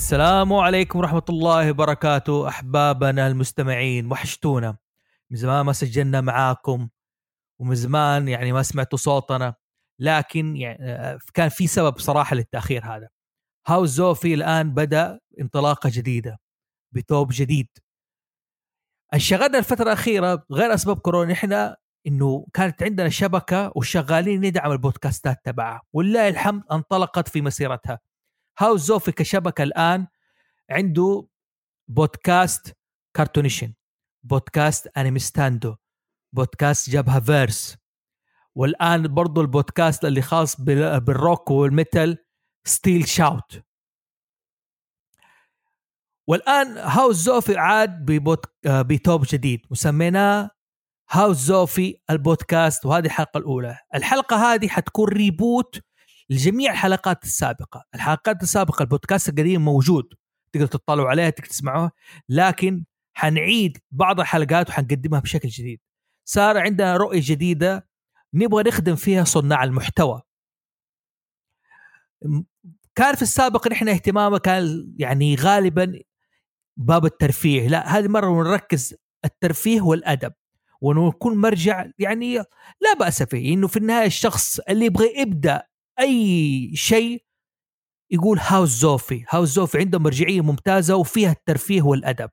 السلام عليكم ورحمة الله وبركاته أحبابنا المستمعين، وحشتونا من زمان، ما سجلنا معاكم ومن زمان يعني ما سمعتوا صوتنا، لكن يعني كان في سبب صراحة للتأخير هذا. هاوس زوفي الآن بدأ انطلاقة جديدة بثوب جديد. انشغلنا الفترة الأخيرة غير أسباب كورونا، إحنا إنه كانت عندنا شبكة وشغالين ندعم البودكاستات تبعها، والله الحمد انطلقت في مسيرتها. هاوس زوفي كشبكة الآن عنده بودكاست كارتونيشن، بودكاست أنيمستاندو، بودكاست جبهة فيرس، والآن برضو البودكاست اللي خاص بالروك والميتال ستيل شاوت. والآن هاوس زوفي عاد بتوب جديد مسميناه هاوس زوفي البودكاست، وهذه الحلقة الأولى. الحلقة هذه حتكون ريبوت لجميع الحلقات السابقة. الحلقات السابقة البودكاست القديم موجود، تقدر تطلعوا عليها، تقدر تسمعوها، لكن حنعيد بعض الحلقات وحنقدمها بشكل جديد. صار عندنا رؤية جديدة نبغى نخدم فيها صناع المحتوى. كان في السابق نحن اهتمامنا كان يعني غالبا باب الترفيه، لا هذه مرة نركز الترفيه والأدب، ونكون مرجع يعني لا بأس فيه، إنه في النهاية الشخص اللي يبغى يبدأ أي شيء يقول هاوس زوفي. هاوس زوفي عنده مرجعية ممتازة وفيها الترفيه والأدب.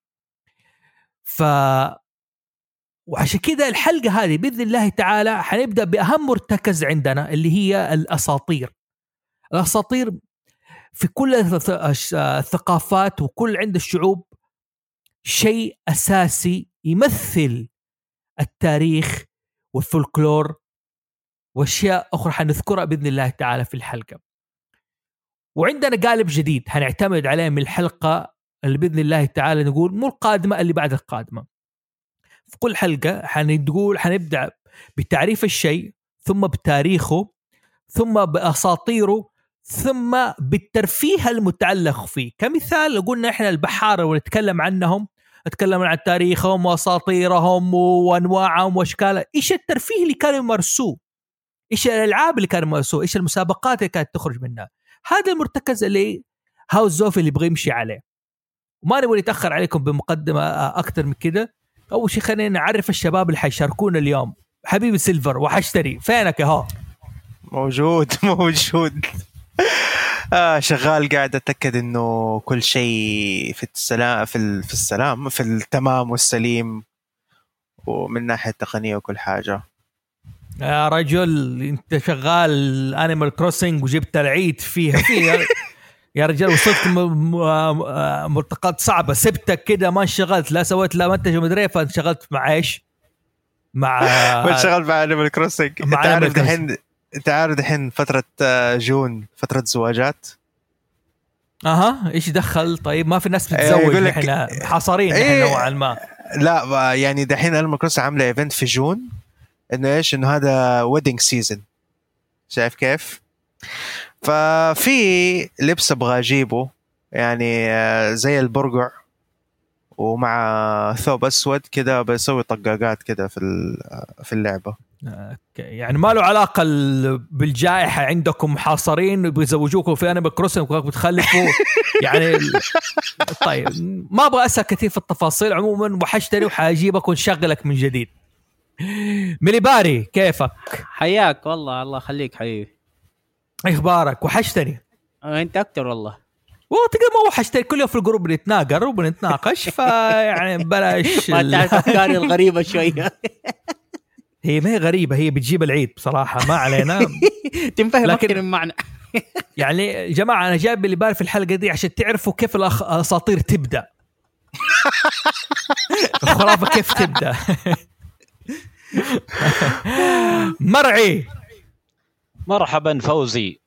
وعشان كده الحلقة هذه بإذن الله تعالى حنبدأ بأهم مرتكز عندنا اللي هي الأساطير. الأساطير في كل الثقافات وكل عند الشعوب شيء أساسي يمثل التاريخ والفولكلور وأشياء أخرى حنذكرها بإذن الله تعالى في الحلقة. وعندنا قالب جديد هنعتمد عليه من الحلقة اللي بإذن الله تعالى نقول مو القادمة، اللي بعد القادمة. في كل حلقة حنبدأ بتعريف الشيء، ثم بتاريخه، ثم بأساطيره، ثم بالترفيه المتعلق فيه. كمثال قلنا إحنا البحارة ونتكلم عنهم، نتكلم عن تاريخهم وأساطيرهم وأنواعهم وأشكالهم، إيش الترفيه اللي كانوا يمارسوه، إيش الألعاب اللي كانوا يمارسوه، إيش المسابقات اللي كانت تخرج منها. هذا المرتكز اللي هاوس زوفي اللي يبغى يمشي عليه. وما نبغى نتأخر عليكم بمقدمة أكتر من كده. أول شيء خلينا نعرف الشباب اللي حيشاركونا اليوم. حبيبي سيلفر وحشتري، فينك يا ها؟ موجود شغال، قاعد أتأكد إنه كل شيء في السلام في السلام في التمام والسليم، ومن ناحية تقنية وكل حاجة. يا رجل انت شغال انيمال كروسنج وجبت العيد فيها يا رجال وصلت مرتقات صعبة، سبتك كده ما انشغلت، لا سويت لا منتج ومدري، فانشغلت مع ايش؟ مع انشغلت مع انيمال كروسنج. انت عارف دحين فترة جون، فترة زواجات. ايش دخل؟ طيب ما في ناس بتتزوج، احنا حاصرين احنا نوعا ما. لا يعني دحين انيمال كروسنج عاملة ايفنت في جون، انه ايش، انه هذا ويدنج سيزن، شايف كيف؟ ففي لبس ابغى اجيبه يعني زي البرقع ومع ثوب اسود كده، بسوي طقاقات كده في اللعبة. يعني ما له علاقة بالجائحة، عندكم حاصرين بيزوجوكم في انيمال كروسنج وبتخلفوا يعني طيب ما ابغى اسال كثير في التفاصيل. عموما وحشتني وحاجيبك ونشغلك من جديد. مليباري كيفك؟ حياك والله، الله يخليك حبيبي. اخبارك؟ وحشتني. انت اكتر والله. تقدر ما وحشتني، كل يوم في الجروب بنتناقر وبنتناقش، فيعني بلاش ما تعرف افكاري الغريبه شويه. هي ما هي غريبه، هي بتجيب العيد بصراحه، ما علينا. تنفهم اكثر من معنى. يعني يا جماعه انا جايب اللي بالي في الحلقه دي عشان تعرفوا كيف الاساطير تبدا. الخرافه كيف تبدا. مرعي مرحبا فوزي.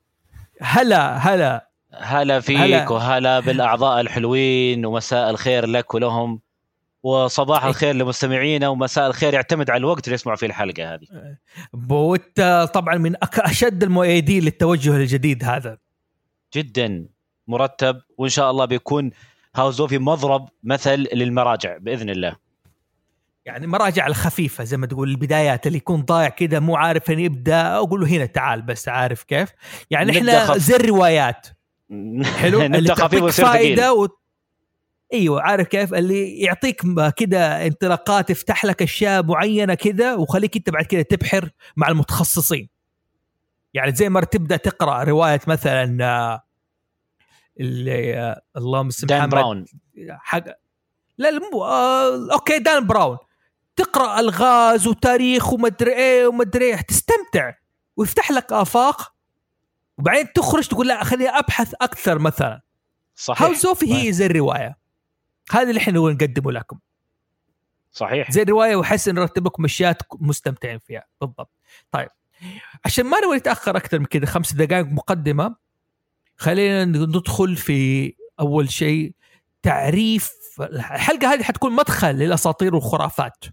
هلا فيك وهلا بالأعضاء الحلوين، ومساء الخير لك ولهم، وصباح الخير لمستمعينا، ومساء الخير يعتمد على الوقت اللي يسمعوا فيه الحلقة هذه. بوت طبعا من أشد المؤيدين للتوجه الجديد هذا، جدا مرتب، وإن شاء الله بيكون هاوس زوفي مضرب مثل للمراجع بإذن الله. يعني مراجع الخفيفة زي ما تقول، البدايات اللي يكون ضايع كده مو عارف أن يبدأ، أقول له هنا تعال بس، عارف كيف يعني إحنا زي الروايات حلو اللي تعطيك فائده ايوه عارف كيف اللي يعطيك كده انطلاقات، يفتح لك اشياء معينه كده وخليك انت بعد كده تبحر مع المتخصصين. يعني زي ما تبدا تقرا روايه مثلا اللي اللهم صل دان براون حق لا اوكي دان براون، تقرا الغاز وتاريخ ومدري ايه ومدري ايه، تستمتع ويفتح لك افاق، وبعدين تخرج تقول لا خليني ابحث اكثر مثلا. صحيح. هاوس اوف هي زي الروايه هذه اللي احنا نقدمه لكم. صحيح زي الروايه، وحس ان نرتب لكم اشياء مستمتعين فيها بالضبط. طيب عشان ما نبغى نتاخر اكثر من كده 5 دقائق مقدمه، خلينا ندخل في اول شيء تعريف. الحلقه هذه حتكون مدخل للاساطير والخرافات،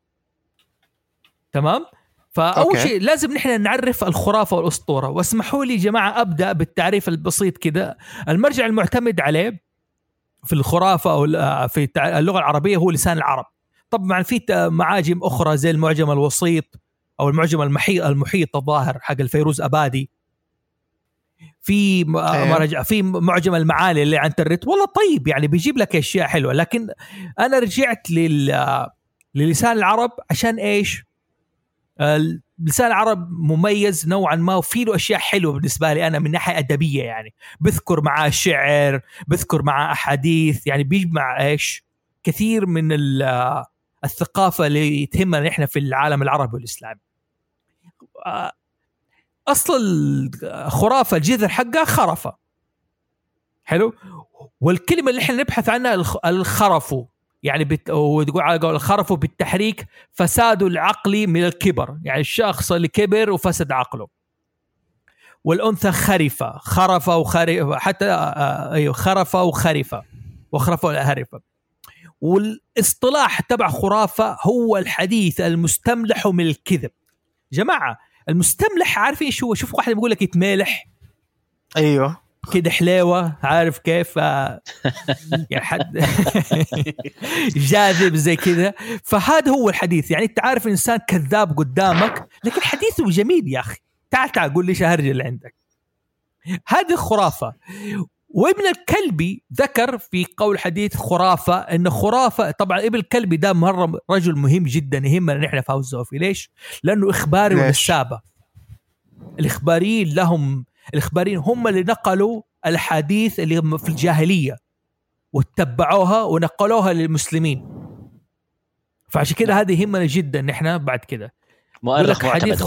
تمام؟ فاول شيء لازم نحن نعرف الخرافه والاسطوره. واسمحوا لي جماعه ابدا بالتعريف البسيط كده. المرجع المعتمد عليه في الخرافه او في اللغه العربيه هو لسان العرب. طبعا في معاجم اخرى زي المعجم الوسيط او المعجم المحيط الظاهر حق الفيروز ابادي، في في معجم المعاني اللي عن الترت. والله طيب يعني بيجيب لك اشياء حلوه، لكن انا رجعت للسان العرب عشان ايش؟ لسان العرب مميز نوعا ما وفي له اشياء حلوه بالنسبه لي انا من ناحيه ادبيه. يعني بذكر معاه شعر، بذكر معاه احاديث، يعني بيجمع ايش كثير من الثقافه اللي تهمنا احنا في العالم العربي والاسلامي. اصل الخرافه الجذر حقها خرفه، حلو. والكلمه اللي احنا نبحث عنها الخرفو، يعني وتقول على قول الخرف بالتحريك فساد العقل من الكبر، يعني الشخص اللي كبر وفسد عقله. والأنثى خرفة، خرفة وخرفة، حتى أيوه خرفة وخرفة وخرفة وهرفة. والاصطلاح تبع خرافة هو الحديث المستملح من الكذب. جماعة المستملح عارفين شو؟ شوف واحد بيقول لك يتمالح، ايوه كده حلاوة، عارف كيف يا حد جاذب زي كذا. فهذا هو الحديث. يعني انت عارف انسان كذاب قدامك لكن حديثه جميل يا اخي، تعال قول لي شهرج اللي عندك. هذه خرافة. وابن الكلبي ذكر في قول حديث خرافة ان خرافة، طبعا ابن الكلبي ده مرة رجل مهم جدا يهمنا نحن في هاوس اوف. ليش؟ لانه اخباري ونسابة. الاخباريين لهم، الإخباريين هم اللي نقلوا الحديث اللي في الجاهلية واتبعوها ونقلوها للمسلمين. فعشان كده هذه يهمنا جدا نحن. بعد كده مؤرخ معتمد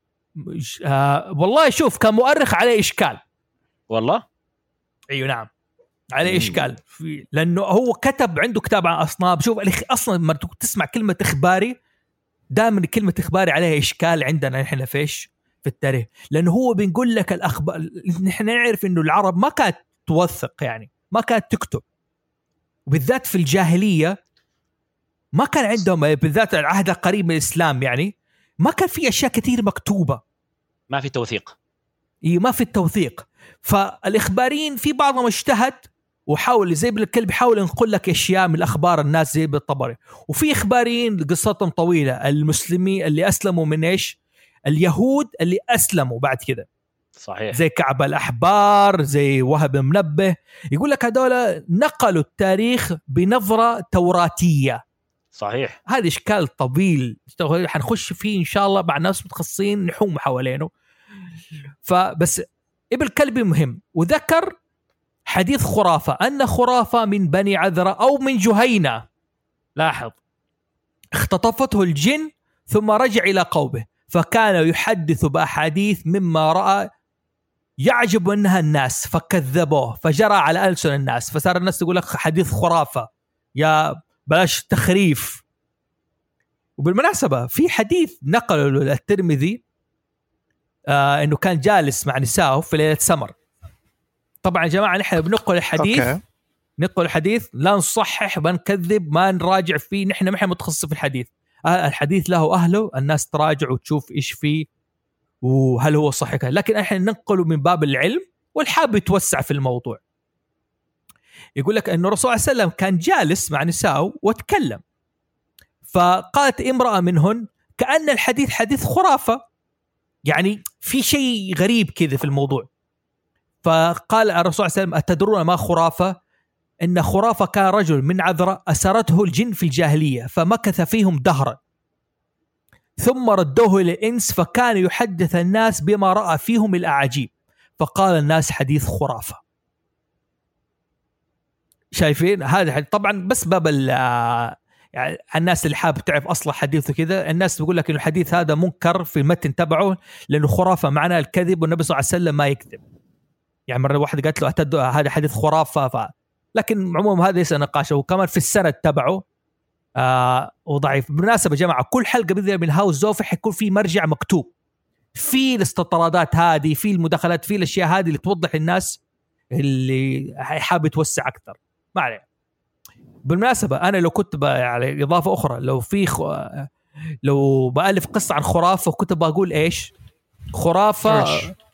والله شوف كان مؤرخ عليه إشكال والله. أيوة نعم عليه إشكال لأنه هو كتب عنده كتاب عن أصنام. شوف أصلا ما تسمع كلمة إخباري دائما كلمة إخباري عليها إشكال عندنا نحن فيش في التاريخ، لأنه هو بنقول لك الأخبار. نحن نعرف إنه العرب ما كانت توثق، يعني ما كانت تكتب، وبالذات في الجاهلية ما كان عندهم، بالذات العهد القريب من الإسلام يعني ما كان في أشياء كثير مكتوبة، ما في توثيق. ما في التوثيق. فالإخباريين في بعضهم اجتهد وحاول زي بالكلب يحاول ينقل لك أشياء من الأخبار الناس زي بالطبري. وفي إخباريين قصتهم طويلة، المسلمين اللي أسلموا من إيش؟ اليهود اللي أسلموا بعد كده، صحيح، زي كعب الأحبار، زي وهب المنبه. يقول لك هذول نقلوا التاريخ بنظرة توراتية. صحيح. هذا إشكال طويل حنخش فيه إن شاء الله مع ناس متخصصين نحوم حوالينه. فبس ابن الكلبي مهم. وذكر حديث خرافة، أن خرافة من بني عذرة أو من جهينة، لاحظ، اختطفته الجن ثم رجع إلى قومه فكان يحدث بأحاديث مما رأى يعجب منها الناس فكذبوه فجرى على ألسن الناس، فصار الناس تقول لك حديث خرافة، يا بلاش تخريف. وبالمناسبة في حديث نقله الترمذي إنه كان جالس مع نسائه في ليلة سمر. طبعا يا جماعة نحن بنقل الحديث نقل الحديث، لا نصحح ما نكذب ما نراجع فيه، نحن ما احنا متخصص في الحديث. الحديث له أهله، الناس تراجع وتشوف إيش فيه وهل هو صحيح، لكن احنا ننقله من باب العلم والحاب يتوسع في الموضوع. يقول لك أنه الرسول صلى الله عليه وسلم كان جالس مع نسائه وتكلم، فقالت امرأة منهن كأن الحديث حديث خرافة، يعني في شيء غريب كذا في الموضوع. فقال الرسول صلى الله عليه وسلم: أتدرون ما خرافة؟ إن خرافة كان رجل من عذرة أسرته الجن في الجاهلية فمكث فيهم دهرا ثم ردوه إلى الإنس فكان يحدث الناس بما رأى فيهم الأعاجيب فقال الناس حديث خرافة. شايفين هذا؟ طبعا بس باب يعني الناس اللي حابب تعرف أصلا حديثه كذا، الناس بيقول لك إنه الحديث هذا منكر في المتن تبعه لأنه خرافة معناه الكذب، والنبي صلى الله عليه وسلم ما يكذب. يعني مرة واحدة قالت له هذا حديث خرافة لكن عموما هذا ليس نقاشه. وكمان في السند تبعه وضعيف. بالمناسبة جماعة كل حلقة بإذن من هاوس زوفي حيكون في مرجع مكتوب في الاستطرادات هذه، في المداخلات، في الأشياء هذه اللي توضح للناس اللي حابب يتوسع أكثر. ما عليه. بالمناسبة أنا لو كنت يعني إضافة أخرى، لو بألف قصة عن خرافة وكنت بقول إيش خرافة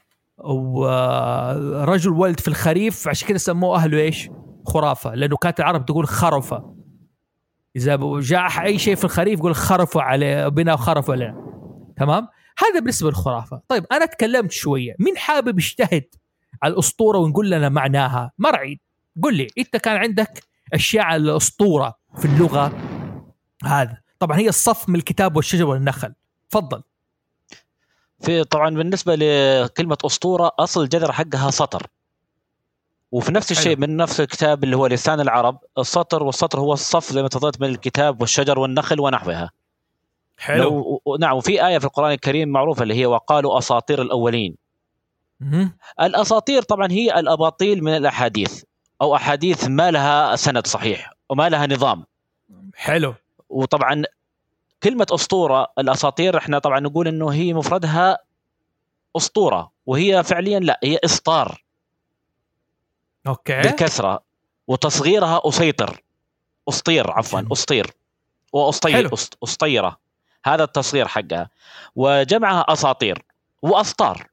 ورجل ولد في الخريف، عشان كده سموه أهله إيش خرافة، لأنه كانت العرب تقول خرفة إذا جاء أي شيء في الخريف يقول خرفوا عليه بنا وخرفوا لنا. تمام؟ هذا بالنسبة للخرافة. طيب أنا تكلمت شوية، مين حابب يجتهد على الأسطورة ونقول لنا معناها؟ مرعي قل لي أنت كان عندك أشياء على الأسطورة في اللغة. هذا طبعا هي الصف من الكتاب والشجر والنخل. تفضل. في طبعا بالنسبة لكلمة أسطورة أصل الجذر حقها سطر، وفي نفس الشيء من نفس الكتاب اللي هو لسان العرب السطر، والسطر هو الصف زي ما تفضلت من الكتاب والشجر والنخل ونحوها. حلو. نعم. وفي آية في القرآن الكريم معروفة اللي هي وقالوا أساطير الأولين. الأساطير طبعا هي الأباطيل من الأحاديث أو أحاديث ما لها سند صحيح وما لها نظام. حلو. وطبعا كلمة أسطورة الأساطير احنا طبعا نقول إنه هي مفردها أسطورة، وهي فعليا لا، هي إسطار. أوكي. بالكسرة، وتصغيرها أسيطر، أسطير عفوا، أسطير وأسطير، أسطيرة، هذا التصغير حقها. وجمعها أساطير وأسطار.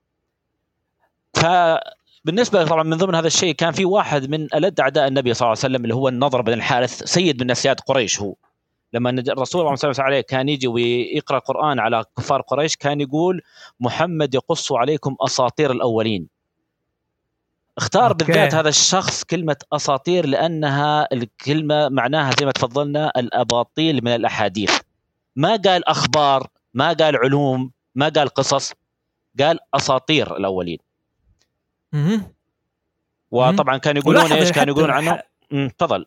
فبالنسبة طبعا من ضمن هذا الشيء كان في واحد من ألد أعداء النبي صلى الله عليه وسلم اللي هو النضر بن الحارث، سيد من أسياد قريش. هو لما الرسول صلى الله عليه وسلم كان يجي ويقرأ القرآن على كفار قريش كان يقول محمد يقص عليكم أساطير الأولين. اختار بالذات هذا الشخص كلمة أساطير لأنها الكلمة معناها زي ما تفضلنا الأباطيل من الأحاديث. ما قال أخبار، ما قال علوم، ما قال قصص، قال أساطير الأولين. وطبعا كانوا يقولون إيش كانوا يقولون عنه؟ تفضل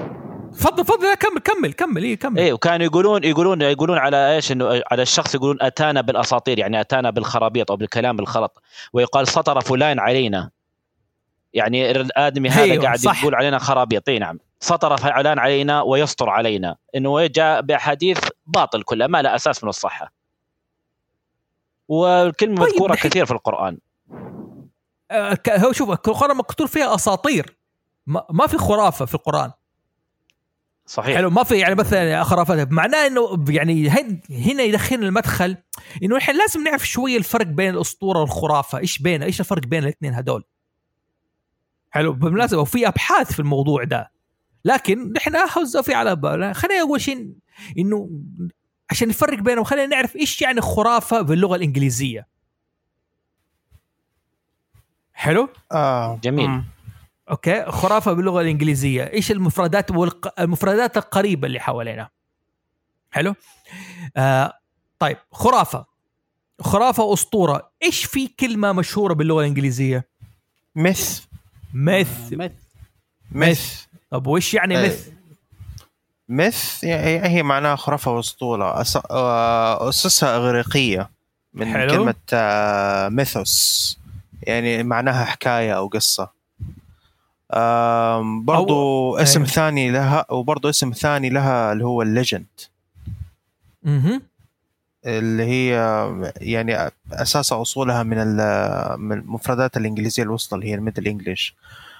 كمل. إيه. وكانوا يقولون على إيش؟ إنه على الشخص يقولون أتانا بالأساطير، يعني أتانا بالخرابيط أو بالكلام بالخلط. ويقال سطر فلان علينا، يعني الآدمي هذا قاعد يقول علينا خرابيط. نعم، سطر فلان علينا ويسطر علينا، إنه جاء بأحاديث باطل كلها ما لا أساس من الصحة. والكلمة مذكورة كثير في القرآن. هو شوف القرآن مكتوب فيها أساطير، ما في خرافة في القرآن. صحيح. حلو. ما في يعني مثلا خرافات، معناه انه يعني هنا يدخلنا المدخل انه احنا لازم نعرف شويه الفرق بين الاسطوره والخرافه. ايش الفرق بين الاثنين هذول؟ حلو. بالمناسبه وفي ابحاث في الموضوع ده، لكن نحن في على بالنا خلينا اول شيء انه عشان نفرق بينهم خلينا نعرف ايش يعني خرافه باللغه الانجليزيه. حلو. جميل. اوكي. خرافه باللغه الانجليزيه ايش المفردات والمفردات القريبه اللي حوالينا. حلو. طيب خرافه واسطوره، ايش في كلمه مشهوره باللغه الانجليزيه؟ مث. طب وإيش يعني مث يعني هي معناها خرافة واسطورة، أسسها إغريقية من حلو. كلمة ميثوس، يعني معناها حكاية أو قصة. برضو اسم ثاني لها، وبرضو اسم ثاني لها اللي هو الليجند، اللي هي يعني أساسها أصولها من المفردات الإنجليزية الوسطى اللي هي الميدل إنجليش.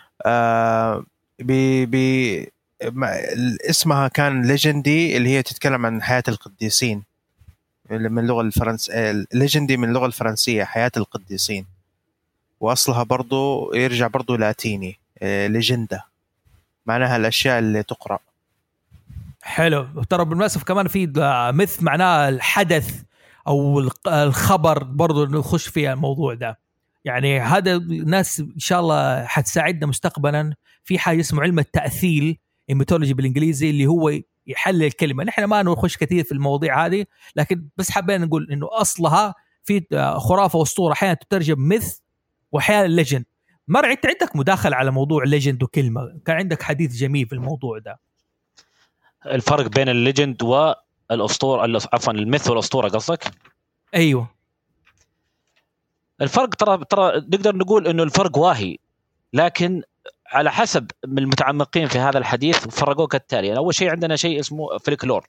اسمها كان ليجندي، اللي هي تتكلم عن حياة القديسين من اللغة الفرنسية. ليجندي من اللغة الفرنسية حياة القديسين، وأصلها برضو يرجع برضو لاتيني ليجندا، معناها الأشياء اللي تقرأ. حلو. ترى بالمناسبة كمان في مث معناها الحدث أو الخبر، برضو نخش فيها الموضوع ده. يعني هذا ناس ان شاء الله حتساعدنا مستقبلا في حاجه اسمه علم التأثيل الميثولوجي بالانجليزي، اللي هو يحلل الكلمه. نحن ما نخش كثير في المواضيع هذه، لكن بس حابين نقول انه اصلها في خرافه واسطوره، احيانا تترجم ميث واحيانا ليجند. مرعي انت عندك مداخله على موضوع ليجند وكلمه، كان عندك حديث جميل في الموضوع ده. الفرق بين الليجند والاسطوره، عفوا الميث والاسطوره قصدك؟ ايوه الفرق ترى نقدر نقول انه الفرق واهي، لكن على حسب من المتعمقين في هذا الحديث فرقوه كالتالي. يعني اول شيء عندنا شيء اسمه فلكلور.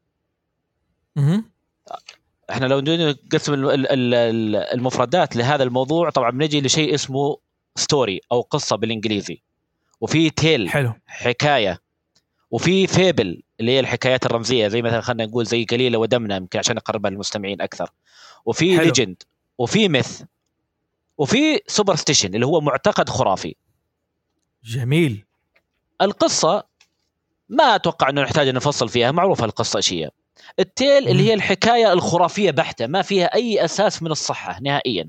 احنا لو نقسم المفردات لهذا الموضوع طبعا بنجي لشيء اسمه ستوري او قصه بالانجليزي، وفي تيل حلو حكايه، وفي فيبل اللي هي الحكايات الرمزيه زي مثلا خلينا نقول زي قليله ودمنه يمكن عشان نقربها للمستمعين اكثر، وفي ليجند، وفي ميث، وفي سوبرستيشن اللي هو معتقد خرافي. جميل. القصه ما اتوقع انه نحتاج نفصل فيها، معروفه القصه اشياء. التيل اللي هي الحكايه الخرافيه بحته ما فيها اي اساس من الصحه نهائيا.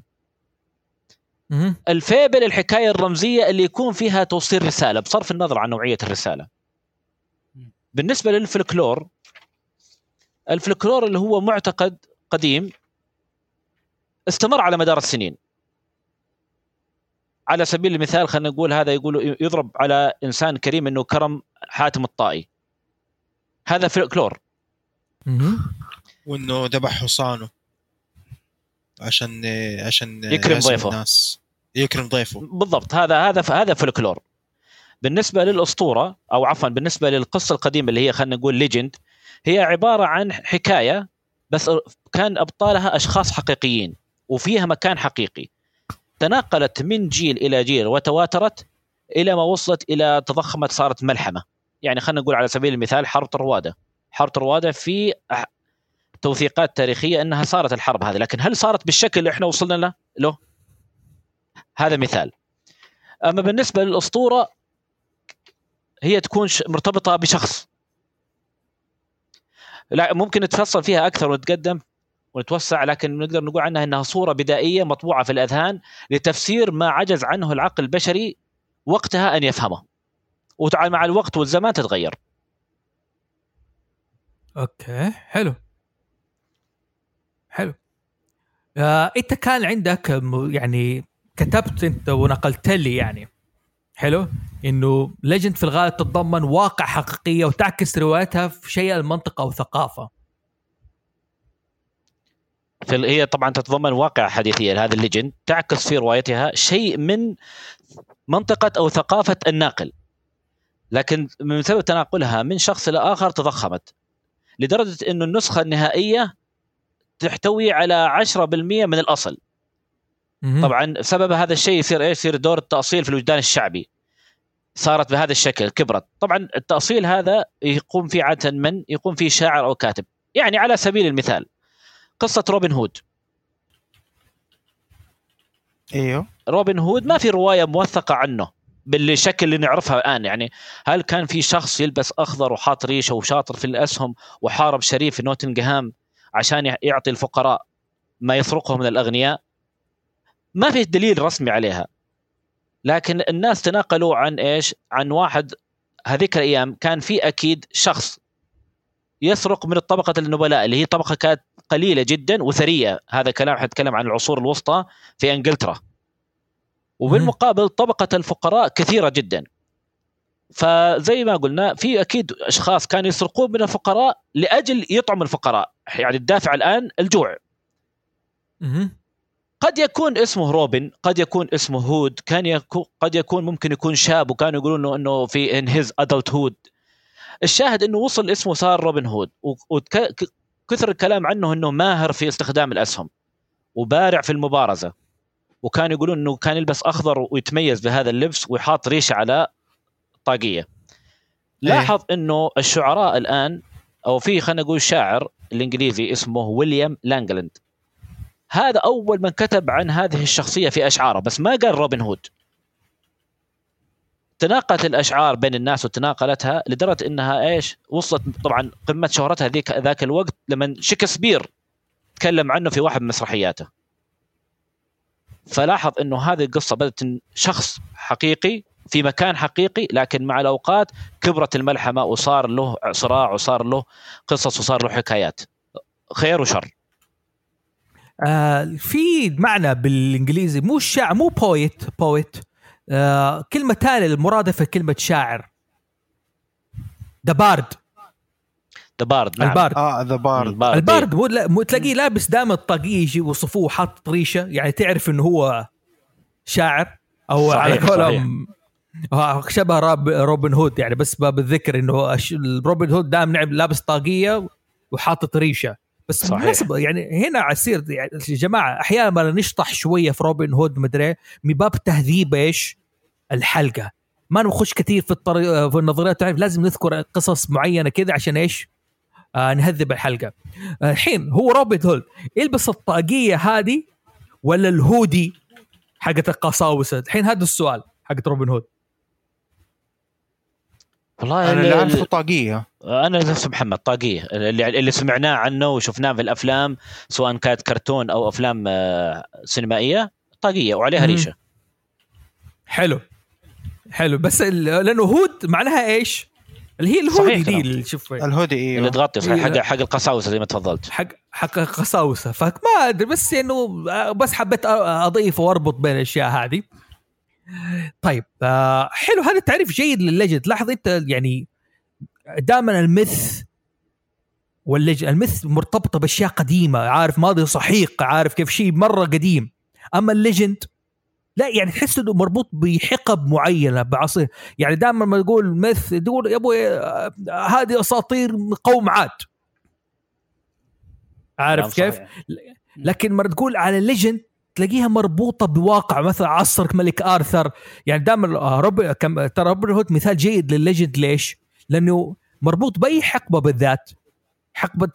الفيبل الحكايه الرمزيه اللي يكون فيها توصيل رساله بصرف النظر عن نوعيه الرساله. بالنسبه للفلكلور، الفلكلور اللي هو معتقد قديم استمر على مدار السنين. على سبيل المثال خلينا نقول هذا يقول يضرب على انسان كريم انه كرم حاتم الطائي، هذا فلكلور. وانه ذبح حصانه عشان يكرم ضيفه، الناس يكرم ضيفه بالضبط. هذا فلكلور. بالنسبه للاسطوره او عفوا بالنسبه للقصه القديمه اللي هي خلينا نقول ليجند، هي عباره عن حكايه بس كان ابطالها اشخاص حقيقيين وفيها مكان حقيقي، تناقلت من جيل الى جيل وتواترت الى ما وصلت الى تضخمت صارت ملحمه. يعني خلينا نقول على سبيل المثال حرب طروادة في توثيقات تاريخيه انها صارت الحرب هذه، لكن هل صارت بالشكل اللي احنا وصلنا له؟ هذا مثال. اما بالنسبه للاسطوره هي تكون مرتبطه بشخص، لا ممكن نتفصل فيها اكثر ونتقدم ونتوسع، لكن نقدر نقول عنها انها صوره بدائيه مطبوعه في الاذهان لتفسير ما عجز عنه العقل البشري وقتها ان يفهمه، وتعال مع الوقت والزمان تتغير. اوكي حلو. انت كان عندك يعني كتبت انت ونقلت لي يعني حلو انه ليجند في الغالب تتضمن واقع حقيقيه وتعكس روايتها في شيء المنطقه او ثقافه. هي طبعا تتضمن واقع حديثيه، هذا الليجند تعكس في روايتها شيء من منطقه او ثقافه الناقل، لكن من سبب تناقلها من شخص الى اخر تضخمت لدرجه انه النسخه النهائيه تحتوي على 10% من الاصل. طبعا سبب هذا الشيء يصير ايش؟ يصير دور التأصيل في الوجدان الشعبي، صارت بهذا الشكل كبرت. طبعا التأصيل هذا يقوم فيه عادة من يقوم فيه شاعر او كاتب. يعني على سبيل المثال قصة روبن هود. ايوه روبن هود ما في رواية موثقة عنه بالشكل اللي نعرفها الآن. يعني هل كان في شخص يلبس أخضر وحاط ريشة وشاطر في الأسهم وحارب شريف في نوتنغهام عشان يعطي الفقراء ما يسرقه من الأغنياء؟ ما في دليل رسمي عليها، لكن الناس تناقلوا عن إيش؟ عن واحد هذيك الأيام كان في أكيد شخص يسرق من الطبقة النبلاء اللي هي طبقة كانت قليلة جدا وثرية. هذا كلام حنتكلم عن العصور الوسطى في إنجلترا، وبالمقابل طبقة الفقراء كثيرة جدا. فزي ما قلنا في أكيد أشخاص كانوا يسرقون من الفقراء لأجل يطعم الفقراء، يعني الدافع الآن الجوع. قد يكون اسمه روبن، قد يكون اسمه هود، قد يكون ممكن يكون شاب وكانوا يقولون إنه في in his adulthood. الشاهد إنه وصل اسمه صار روبن هود، وكثر الكلام عنه إنه ماهر في استخدام الأسهم وبارع في المبارزة، وكانوا يقولون إنه كان يلبس أخضر ويتميز بهذا اللبس ويحاط ريشة على طاقية. لاحظ إنه الشعراء الآن أو في خلينا نقول شاعر الإنجليزي اسمه ويليام لانغلاند، هذا أول من كتب عن هذه الشخصية في أشعاره، بس ما قال روبن هود. تناقلت الأشعار بين الناس وتناقلتها لدرجة إنها إيش وصلت طبعا قمة شهرتها ذاك الوقت لما شكسبير تكلم عنه في واحد من مسرحياته. فلاحظ انه هذه القصه بدات شخص حقيقي في مكان حقيقي، لكن مع الاوقات كبرت الملحمه وصار له صراع وصار له قصص وصار له حكايات خير وشر. في معنى بالانجليزي مو الشاعر، مو بويت كلمه تالي المرادفه كلمه شاعر، دبارد. نعم. البارد مو تلاقيه لابس دائما الطاقية يجي وصفوه حاط ريشه، يعني تعرف انه هو شاعر او صحيح على قولهم شبه روبن هود، يعني بس باب الذكر انه روبن هود دائما لابس طاقية وحاطط ريشه بس. بالنسبة يعني هنا عسير يعني يا جماعه احيانا ما نشطح شويه في روبن هود مدري من باب تهذيب ايش الحلقه، ما نخش كثير في الطريق في النظريات، تعرف لازم نذكر قصص معينه كذا عشان ايش نهذب الحلقه. الحين هو روبن هود يلبس الطاقيه هذه ولا الهودي حقت القساوسه؟ الحين هذا السؤال حقت روبن هود. والله انا اللي اعرفه طاقيه، انا نفس محمد طاقيه اللي سمعناه عنه وشفناه في الافلام سواء كانت كرتون او افلام سينمائيه، طاقيه وعليها ريشه. حلو بس لانه هود معناها ايش اللي هي الهودي دي اللي شوف الهودي ايوه اللي تغطي حق القساوسه زي ما تفضلت، حق القساوسه. فما ادري بس انه بس حبيت اضيف واربط بين الاشياء هذه. طيب حلو، هذا تعريف جيد للليجند. لاحظ انت يعني دائما الميث والليجند، الميث مرتبطه باشياء قديمه، عارف ماضي سحيق، عارف كيف شيء مره قديم. اما الليجند لا، يعني تحس انه مربوط بحقب معينه بعصر. يعني دائما ما تقول ميث تقول يا ابوي هذه اساطير قوم عاد، عارف كيف؟ لكن ما تقول على ليجند تلاقيها مربوطه بواقع، مثلا عصر ملك آرثر. يعني دائما ترى روبن هود مثال جيد للليجند. ليش؟ لانه مربوط باي حقبه، بالذات حقبه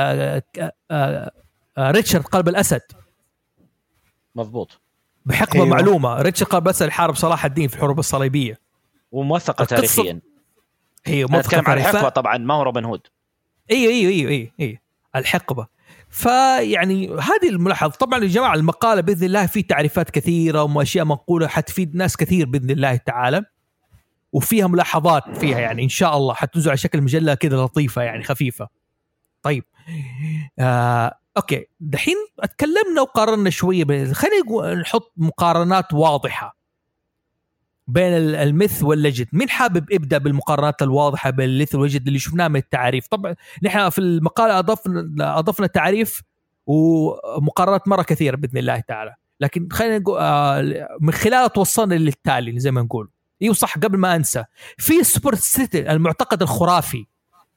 ريتشارد قلب الاسد. مضبوط، بحقبه أيوه. معلومه ريتشارد قلب الاسد حارب صلاح الدين في الحروب الصليبيه وموثقه تاريخيا. هي موثقه عن الحقبه طبعا، ما هو روبن هود. ايوه الحقبه. فيعني هذه الملاحظه. طبعا يا جماعه المقاله باذن الله في تعريفات كثيره واشياء منقوله حتفيد ناس كثير باذن الله تعالى، وفيها ملاحظات فيها يعني ان شاء الله حتنزل على شكل مجله كده لطيفه يعني خفيفه. طيب اوكي، دحين اتكلمنا وقارنا شويه خلينا نحط مقارنات واضحه بين الميث والليجند. مين حابب ابدا بالمقارنات الواضحه بين الميث والليجند اللي شفناه من التعريف؟ طبعا نحن في المقاله اضفنا تعريف ومقارنات مره كثيره باذن الله تعالى، لكن خلينا نقول من خلال توصلنا للتالي زي ما نقول. ايوه صح، قبل ما انسى، في سوبرستيشن، المعتقد الخرافي.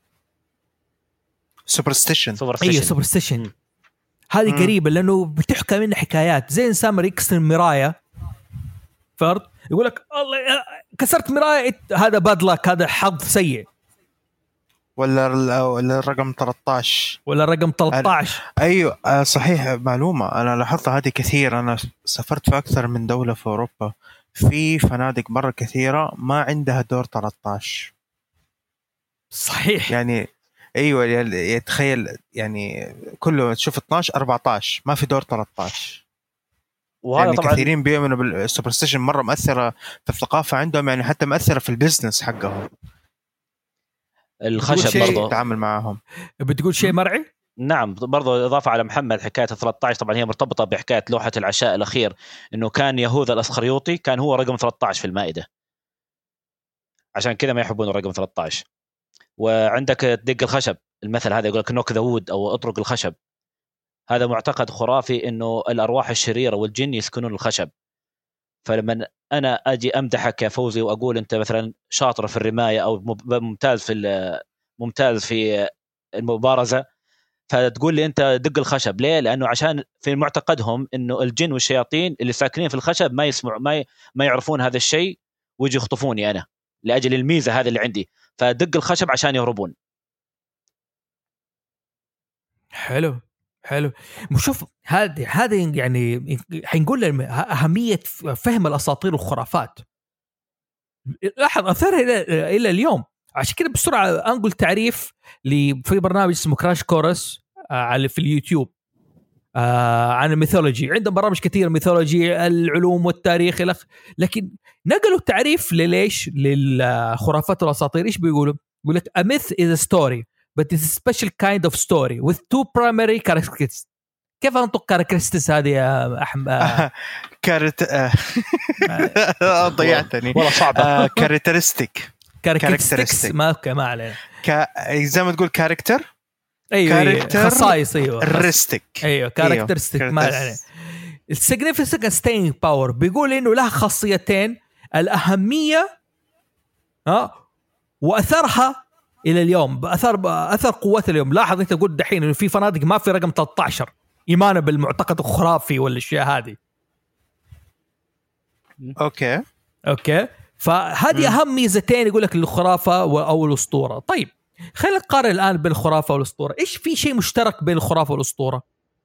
سوبرستيشن ايوه سوبرستيشن هذه قريبه لانه بتحكى منها حكايات. زي انسان يكسر مرايه فرد يقول لك الله كسرت مرايه، هذا باد لك، هذا حظ سيء. ولا الرقم 13 ولا الرقم 13. ايوه صحيح. معلومه انا لاحظتها هذه كثير، انا سافرت في اكثر من دوله في اوروبا، في فنادق مره كثيره ما عندها دور 13. صحيح يعني ايوه يتخيل يعني كله تشوف 12 14 ما في دور 13. وهذا يعني طبعا كثيرين بيؤمنوا بالسوبرستيشن، مره مؤثره في الثقافه عندهم، يعني حتى مؤثره في البزنس حقهم. الخشب برضه تعامل معهم. بتقول شيء مرعي؟ نعم برضه إضافة على محمد حكاية 13 طبعا هي مرتبطة بحكاية لوحة العشاء الأخير، إنه كان يهوذا الأسخريوطي كان هو رقم 13 في المائدة، عشان كذا ما يحبون الرقم 13. وعندك دق الخشب، المثل هذا يقول لك نوك ذا وود أو اطرق الخشب، هذا معتقد خرافي إنه الأرواح الشريرة والجن يسكنون الخشب. فلما أنا أجي أمدحك يا فوزي وأقول أنت مثلا شاطر في الرماية أو ممتاز في المبارزة، فتقول لي أنت دق الخشب. ليه؟ لأنه عشان في معتقدهم إنه الجن والشياطين اللي ساكنين في الخشب ما يسمعوا ما يعرفون هذا الشيء ويجي يخطفوني أنا لأجل الميزة هذه اللي عندي، فدق الخشب عشان يهربون. حلو شوف هذا يعني حنقول أهمية فهم الأساطير والخرافات. لاحظ أثرها إلى اليوم. عشان كده بسرعة أنقل تعريف في برنامج اسمه كراش كورس على في اليوتيوب. عن الميثولوجي، عندهم برامج كثير ميثولوجي، العلوم والتاريخ لكن نقلوا تعريف لليش للخرافات والاساطير. ايش بيقولوا؟ يقول لك a myth is a story but it's a special kind of story with two primary characteristics. كيف انطق characteristics هذه يا احمد؟ ضيعتني والله صعبه. كاركترستيك ما علينا، زي ما تقول كاركتر. ايوه خصائص. ايوه الريستيك. ايوه كاركترستيك. ما علينا. السيجنيفيكانت ستينج باور بيقول انه لها خاصيتين: الاهميه واثرها الى اليوم، اثر قوتها اليوم. لاحظ انت قلت دحين انه في فنادق ما في رقم 13 ايمانا بالمعتقد الخرافي والاشياء هذه. اوكي فهذه اهم ميزتين يقول لك الخرافه او الاسطوره. طيب خلينا نقارن الان بين الخرافه والاسطوره. ايش في شيء مشترك بين الخرافه والاسطوره؟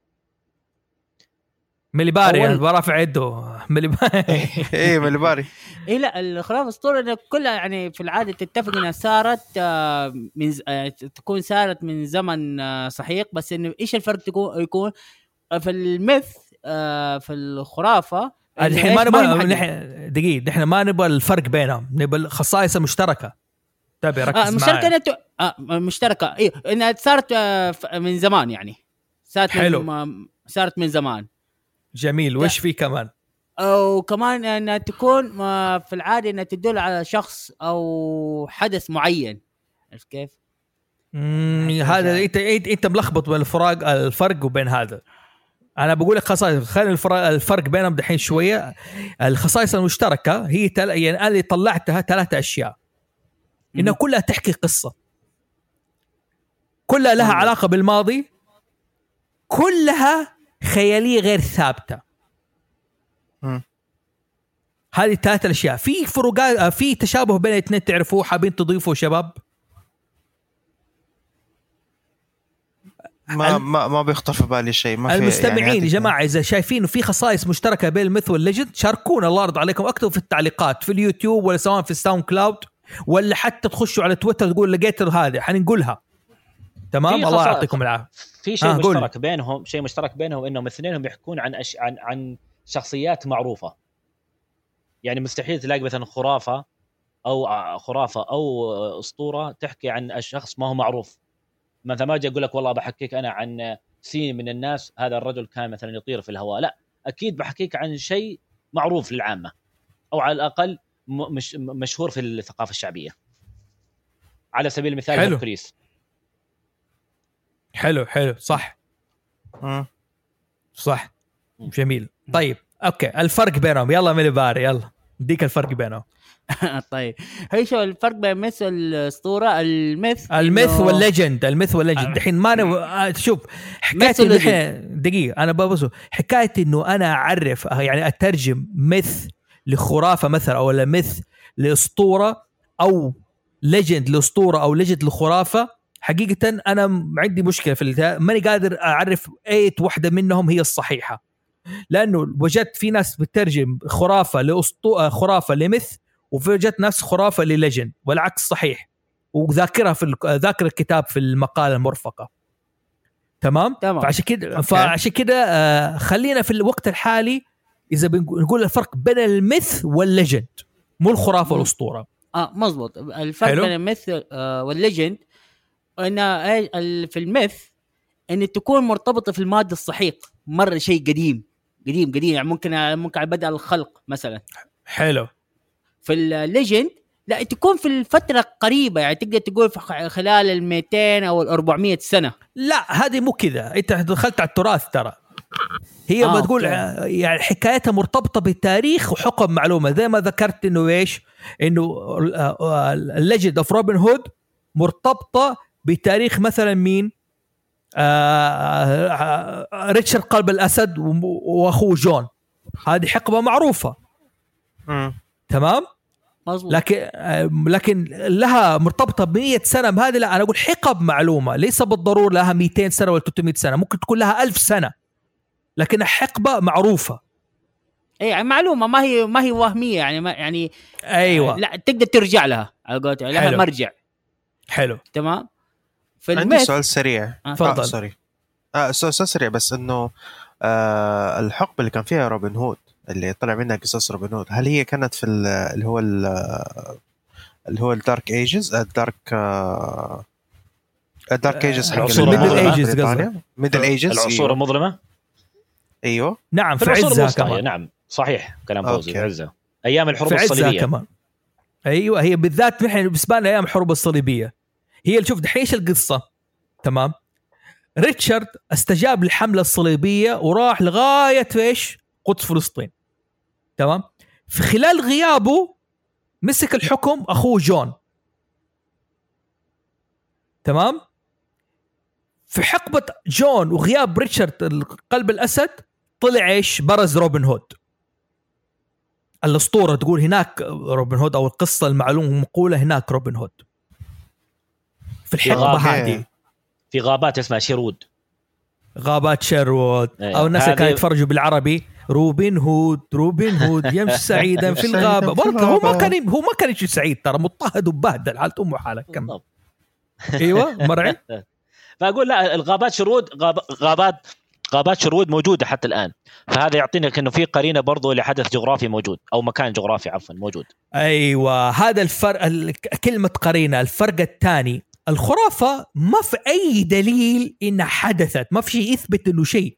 مليباري يعني برافع يده مليباري. ايه مليباري. ايه لا الخرافه والاسطوره كلها يعني في العاده تتفق انها صارت تكون صارت من زمن صحيح، بس انه ايش الفرق يكون في الميث في الخرافه. الحين ما نبغى دقيقه، احنا ما نبغى الفرق بينهم، نبغى الخصائص المشتركه. تابع ركز معي. مشتركه ايه انها صارت من زمان، يعني صارت من زمان. جميل. وش في كمان؟ او كمان انها تكون في العاده انها تدل على شخص او حدث معين. عرفت كيف؟ هذا انت ملخبط بين الفرق وبين هذا. انا بقول لك خصائص، خلينا الفرق بينهم دحين شويه. الخصائص المشتركه هي يعني انا اللي طلعتها 3 اشياء، انها كلها تحكي قصه، كلها لها علاقه بالماضي، كلها خياليه غير ثابته. هذه 3 الاشياء. في فروقات، في تشابه بين الاثنين تعرفوه؟ حابين تضيفوا شباب؟ ما بيخطر في بالي شيء. ما المستمعين يعني يا جماعه اذا شايفين في خصائص مشتركه بين الميث والليجند شاركونا، الله يرضى عليكم. اكتبوا في التعليقات في اليوتيوب ولا سواء في الساوند كلاود، ولا حتى تخشوا على تويتر تقول لقيت هذه حنقولها. تمام الله يعطيكم العافيه. في شيء مشترك بينهم، شيء مشترك بينهم انهم الاثنين يحكون عن شخصيات معروفه. يعني مستحيل تلاقي مثلا خرافه او اسطوره تحكي عن شخص ما هو معروف. مثلا ما اجي اقول لك والله بحكيك انا عن سين من الناس، هذا الرجل كان مثلا يطير في الهواء. لا، اكيد بحكيك عن شيء معروف للعامه، او على الاقل مشهور في الثقافه الشعبيه. على سبيل المثال هيركوليس. حلو صح. صح جميل. طيب اوكي الفرق بينهم، يلا مليباري يلا اديك الفرق بينهم. طيب هي شو الفرق بين الميث والاسطوره؟ الميث والليجند. الحين ما شوف حكايه دقيقه انا ببص حكايه انه انا اعرف يعني اترجم ميث لخرافه مثلا، او ميث لاسطوره، او ليجند لاسطوره، او ليجند لخرافه. حقيقه انا عندي مشكله في ماني قادر اعرف اي واحده منهم هي الصحيحه، لانه وجدت في ناس بتترجم خرافه لميث، وفي ناس خرافه لليجند، والعكس صحيح، وذاكرها في ذاكر الكتاب في المقاله المرفقه. تمام. فعشان كده خلينا في الوقت الحالي اذا بنقول الفرق بين الميث والليجند، مو الخرافه والاسطوره. مزبوط. الفرق بين الميث والليجند ان في الميث ان تكون مرتبطه في الماده الصحيح، مره شيء قديم يعني ممكن على بدء الخلق مثلا. حلو. في الليجند لا، تكون في الفتره قريبه، يعني تقدر تقول في خلال 200 او 400 سنه. لا هذه مو كذا، انت دخلت على التراث ترى. هي ما تقول يعني حكايتها مرتبطه بالتاريخ وحكم معلومه، زي ما ذكرت انه ايش، انه الليجند اوف روبن هود مرتبطه بتاريخ مثلا مين، ريتشارد قلب الأسد وأخوه جون. هذه حقبة معروفة. تمام. مزبوط. لكن لها مرتبطة ب100 سنة بهذه. لا أنا أقول حقب معلومة، ليس بالضرورة لها 200 سنة ولا 300 سنة، ممكن تكون لها 1000 سنة، لكن حقبة معروفة. يعني معلومة ما هي وهمية، يعني أيوة. لا تقدر ترجع لها على قولتها، لها مرجع. حلو. تمام. عندي سؤال سريع. تفضل. سوري. سريع بس انه الحقبه اللي كان فيها روبن هود اللي طلع منها قصص روبن هود، هل هي كانت في اللي هو الدارك ايجز الدارك ايجز حق ميدل ايجز العصور المظلمه؟ ايوه نعم في عزها كمان. نعم صحيح كلام فوزي، في عزها ايام الحروب الصليبيه كمان. ايوه هي بالذات نحن بالنسبه لنا ايام الحروب الصليبيه هي اللي شوف دحين ايش القصه. تمام، ريتشارد استجاب للحمله الصليبيه وراح لغايه ايش قدس فلسطين. تمام، في خلال غيابه مسك الحكم اخوه جون. تمام، في حقبه جون وغياب ريتشارد قلب الاسد طلع ايش برز روبن هود. الاسطوره تقول هناك روبن هود، او القصه المعلومه مقوله هناك روبن هود في الحقبه هذه في غابات اسمها شيرود، غابات شيرود. او الناس اللي كانوا يتفرجوا بالعربي روبن هود يمشي سعيدا في الغابه. برضه هو ما كان يمشي سعيد، ترى مضطهد وبهدل حالته امه حالك كم. ايوه مرعي. فاقول لا، الغابات شيرود غابات شيرود موجوده حتى الان، فهذا يعطينا انه في قرينه برضو لحدث جغرافي موجود، او مكان جغرافي عفوا موجود. ايوه هذا الفرق، كلمه قرينه. الفرق الثاني الخرافه ما في اي دليل انها حدثت، ما في شيء يثبت انه شيء.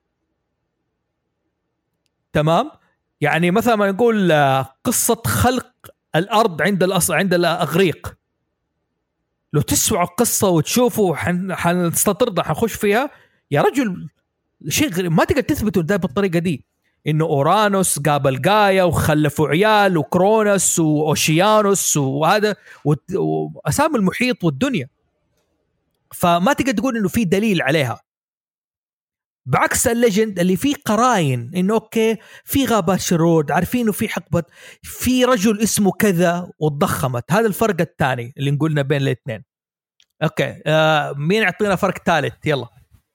تمام، يعني مثلا ما نقول قصه خلق الارض عند الاغريق، لو تسمعوا القصه وتشوفوا حنستطرد حنخش فيها يا رجل شيء غريب، ما تقدر تثبته ده بالطريقه دي. انه اورانوس قابل جايا وخلفوا عيال وكرونوس واوشيانوس وهذا واسامي المحيط والدنيا، فما تقدر تقول انه في دليل عليها. بعكس الليجند اللي فيه قراين انه اوكي في غابات شيرود، عارفين في حقبه في رجل اسمه كذا وتضخمت. هذا الفرق الثاني اللي نقولنا بين الاثنين. اوكي مين يعطينا فرق ثالث؟ يلا.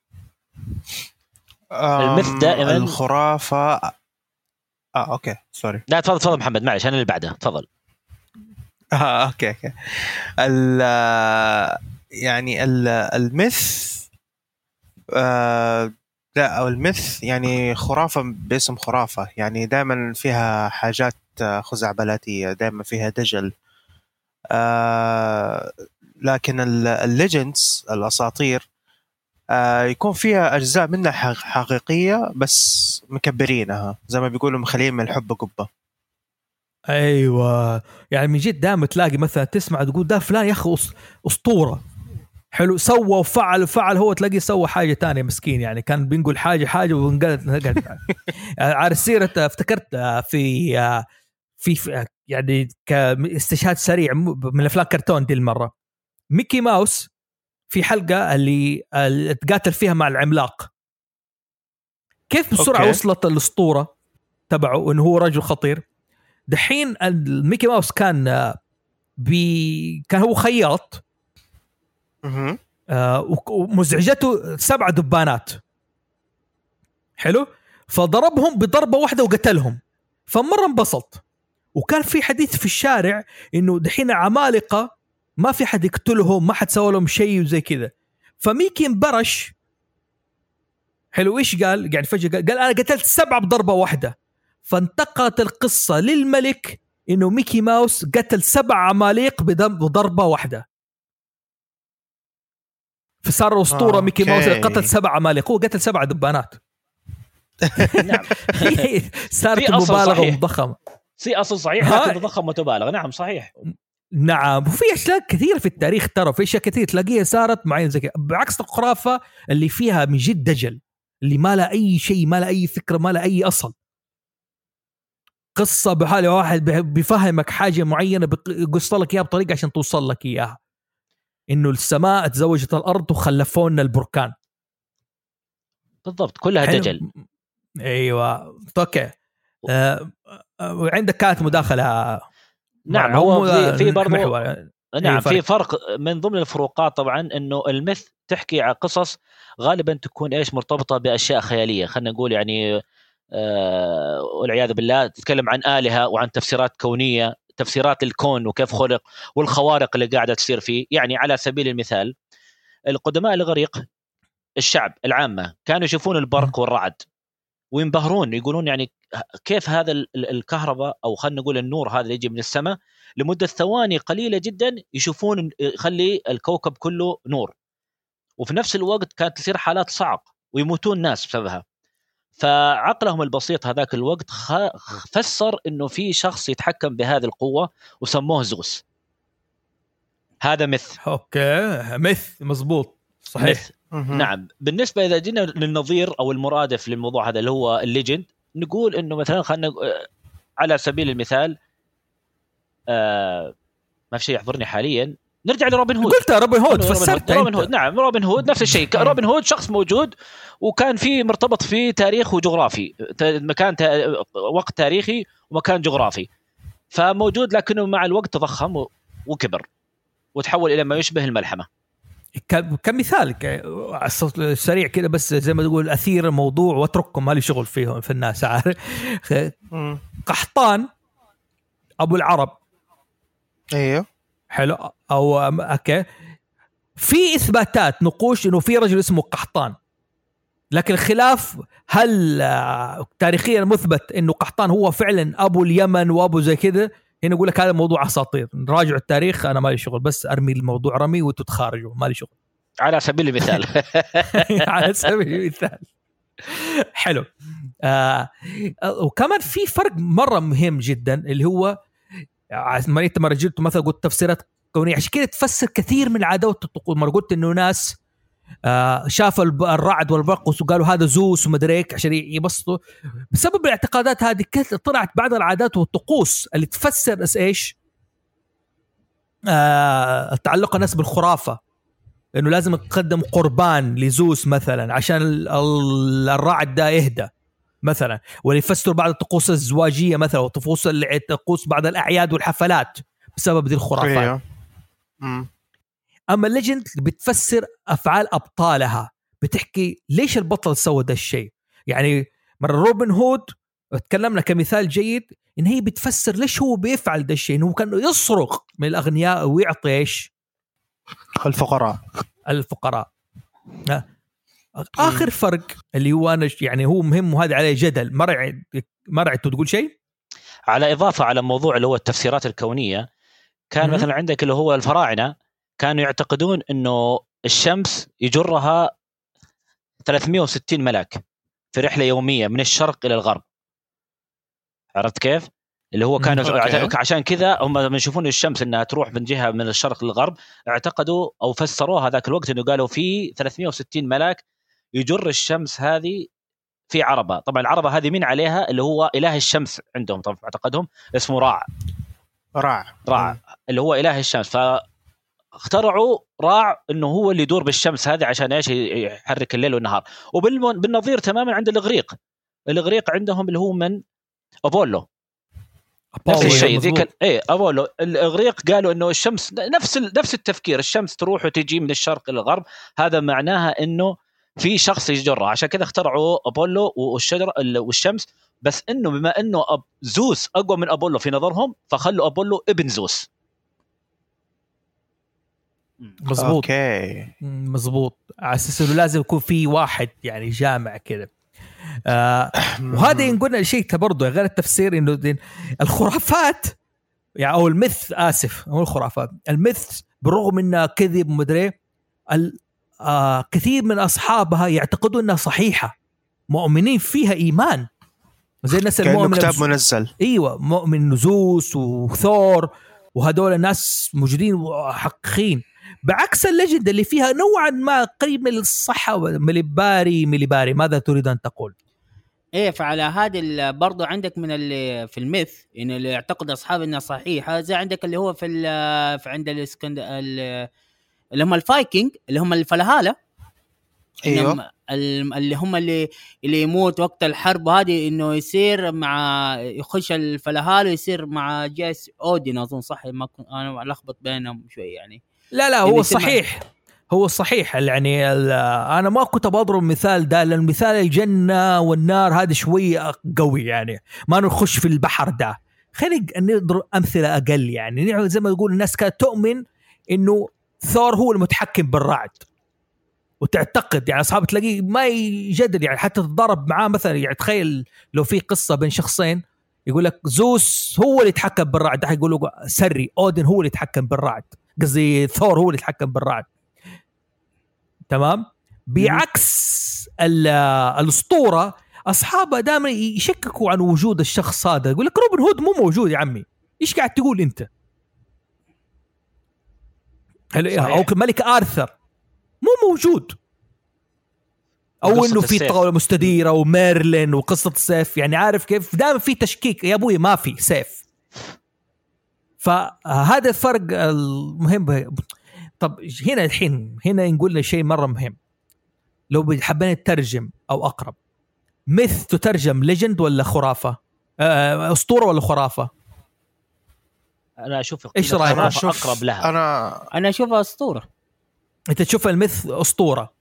المث دائما الخرافه. اوكي سوري، لا تفضل محمد، معلش انا اللي بعده، تفضل. اوكي يعني المث لا، او المث يعني خرافه باسم خرافه، يعني دائما فيها حاجات خزعبلاتيه، دائما فيها دجل. لكن الليجندز الاساطير يكون فيها أجزاء منها حقيقية بس مكبرينها، زي ما بيقولوا مخلين من الحب قبة. أيوة يعني من جد دائما تلاقي مثلا تسمع تقول ده فلان يا أخي أسطورة حلو، سوى وفعل هو تلاقيه سوى حاجة تانية مسكين، يعني كان بنقول حاجة وانقلت. على السيرة افتكرت في يعني كاستشهاد سريع من الأفلام كرتون دي المرة، ميكي ماوس في حلقة اللي تقاتل فيها مع العملاق، كيف بسرعة وصلت الأسطورة تبعه إنه هو رجل خطير. دحين الميكي ماوس كان هو خياط، ومزعجته 7 دبانات حلو، فضربهم بضربة واحدة وقتلهم، فمرة انبسط. وكان في حديث في الشارع إنه دحين عمالقة ما في حد يقتلهم، ما حد سوى لهم شيء وزي كذا. فميكي انبرش حلو، ايش قال؟ يعني فجأة قال انا قتلت 7 بضربة واحدة. فانتقلت القصة للملك انه ميكي ماوس قتل 7 عماليق بضربة واحدة، فصار أسطورة. ميكي ماوس قتل 7 عماليق، هو قتل 7 دبانات. نعم. صارت مبالغة مضخمة. أصل صحيح لكن تضخم وتبالغ. نعم صحيح. نعم، وفي أشياء كثير في التاريخ، ترى في أشياء كثير تلاقيها صارت معين زي كده، بعكس الخرافة اللي فيها من جد دجل، اللي ما لا أي شيء، ما لا أي فكرة، ما لا أي أصل. قصة بحالة واحد بيفهمك حاجة معينة، بيقص لك إياها بطريقة عشان توصل لك إياها، إنه السماء تزوجت الأرض وخلفونا البركان. بالضبط، كلها دجل. أيوة أوكي. وعندك كانت مداخلة. نعم، هو في برضو نعم في فرق من ضمن الفروقات طبعا، انه المث تحكي على قصص غالبا تكون ايش مرتبطه باشياء خياليه، خلينا نقول يعني والعياذ بالله تتكلم عن آلهة وعن تفسيرات كونيه، تفسيرات الكون وكيف خلق والخوارق اللي قاعده تصير فيه. يعني على سبيل المثال القدماء الاغريق الشعب العامة كانوا يشوفون البرق والرعد وينبهرون، يقولون يعني كيف هذا الكهرباء أو خلينا نقول النور هذا اللي يجي من السماء لمدة ثواني قليلة جدا يشوفون يخلي الكوكب كله نور، وفي نفس الوقت كانت تصير حالات صعق ويموتون ناس بسببها. فعقلهم البسيط هذاك الوقت فسر إنه في شخص يتحكم بهذه القوة وسموه زوس. هذا مث. اوكي مث مزبوط صحيح مث. نعم. بالنسبة إذا جينا للنظير أو المرادف للموضوع هذا اللي هو الليجند، نقول إنه مثلا خلنا على سبيل المثال ما في شيء يحضرني حاليا، نرجع لروبن هود. قلت روبن هود فسرت روبن هود. نعم روبن هود نفس الشيء. روبن هود شخص موجود وكان فيه مرتبط في تاريخ وجغرافي، مكان وقت تاريخي ومكان جغرافي، فموجود لكنه مع الوقت تضخم وكبر وتحول إلى ما يشبه الملحمة. كمثال الصوت سريع كده بس زي ما تقول أثير الموضوع واترككم مالي شغل فيهم في الناس عارف. قحطان أبو العرب ايوه حلو او اوكي، في اثباتات نقوش انه في رجل اسمه قحطان، لكن الخلاف هل تاريخيا مثبت انه قحطان هو فعلا ابو اليمن وابو زي كده. هنا اقول لك هذا موضوع اساطير، نراجع التاريخ، انا مالي شغل، بس ارمي الموضوع رمي وانتوا تخارجوا مالي شغل. على سبيل المثال على سبيل المثال حلو. وكمان في فرق مره مهم جدا اللي هو مرة جلت مثلا قلت تفسيرات كونية، عشان كده تفسر كثير من العادات والطقوس. مرة قلت إنه ناس شاف الرعد والبرق وقالوا هذا زوس ومدريك عشان يبسطوا. بسبب الاعتقادات هذه طلعت بعض العادات والطقوس اللي تفسر إيش تعلق الناس بالخرافة، إنه لازم يقدم قربان لزوس مثلا عشان الرعد ده يهدى مثلا، ويفسروا بعض الطقوس الزواجية مثلا وطقوس بعض الأعياد والحفلات بسبب ذي الخرافات. أما الليجند بتفسر أفعال أبطالها، بتحكي ليش البطل سوى ده الشيء. يعني مرة روبن هود تكلمنا كمثال جيد إن هي بتفسر ليش هو بيفعل ده الشيء، إنه كان يسرق من الأغنياء ويعطي إيش الفقراء. آخر فرق اللي هو أنا يعني هو مهم وهذا عليه جدل مرعي تقول شيء على إضافة على موضوع اللي هو التفسيرات الكونية. كان مثلا عندك اللي هو الفراعنة كانوا يعتقدون إنه الشمس يجرها 360 ملاك في رحلة يومية من الشرق إلى الغرب. عرفت كيف؟ اللي هو كانوا عشان كذا هم يشوفون الشمس إنها تروح من جهة من الشرق للغرب، اعتقدوا أو فسروها ذاك الوقت إنه قالوا في 360 ملاك يجر الشمس هذه في عربة. طبعا العربة هذه من عليها اللي هو إله الشمس عندهم، طبعا اعتقدهم اسمه راع اللي هو إله الشمس، فاخترعوا راع إنه هو اللي يدور بالشمس هذه عشان إيش يحرك الليل والنهار. وبالنظير تماما عند الإغريق عندهم اللي هو من أبولو نفس الشيء ذيك أبولو. الإغريق قالوا إنه الشمس نفس التفكير، الشمس تروح وتجي من الشرق إلى الغرب، هذا معناها إنه في شخص يجرها، عشان كذا اخترعوا أبولو والشجرة والشمس. بس إنه بما إنه زوس أقوى من أبولو في نظرهم فخلوا أبولو ابن زوس. مزبوط مزبوط، على أساس إنه لازم يكون في واحد يعني جامع كده. وهذا ينقلنا لشيء برضه غير التفسير، إنه الخرافات يعني أو المث هو الخرافات المث بالرغم إنها كذب ومدري كثير من أصحابها يعتقدون أنها صحيحة، مؤمنين فيها إيمان، زي الناس المؤمنة كتاب منزل. أيوة مؤمن نزوس وثور وهدول الناس موجودين وحقيقين، بعكس الليجند اللي فيها نوعا ما قريب من الصحة. مليباري ماذا تريد أن تقول؟ ايه، فعلى هذه برضو عندك من اللي في الميث ان اللي يعتقد اصحاب انها صحيحه، زي عندك اللي هو في عند اللي هم الفايكنج اللي هم الفلهالة. ايوه اللي هم اللي يموت وقت الحرب هذه انه يصير مع يخش الفلهالة ويصير مع جيس اودين اظن صح، ما انا لخبط بينهم شوي يعني. لا هو صحيح يعني انا ما كنت بضرب مثال ده، لان مثال الجنه والنار هذا شويه قوي يعني ما نخش في البحر ده. خلينا نضرب امثله اقل يعني زي ما تقول الناس كانت تؤمن انه ثور هو المتحكم بالرعد، وتعتقد يعني اصحاب تلاقيه ما يجدد يعني حتى تتضارب معاه مثلا. يعني تخيل لو في قصه بين شخصين يقول لك زوس هو اللي يتحكم بالرعد، ده يقول له سري اودن هو اللي يتحكم بالرعد، قصدي ثور هو اللي يتحكم بالرعد. تمام. بعكس الاسطوره اصحابها دائما يشككوا عن وجود الشخص هذا، يقول لك روبن هود مو موجود يا عمي، ايش قاعد تقول انت؟ او الملك آرثر مو موجود، او انه في طاوله مستديره وميرلين وقصه السيف. يعني عارف كيف دائما في تشكيك يا ابوي ما في سيف. فهذا الفرق المهم. طب هنا الحين هنا نقول لنا شيء مره مهم، لو حبينا نترجم او اقرب، مث تترجم ليجند ولا خرافه؟ اسطوره ولا خرافه؟ انا اشوف ايش رايك؟ اقرب لها. انا اشوفها اسطوره. انت تشوف المث اسطوره؟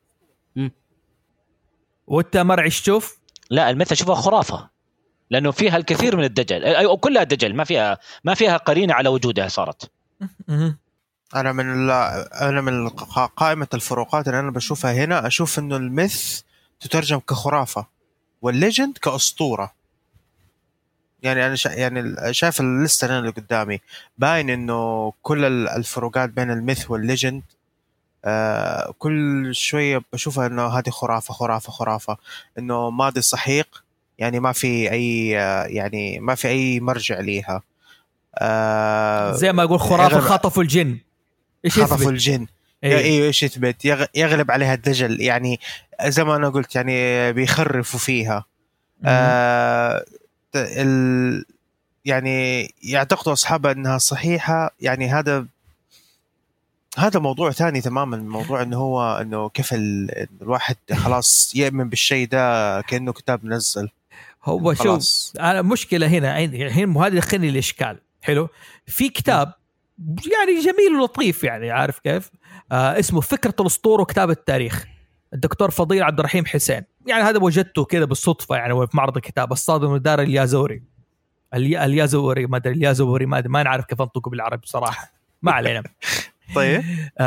وانت مرعي تشوف؟ لا المثل اشوفها خرافه، لانه فيها الكثير من الدجل، او كلها دجل، ما فيها قرينه على وجودها صارت. انا من قائمه الفروقات اللي انا بشوفها هنا، اشوف انه الميث تترجم كخرافه والليجند كاسطوره. يعني انا يعني شايف الليسته اللي قدامي باين انه كل الفروقات بين الميث والليجند كل شويه بشوفها انه هذه خرافه انه ماضي سحيق، يعني ما في اي مرجع ليها. زي ما اقول خرافه خطفوا الجن. ايش خطفوا الجن؟ ايوه ايش يثبت؟ يغلب عليها الدجل، يعني زي ما انا قلت يعني بيخرفوا فيها. يعني يعتقدوا اصحابها انها صحيحه. يعني هذا موضوع ثاني تماما. موضوع انه كيف الواحد خلاص يؤمن بالشيء ده كأنه كتاب منزل. هو شوف انا مشكله هنا هذا يخلي الاشكال. حلو، في كتاب يعني جميل ولطيف، يعني عارف كيف اسمه فكره الاسطوره وكتاب التاريخ، الدكتور فضيل عبد الرحيم حسين. يعني هذا وجدته كده بالصدفه يعني في معرض الكتاب الصادم الدار اليازوري ما ادري اليازوري ما نعرف كيف انطقه بالعربي بصراحه، ما علينا. طيب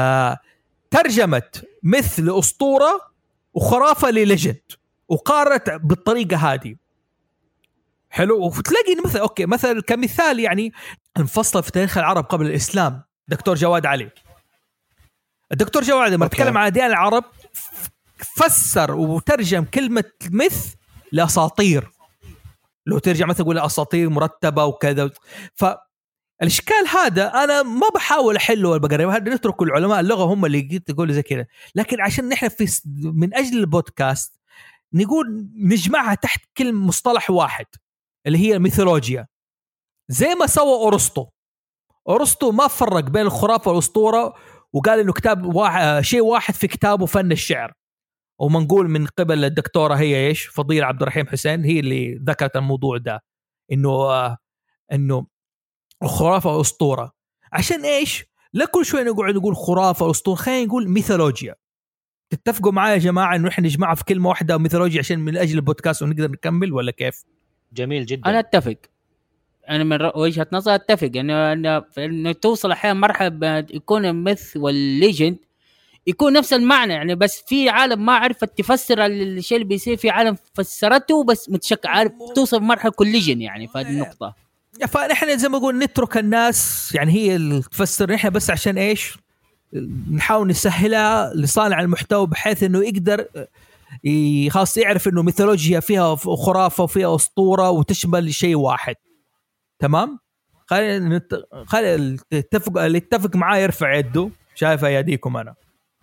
ترجمت مثل أسطورة وخرافة لليجند وقارت بالطريقة هذه. حلو، وتلاقي مثلا أوكي مثلا كمثال يعني انفصل في تاريخ العرب قبل الإسلام الدكتور جواد علي. الدكتور جواد لما تكلم عن أديان العرب فسر وترجم كلمة مث لأساطير. لو ترجع مثلا تقول أساطير مرتبة وكذا. الاشكال هذا انا ما بحاول احله ولا بقربه، هذا نترك العلماء اللغه هم اللي يقولوا زي كذا. لكن عشان نحن من اجل البودكاست نقول نجمعها تحت كلمه مصطلح واحد اللي هي الميثولوجيا. زي ما سوى أرسطو ما فرق بين الخرافه والاسطوره، وقال انه كتاب شيء واحد في كتابه فن الشعر. وما نقول من قبل الدكتوره هي ايش فضيل عبد الرحيم حسين هي اللي ذكرت الموضوع ده، انه خرافة وأسطورة. عشان إيش؟ لا كل شوي نقعد نقول خرافة وأسطورة، خلينا نقول ميثولوجيا. تتفقوا معايا يا جماعة إنه إحنا نجمعها في كلمة واحدة ميثولوجيا عشان من أجل البودكاست ونقدر نكمل، ولا كيف؟ جميل جدا. أنا أتفق، أنا من وجهة نظر أتفق إنه توصل أحيانا مرحلة يكون الميث والليجند يكون نفس المعنى، يعني بس في عالم ما عرفت تفسر الشيء اللي بيصير، في عالم فسرته بس متشكل، عارف توصل مرحلة كوليجن يعني في هذه النقطة. فنحن زي ما نقول نترك الناس يعني هي اللي تفسر، نحن بس عشان إيش نحاول نسهلها لصانع المحتوى بحيث إنه يقدر خاص يعرف إنه ميثولوجيا فيها خرافة وفيها أسطورة وتشمل شيء واحد. تمام؟ خلينا اللي يتفق معاه يرفع يده. شايف أيديكم أنا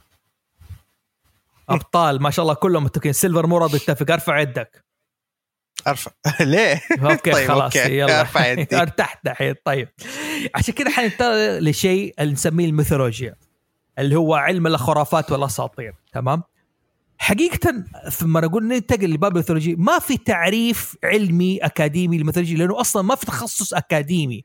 أبطال ما شاء الله كلهم متفقين. سيلفر مو راضي يتفق، أرفع يدك. ارفع ليه؟ اوكي طيب خلاص أوكي. يلا ارفع يدي. ارتحت الحين. طيب عشان كده حننتقل لشيء اللي نسميه الميثولوجيا اللي هو علم الخرافات والاساطير. تمام. حقيقه لما نقول ننتقل لباب الميثولوجيا ما في تعريف علمي اكاديمي للميثولوجيا، لانه اصلا ما في تخصص اكاديمي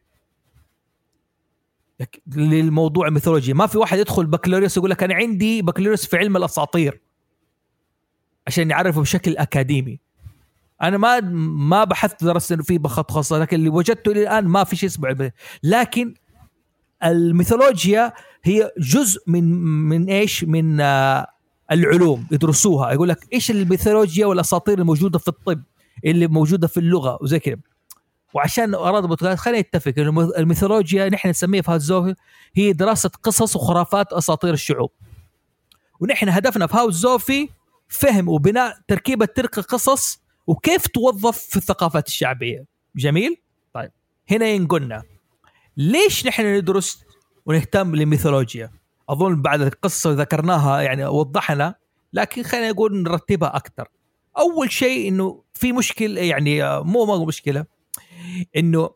للموضوع الميثولوجيا. ما في واحد يدخل بكالوريوس يقول لك انا عندي بكالوريوس في علم الاساطير عشان يعرفه بشكل اكاديمي. انا ما بحثت درست انه في بخط خاصه، لكن اللي وجدته الى الان ما في شيء اسمه. لكن الميثولوجيا هي جزء من ايش، العلوم يدرسوها، يقول لك ايش الميثولوجيا والاساطير الموجوده في الطب اللي موجوده في اللغه وزي كذا. وعشان اراد البودكاست خلينا نتفق انه الميثولوجيا نحن نسميها في هاوس هي دراسه قصص وخرافات اساطير الشعوب، ونحن هدفنا في هاوس زوفي فهم وبناء تركيبه تلك القصص وكيف توظف في الثقافات الشعبيه. جميل. طيب هنا ينقلنا ليش نحن ندرس ونهتم بالميثولوجيا. اظن بعد القصه ذكرناها يعني وضحنا، لكن خلينا نقول نرتبها اكثر. اول شيء انه في مشكله، يعني مو مشكله، انه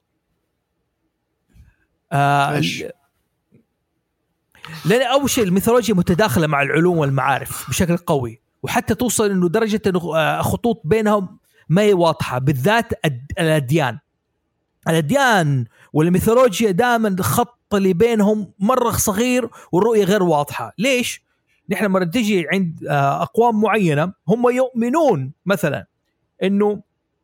لأن أول شيء الميثولوجيا متداخلة مع العلوم والمعارف بشكل قوي، وحتى توصل إنه درجة إنه خطوط بينهم ما هي واضحة، بالذات الأديان والميثولوجيا دائما الخط اللي بينهم مرة صغير والرؤية غير واضحة. ليش؟ نحن مرة تجي عند أقوام معينة هم يؤمنون مثلا إنه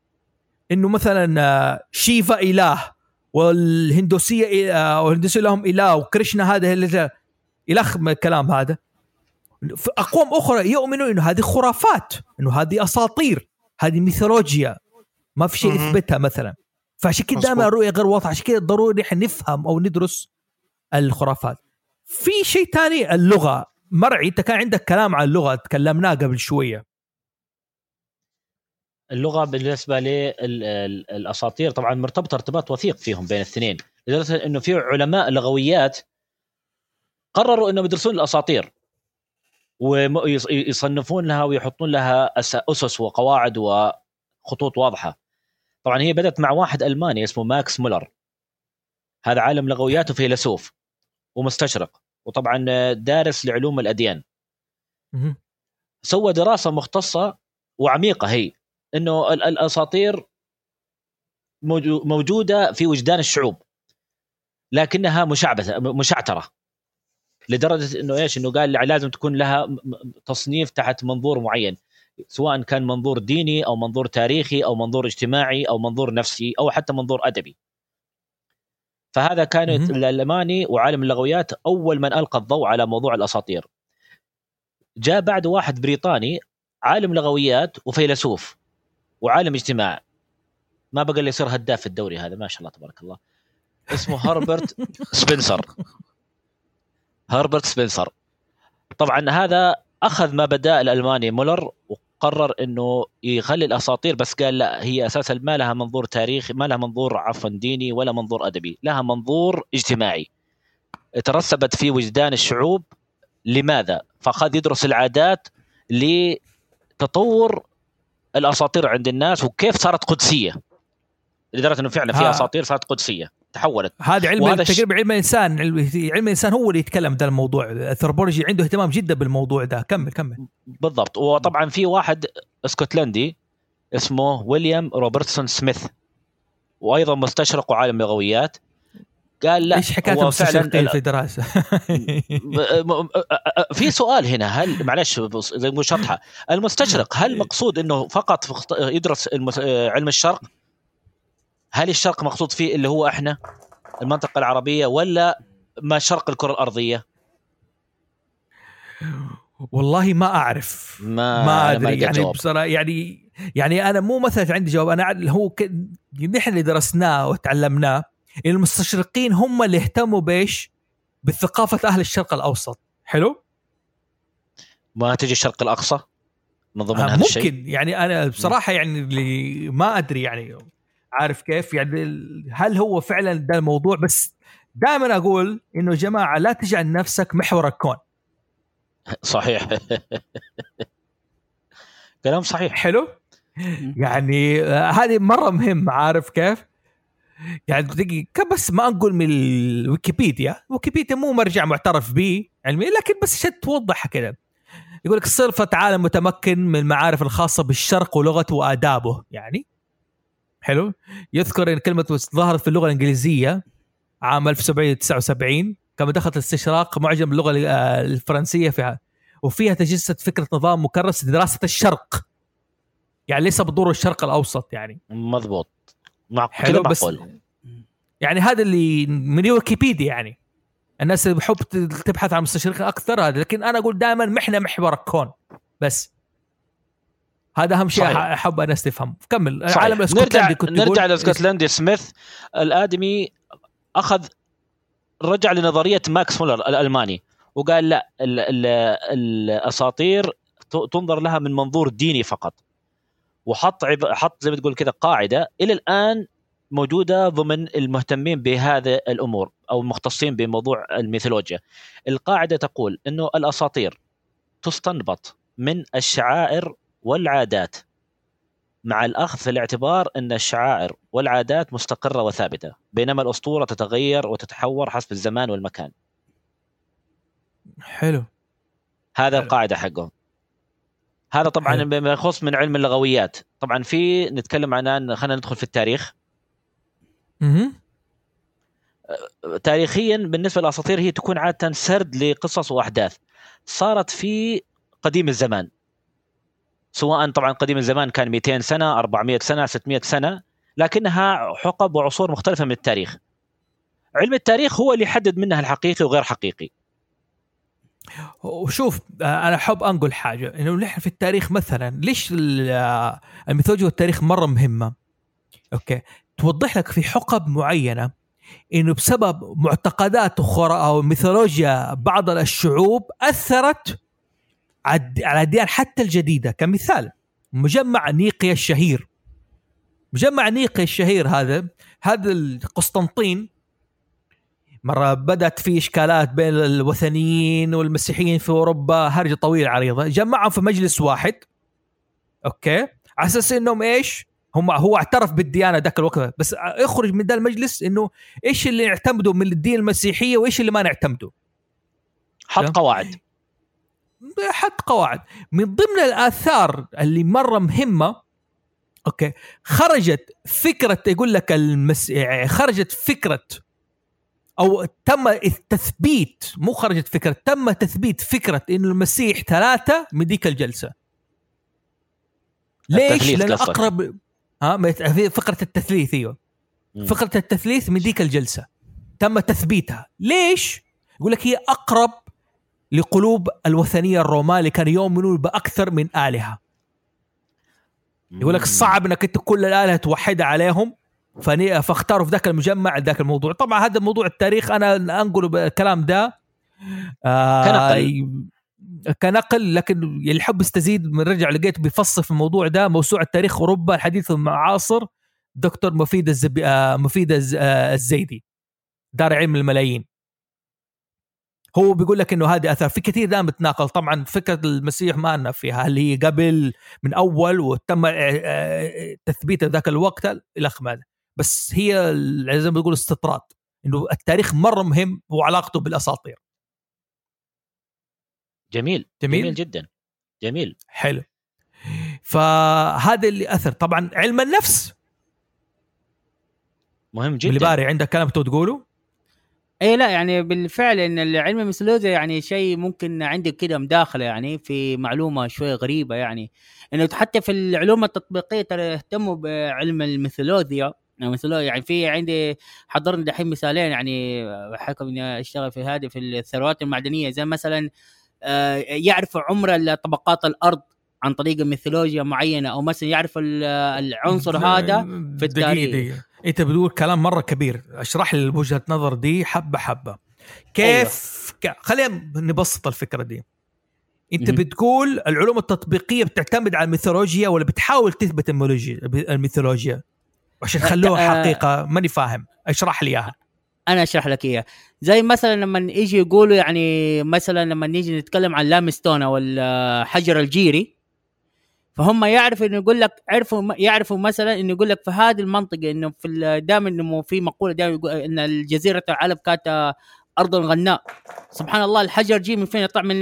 مثلا شيفا إله، والهندوسية والهندوسية لهم إله، وكريشنا هذا اللي إلخ الكلام هذا. في أقوام أخرى يؤمنوا إنه هذه خرافات، إنه هذه أساطير، هذه ميثولوجيا ما في شيء يثبتها مثلا. فعشان كده دائما الرؤية غير واضحة، عشان كده ضروري نحن نفهم أو ندرس الخرافات. في شيء تاني، اللغة. مرعي أنت كان عندك كلام عن اللغة تكلمناه قبل شوية. اللغة بالنسبة للأساطير طبعا مرتبطة ارتباط وثيق فيهم بين الاثنين، لدرجة إنه في علماء لغويات قرروا إنه يدرسون الأساطير ويصنفون لها ويحطون لها أسس وقواعد وخطوط واضحة. طبعا هي بدأت مع واحد ألماني اسمه ماكس مولر، هذا عالم لغويات وفيلسوف ومستشرق، وطبعا دارس لعلوم الأديان. سوى دراسة مختصة وعميقة، هي إنه الأساطير موجودة في وجدان الشعوب، لكنها مشعترة لدرجة إنه إيش، إنه قال لازم تكون لها تصنيف تحت منظور معين، سواء كان منظور ديني أو منظور تاريخي أو منظور اجتماعي أو منظور نفسي أو حتى منظور أدبي. فهذا كان الألماني وعالم اللغويات أول من ألقى الضوء على موضوع الأساطير. جاء بعد واحد بريطاني عالم لغويات وفيلسوف وعالم اجتماع، ما بقى اللي يصير هداف في الدوري هذا ما شاء الله تبارك الله، اسمه هربرت سبنسر. طبعا هذا أخذ ما بدأ الألماني مولر وقرر إنه يخلي الأساطير، بس قال لا، هي أساسا ما لها منظور تاريخي، ما لها منظور عفوا ديني ولا منظور أدبي، لها منظور اجتماعي ترسبت في وجدان الشعوب. لماذا؟ فأخذ يدرس العادات لتطور الأساطير عند الناس وكيف صارت قدسية، لدرجة إنه فعلا في أساطير صارت قدسية تحولت. هذا علم تقريبا علم الإنسان، علم الإنسان هو اللي يتكلم ده الموضوع. الأنثروبولوجي عنده اهتمام جدا بالموضوع ده. كمل. بالضبط. وطبعا في واحد اسكتلندي اسمه ويليام روبرتسون سميث، وأيضا مستشرق وعالم لغويات، قال لا، ايش حكايه المستشرقين في دراسه؟ في سؤال هنا، هل معلش زي مو شطحه، المستشرق هل مقصود انه فقط يدرس علم الشرق؟ هل الشرق مقصود فيه اللي هو احنا المنطقه العربيه، ولا ما شرق الكره الارضيه؟ والله ما اعرف، ما ادري يعني بصراحه. يعني انا مو مثلا عندي جواب. انا هو نحن اللي درسناه وتعلمناه، المستشرقين هم اللي اهتموا بالثقافة أهل الشرق الأوسط. حلو. ما تجي الشرق الأقصى من ضمن هذا الشيء؟ ممكن يعني أنا بصراحة يعني اللي ما أدري يعني عارف كيف يعني هل هو فعلا ده الموضوع. بس دائما أقول إنه جماعة لا تجعل نفسك محور الكون. صحيح. كلام صحيح. حلو. يعني هذه مرة مهم، عارف كيف يعني دقيقة بس ما أقول من الويكيبيديا مو مرجع معترف به علمي، لكن بس عشان توضحها كده. يقول لك صرفة عالم متمكن من المعارف الخاصة بالشرق ولغته وآدابه. يعني حلو. يذكر إن كلمة ظهرت في اللغة الإنجليزية عام 1779 كما دخلت الاستشراق معجم اللغة الفرنسية فيها، وفيها تجسد فكرة نظام مكرس لدراسة الشرق، يعني ليس بدور الشرق الأوسط. يعني مضبوط. حلو. بس يعني هذا اللي من ويكيبيديا يعني. الناس اللي بحب تبحث عن مستشرقين اكثر هذا، لكن انا اقول دائما محنا محور الكون بس، هذا اهم شيء احب الناس تفهم. كمل. العالم الاسكتلندي نرجع لاسكتلندي سميث الادمي رجع لنظريه ماكس مولر الالماني وقال لا الاساطير تنظر لها من منظور ديني فقط، وحط زي ما تقول كذا قاعده الى الان موجوده ضمن المهتمين بهذه الامور او المختصين بموضوع الميثولوجيا. القاعده تقول انه الاساطير تستنبط من الشعائر والعادات، مع الأخذ في الاعتبار أن الشعائر والعادات مستقرة وثابتة، بينما الأسطورة تتغير وتتحور حسب الزمان والمكان. حلو. هذا القاعدة حقهم. هذا طبعا بما يخص من علم اللغويات. طبعا في نتكلم عن خلينا ندخل في التاريخ. تاريخيا بالنسبة للأساطير هي تكون عادة سرد لقصص وأحداث صارت في قديم الزمان، سواء طبعا قديم الزمان كان 200 سنة 400 سنة 600 سنة، لكنها حقب وعصور مختلفة من التاريخ. علم التاريخ هو اللي يحدد منها الحقيقي وغير حقيقي. وشوف أنا أحب أنقل حاجة، إنه نحن في التاريخ مثلا ليش الميثولوجيا والتاريخ مرة مهمة. أوكي، توضح لك في حقب معينة إنه بسبب معتقدات أو ميثولوجيا بعض الشعوب أثرت على الأديان حتى الجديدة. كمثال مجمع نيقيا الشهير. مجمع نيقيا الشهير هذا القسطنطين، مرة بدأت فيه إشكالات بين الوثنيين والمسيحيين في أوروبا، هرجة طويلة عريضة، جمعهم في مجلس واحد. أوكي، على أساس إنهم إيش هو اعترف بالديانة ذاك الوقت، بس يخرج من ذا المجلس إنه إيش اللي نعتمده من الدين المسيحية وإيش اللي ما نعتمده. حط قواعد من ضمن الآثار اللي مرة مهمة. أوكي، خرجت فكرة يقول لك خرجت فكرة أو تم التثبيت، مو خرجت فكرة، تم تثبيت فكرة إنه المسيح 3 من ديك الجلسة. ليش؟ لأن أقرب فكرة التثليث. أيوة، فكرة التثليث من ديك الجلسة تم تثبيتها. ليش؟ يقول لك هي أقرب لقلوب الوثنية الرومان اللي كانوا يؤمنون بأكثر من آلهة. يقول لك صعب أنك أنت كل الآلهة توحد عليهم، فاختاروا في ذاك المجمع ذاك الموضوع. طبعا هذا موضوع التاريخ أنا أنقله بالكلام ده كنقل، لكن اللي يحب يستزيد من رجع لقيت بيفصل في الموضوع ده موسوعة تاريخ أوروبا الحديث المعاصر دكتور مفيد الزيدي، دار علم الملايين. هو بيقول لك انه هذه اثر في كثير دائما بتناقض. طبعا فكره المسيح ما لنا فيها، هل هي قبل من اول وتم تثبيت ذاك الوقت الاخماد، بس هي زي ما بيقول استطراد انه التاريخ مره مهم وعلاقته بالاساطير. جميل جدا، جميل، حلو. فهذا اللي اثر. طبعا علم النفس مهم جدا. اللي باري عندك كلام تقوله؟ اي لا يعني بالفعل ان العلم الميثولوجيا يعني شيء ممكن عندك كده مداخله يعني في معلومه شويه غريبه، يعني انه حتى في العلوم التطبيقيه ترى يهتموا بعلم الميثولوجيا. يعني في عندي حضرني دحين مثالين، يعني بحكم اني اشتغل في هذه في الثروات المعدنيه، زي مثلا يعرف عمر طبقات الارض عن طريق الميثولوجيا معينه، او مثلا يعرف العنصر هذا في التاريخ. انت بتقول كلام مره كبير، اشرح لي وجهه نظر دي حبه كيف. أيوة. خلينا نبسط الفكره دي. انت بتقول العلوم التطبيقيه بتعتمد على الميثولوجيا ولا بتحاول تثبت الميثولوجيا عشان تخلوها حقيقه؟ ماني فاهم، اشرح لي اياها. انا اشرح لك اياها. زي مثلا لما يجي يقولوا يعني مثلا لما نيجي نتكلم عن لامستون او الحجر الجيري، فهم يعرفوا انه يقول لك يعرفوا مثلا انه يقول لك في هذه المنطقه انه في دائما انه في مقوله دائما يقول ان الجزيره العرب كانت ارض غناء. سبحان الله، الحجر جي من فين يطلع؟ من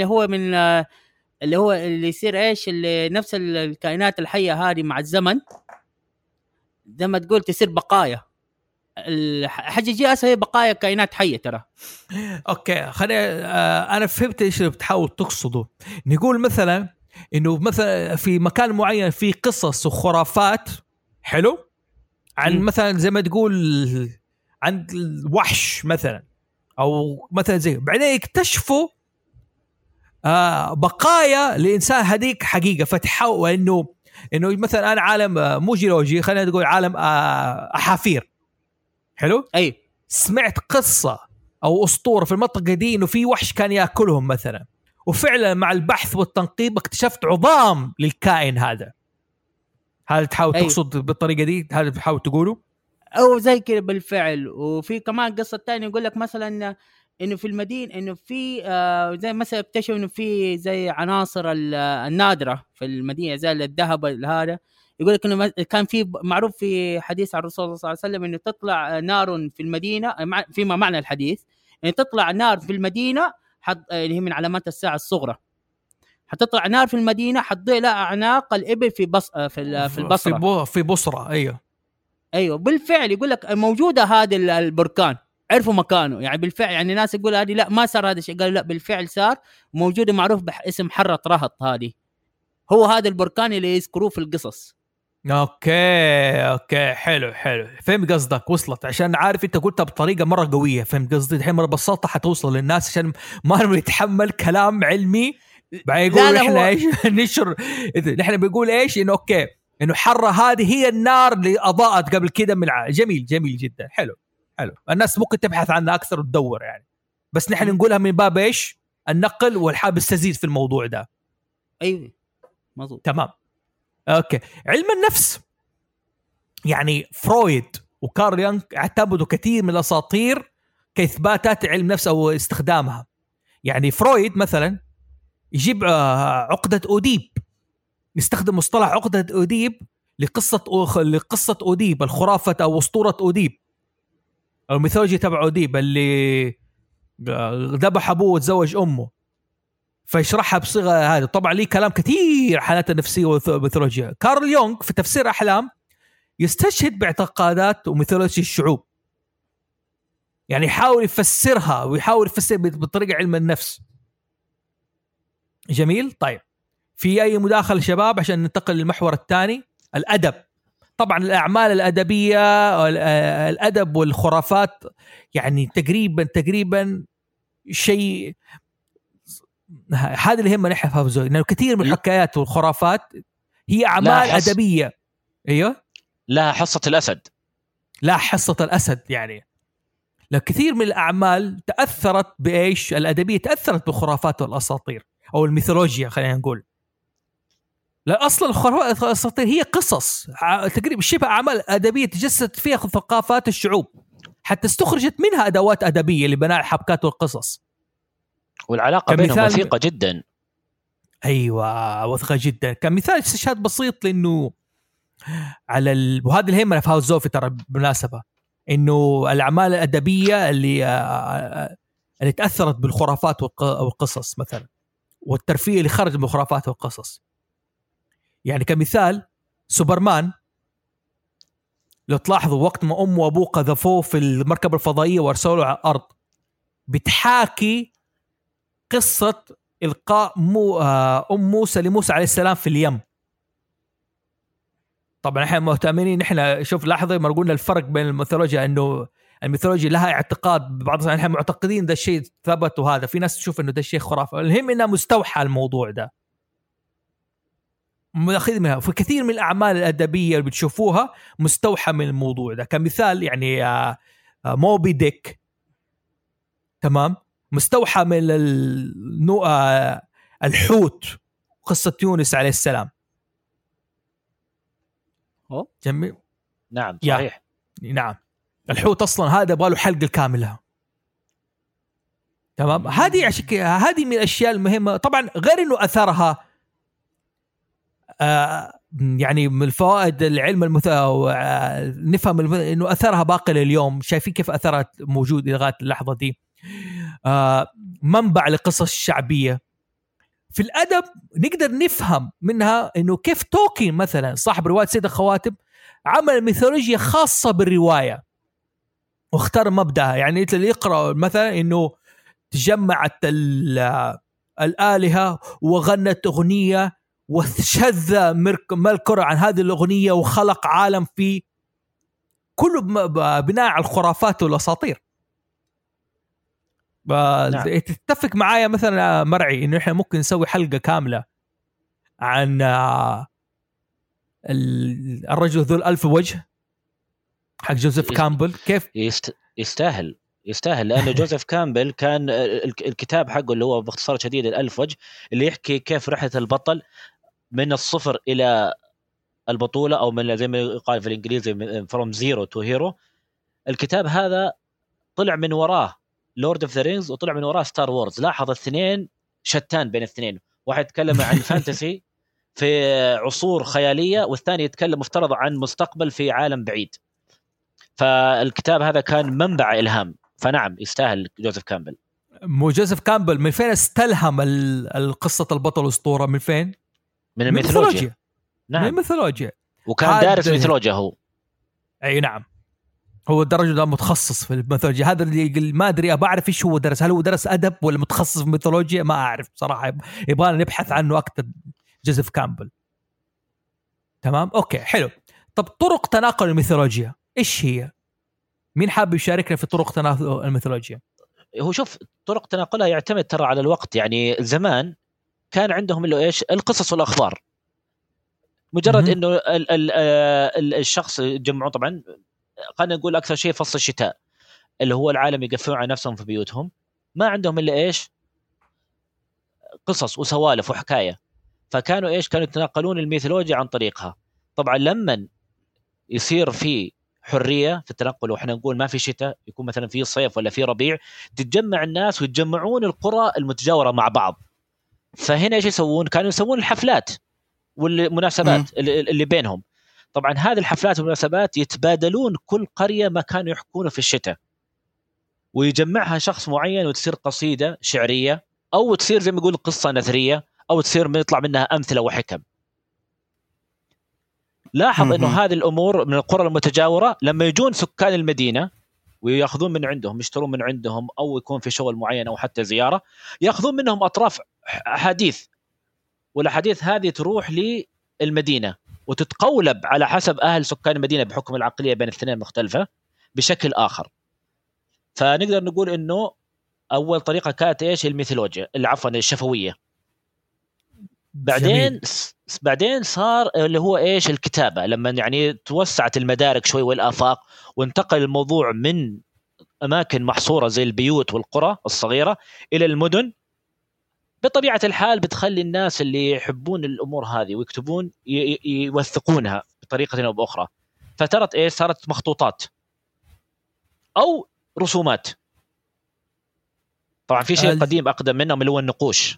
اللي يصير ايش، اللي نفس الكائنات الحيه هذه مع الزمن زي ما تقول تصير بقايا. الحجر جي اساسا هي بقايا كائنات حيه ترى. اوكي، خلينا انا فهمت ايش بتحاول تقصده. نقول مثلا انه مثلا في مكان معين في قصص وخرافات حلو عن مثلا زي ما تقول عن الوحش مثلا، او مثلا زي بعدين يكتشفوا بقايا لإنسان هذيك حقيقة، فتحول إنه مثلا أنا عالم مو جيولوجي، خلينا نقول عالم أحافير. حلو. أي سمعت قصة أو أسطورة في المنطقة دي إنه في وحش كان يأكلهم مثلا، وفعلا مع البحث والتنقيب اكتشفت عظام للكائن هذا. هل تحاول تقصد بالطريقة دي؟ هل تحاول تقوله؟ أو زي كده بالفعل. وفي كمان قصة تانية يقول لك مثلا انه في المدينه انه في زي مثلا اكتشفوا انه في زي عناصر النادره في المدينه زي الذهب هذا. يقول لك انه كان في معروف في حديث عن الرسول صلى الله عليه وسلم انه تطلع نار في المدينه، فيما معنى الحديث ان تطلع نار في المدينه اللي هي من علامات الساعه الصغرى، حتطلع نار في المدينه حتضيء لها اعناق الابل في البصره في بصره. ايوه بالفعل. يقول لك موجوده هذا البركان، عرفوا مكانه يعني بالفعل. يعني ناس يقول هذه لا ما صار هذا الشيء، قالوا لا بالفعل صار موجوده، معروف باسم حرة رهط. هذه هو هذا البركان اللي يذكروه في القصص. اوكي حلو فهمت قصدك، وصلت. عشان عارف انت قلتها بطريقه مره قويه، فهمت قصدي. الحين مره ببساطه حتوصل للناس عشان ما يتحمل كلام علمي بعدين يقول احنا ايش نشر. نحن بنقول ايش انه اوكي انه حرة هذه هي النار اللي اضاءت قبل كده من جميل جدا. حلو. الناس ممكن تبحث عنها اكثر وتدور يعني، بس نحن نقولها من باب ايش؟ النقل والحاب التزيد في الموضوع ده. ايوه مظبوط تمام. اوكي. علم النفس يعني فرويد وكارل يونغ اعتمدوا كثير من الاساطير كاثباتات علم نفس او استخدامها. يعني فرويد مثلا يجيب عقدة أوديب، يستخدم مصطلح عقدة أوديب لقصة أوديب، الخرافة أو أسطورة أوديب أو الميثولوجيا تبع أوديب اللي ذبح أبوه وتزوج أمه، فيشرحها بصيغة هذه. طبعا ليه كلام كثير حالات النفسية والميثولوجيا. كارل يونغ في تفسير أحلام يستشهد باعتقادات وميثولوجيا الشعوب، يعني يحاول يفسرها ويحاول يفسر بطريقة علم النفس. جميل. طيب في أي مداخلة شباب عشان ننتقل للمحور الثاني؟ الأدب. طبعا الأعمال الأدبية، الأدب والخرافات يعني تقريبا شيء هذا اللي يهمنا نحن في لأنه كثير من الحكايات والخرافات هي أعمال أدبية. أيوه لا حصة الأسد، لا حصة الأسد يعني. لكثير من الأعمال تأثرت بإيش؟ الأدبية تأثرت بالخرافات والأساطير أو الميثولوجيا خلينا نقول. لا أصلا الخرافات والأساطير هي قصص تقريبا شبه أعمال أدبية تجسد فيها ثقافات الشعوب، حتى استخرجت منها أدوات أدبية لبناء الحبكات والقصص، والعلاقة بينهم وثيقة جدا. أيوة وثيقة جدا. كمثال استشهاد بسيط لأنه على وهذا الهمنا في هاوس زوفي ترى بالمناسبة، إنه الأعمال الأدبية اللي تأثرت بالخرافات والقصص مثلا، والترفيه اللي خرج من الخرافات والقصص. يعني كمثال سوبرمان، لو تلاحظوا وقت ما أمه وأبوه قذفوه في المركبة الفضائية وارسلوه على الأرض، بتحاكي قصة إلقاء أم موسى لموسى عليه السلام في اليم. طبعا احنا مهتمين احنا شوف لاحظوا ما قلنا الفرق بين الميثولوجيا، انه الميثولوجيا لها اعتقاد بعض الناس احنا معتقدين ده الشيء ثبت، وهذا في ناس تشوف انه ده الشيء خرافي. المهم انها مستوحى الموضوع ده ماخذ منها. في كثير من الاعمال الادبيه اللي بتشوفوها مستوحى من الموضوع ده. كمثال يعني موبي ديك، تمام، مستوحى من الحوت، قصة يونس عليه السلام. جميل. نعم صحيح. نعم الحوت أصلا هذا باله حلقة كاملة. تمام. هذه من الأشياء المهمة. طبعا غير إنه أثرها يعني من الفوائد العلم نفهم إنه أثرها باقي لليوم. شايفين كيف أثرت موجود لغاية اللحظة دي. منبع لقصص الشعبية في الأدب نقدر نفهم منها إنه كيف توكين مثلا صاحب رواية سيد الخواتم عمل ميثولوجيا خاصة بالرواية واختار مبدأها. يعني اللي يقرأ مثلا إنه تجمعت الآلهة وغنت أغنية وشذ ملكر عن هذه الأغنية وخلق عالم فيه كله بناء على الخرافات والأساطير. نعم. تتفق معايا مثلا مرعي انه احنا ممكن نسوي حلقة كاملة عن الرجل ذو الألف وجه حق جوزيف كامبل؟ كيف يستاهل لأنه جوزيف كامبل كان الكتاب حقه اللي هو باختصار شديد الألف وجه، اللي يحكي كيف رحلة البطل من الصفر إلى البطولة، أو من زي ما يقال في الإنجليزي from zero to hero. الكتاب هذا طلع من وراه لورد اوف ذا رينجز وطلع من وراه ستار وورز. لاحظ الاثنين شتان بين الاثنين، واحد يتكلم عن فانتسي في عصور خيالية، والثاني يتكلم مفترض عن مستقبل في عالم بعيد. فالكتاب هذا كان منبع إلهام، فنعم يستاهل جوزيف كامبل. مو جوزيف كامبل من فين استلهم القصة البطل الأسطورة؟ من فين؟ من الميثولوجيا. نعم من الميثولوجيا، وكان دارس ميثولوجيا هو. أي نعم، هو الدرجة ده متخصص في الميثولوجيا. هذا اللي ما أدري، أبى أعرف إيش هو درس، هل هو درس أدب ولا متخصص في الميثولوجيا؟ ما أعرف بصراحة، يبغى نبحث عنه أكثر. جوزيف كامبل تمام، أوكي حلو. طب طرق تناقل الميثولوجيا إيش هي؟ مين حابب يشاركنا في طرق تناقل الميثولوجيا؟ هو شوف، طرق تناقلها يعتمد ترى على الوقت. يعني زمان كان عندهم اللي إيش القصص والأخبار، مجرد إنه الشخص يجمعون. طبعا خلينا نقول أكثر شيء فصل الشتاء اللي هو العالم يقفلون على نفسهم في بيوتهم، ما عندهم إلا إيش قصص وسوالف وحكاية، فكانوا إيش كانوا يتناقلون الميثولوجيا عن طريقها. طبعا لما يصير في حرية في التنقل، وإحنا نقول ما في شتاء، يكون مثلا في صيف ولا في ربيع، تتجمع الناس ويتجمعون القرى المتجاورة مع بعض. فهنا إيش يسوون؟ كانوا يسوون الحفلات والمناسبات اللي بينهم. طبعا هذه الحفلات والمناسبات يتبادلون كل قرية ما كانوا يحكونه في الشتاء، ويجمعها شخص معين وتصير قصيدة شعرية، أو تصير زي ما يقول قصة نثرية، أو تصير يطلع منها أمثلة وحكم. لاحظ إنه هذه الأمور من القرى المتجاورة لما يجون سكان المدينة ويأخذون من عندهم، يشترون من عندهم، أو يكون في شغل معين أو حتى زيارة، يأخذون منهم أطراف أحاديث، والأحاديث هذه تروح للمدينة وتتقولب على حسب أهل سكان المدينة بحكم العقلية بين الاثنين مختلفة بشكل آخر. فنقدر نقول إنه أول طريقة كانت إيش الميثولوجيا، عفوا الشفوية. بعدين صار اللي هو إيش الكتابة، لما يعني توسعت المدارك شوي والآفاق، وانتقل الموضوع من أماكن محصورة زي البيوت والقرى الصغيرة إلى المدن. بطبيعة الحال بتخلي الناس اللي يحبون الأمور هذه ويكتبون يوثقونها بطريقة أو بأخرى. فترت إيش صارت مخطوطات أو رسومات. طبعا في شيء قديم أقدم منهم اللي هو النقوش.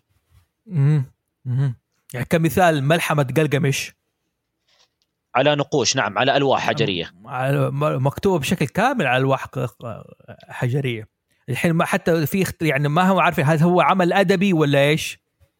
يعني كمثال ملحمة قلقمش على نقوش، نعم، على ألواح حجرية، مكتوبة بشكل كامل على ألواح حجرية. الحين ما حتى في يعني ما هو عارف هذا هو عمل أدبي ولا إيش،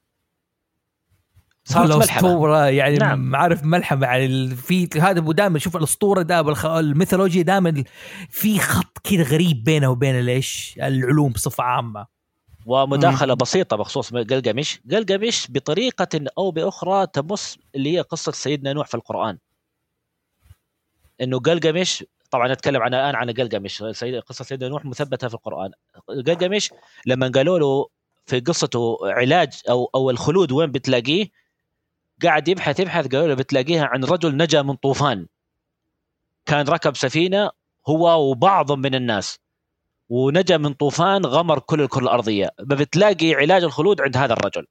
صارت ملحمة يعني. نعم. عارف ملحمة يعني في هذا دائما شوف الأسطورة ده الميثولوجيا دائما في خط كده غريب بينه وبين ليش العلوم بصفة عامة. ومداخلة بسيطة بخصوص قلقمش بطريقة أو بأخرى تمس اللي هي قصة سيدنا نوح في القرآن. إنه قلقمش طبعا نتكلم عن الآن عن قلقمش، قصة سيدنا نوح مثبتة في القرآن. قلقمش لما قالوا له في قصته علاج أو الخلود وين بتلاقيه، قاعد يبحث قالوا له بتلاقيها عن رجل نجا من طوفان، كان ركب سفينة هو وبعض من الناس ونجا من طوفان غمر كل الكرة الأرضية، بتلاقي علاج الخلود عند هذا الرجل.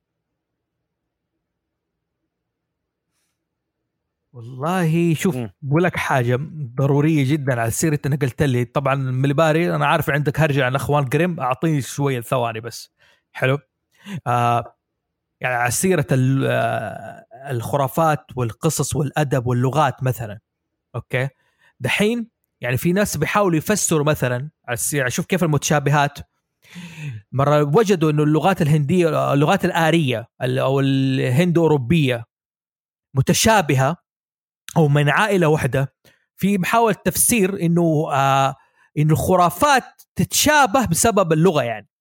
والله شوف بقول لك حاجة ضرورية جدا على سيرة انك قلت لي. طبعا مليباري انا عارف عندك هرجع عن اخوان جريم، اعطيني شوية ثواني بس. حلو. يعني على سيرة الخرافات والقصص والأدب واللغات مثلا، أوكي دحين يعني في ناس بيحاولوا يفسروا مثلا على شوف كيف المتشابهات. مرة وجدوا إنه اللغات الهندية، اللغات الآرية أو الهند أوروبية متشابهة أو من عائلة واحدة. في محاولة تفسير إنه إنه الخرافات تتشابه بسبب اللغة.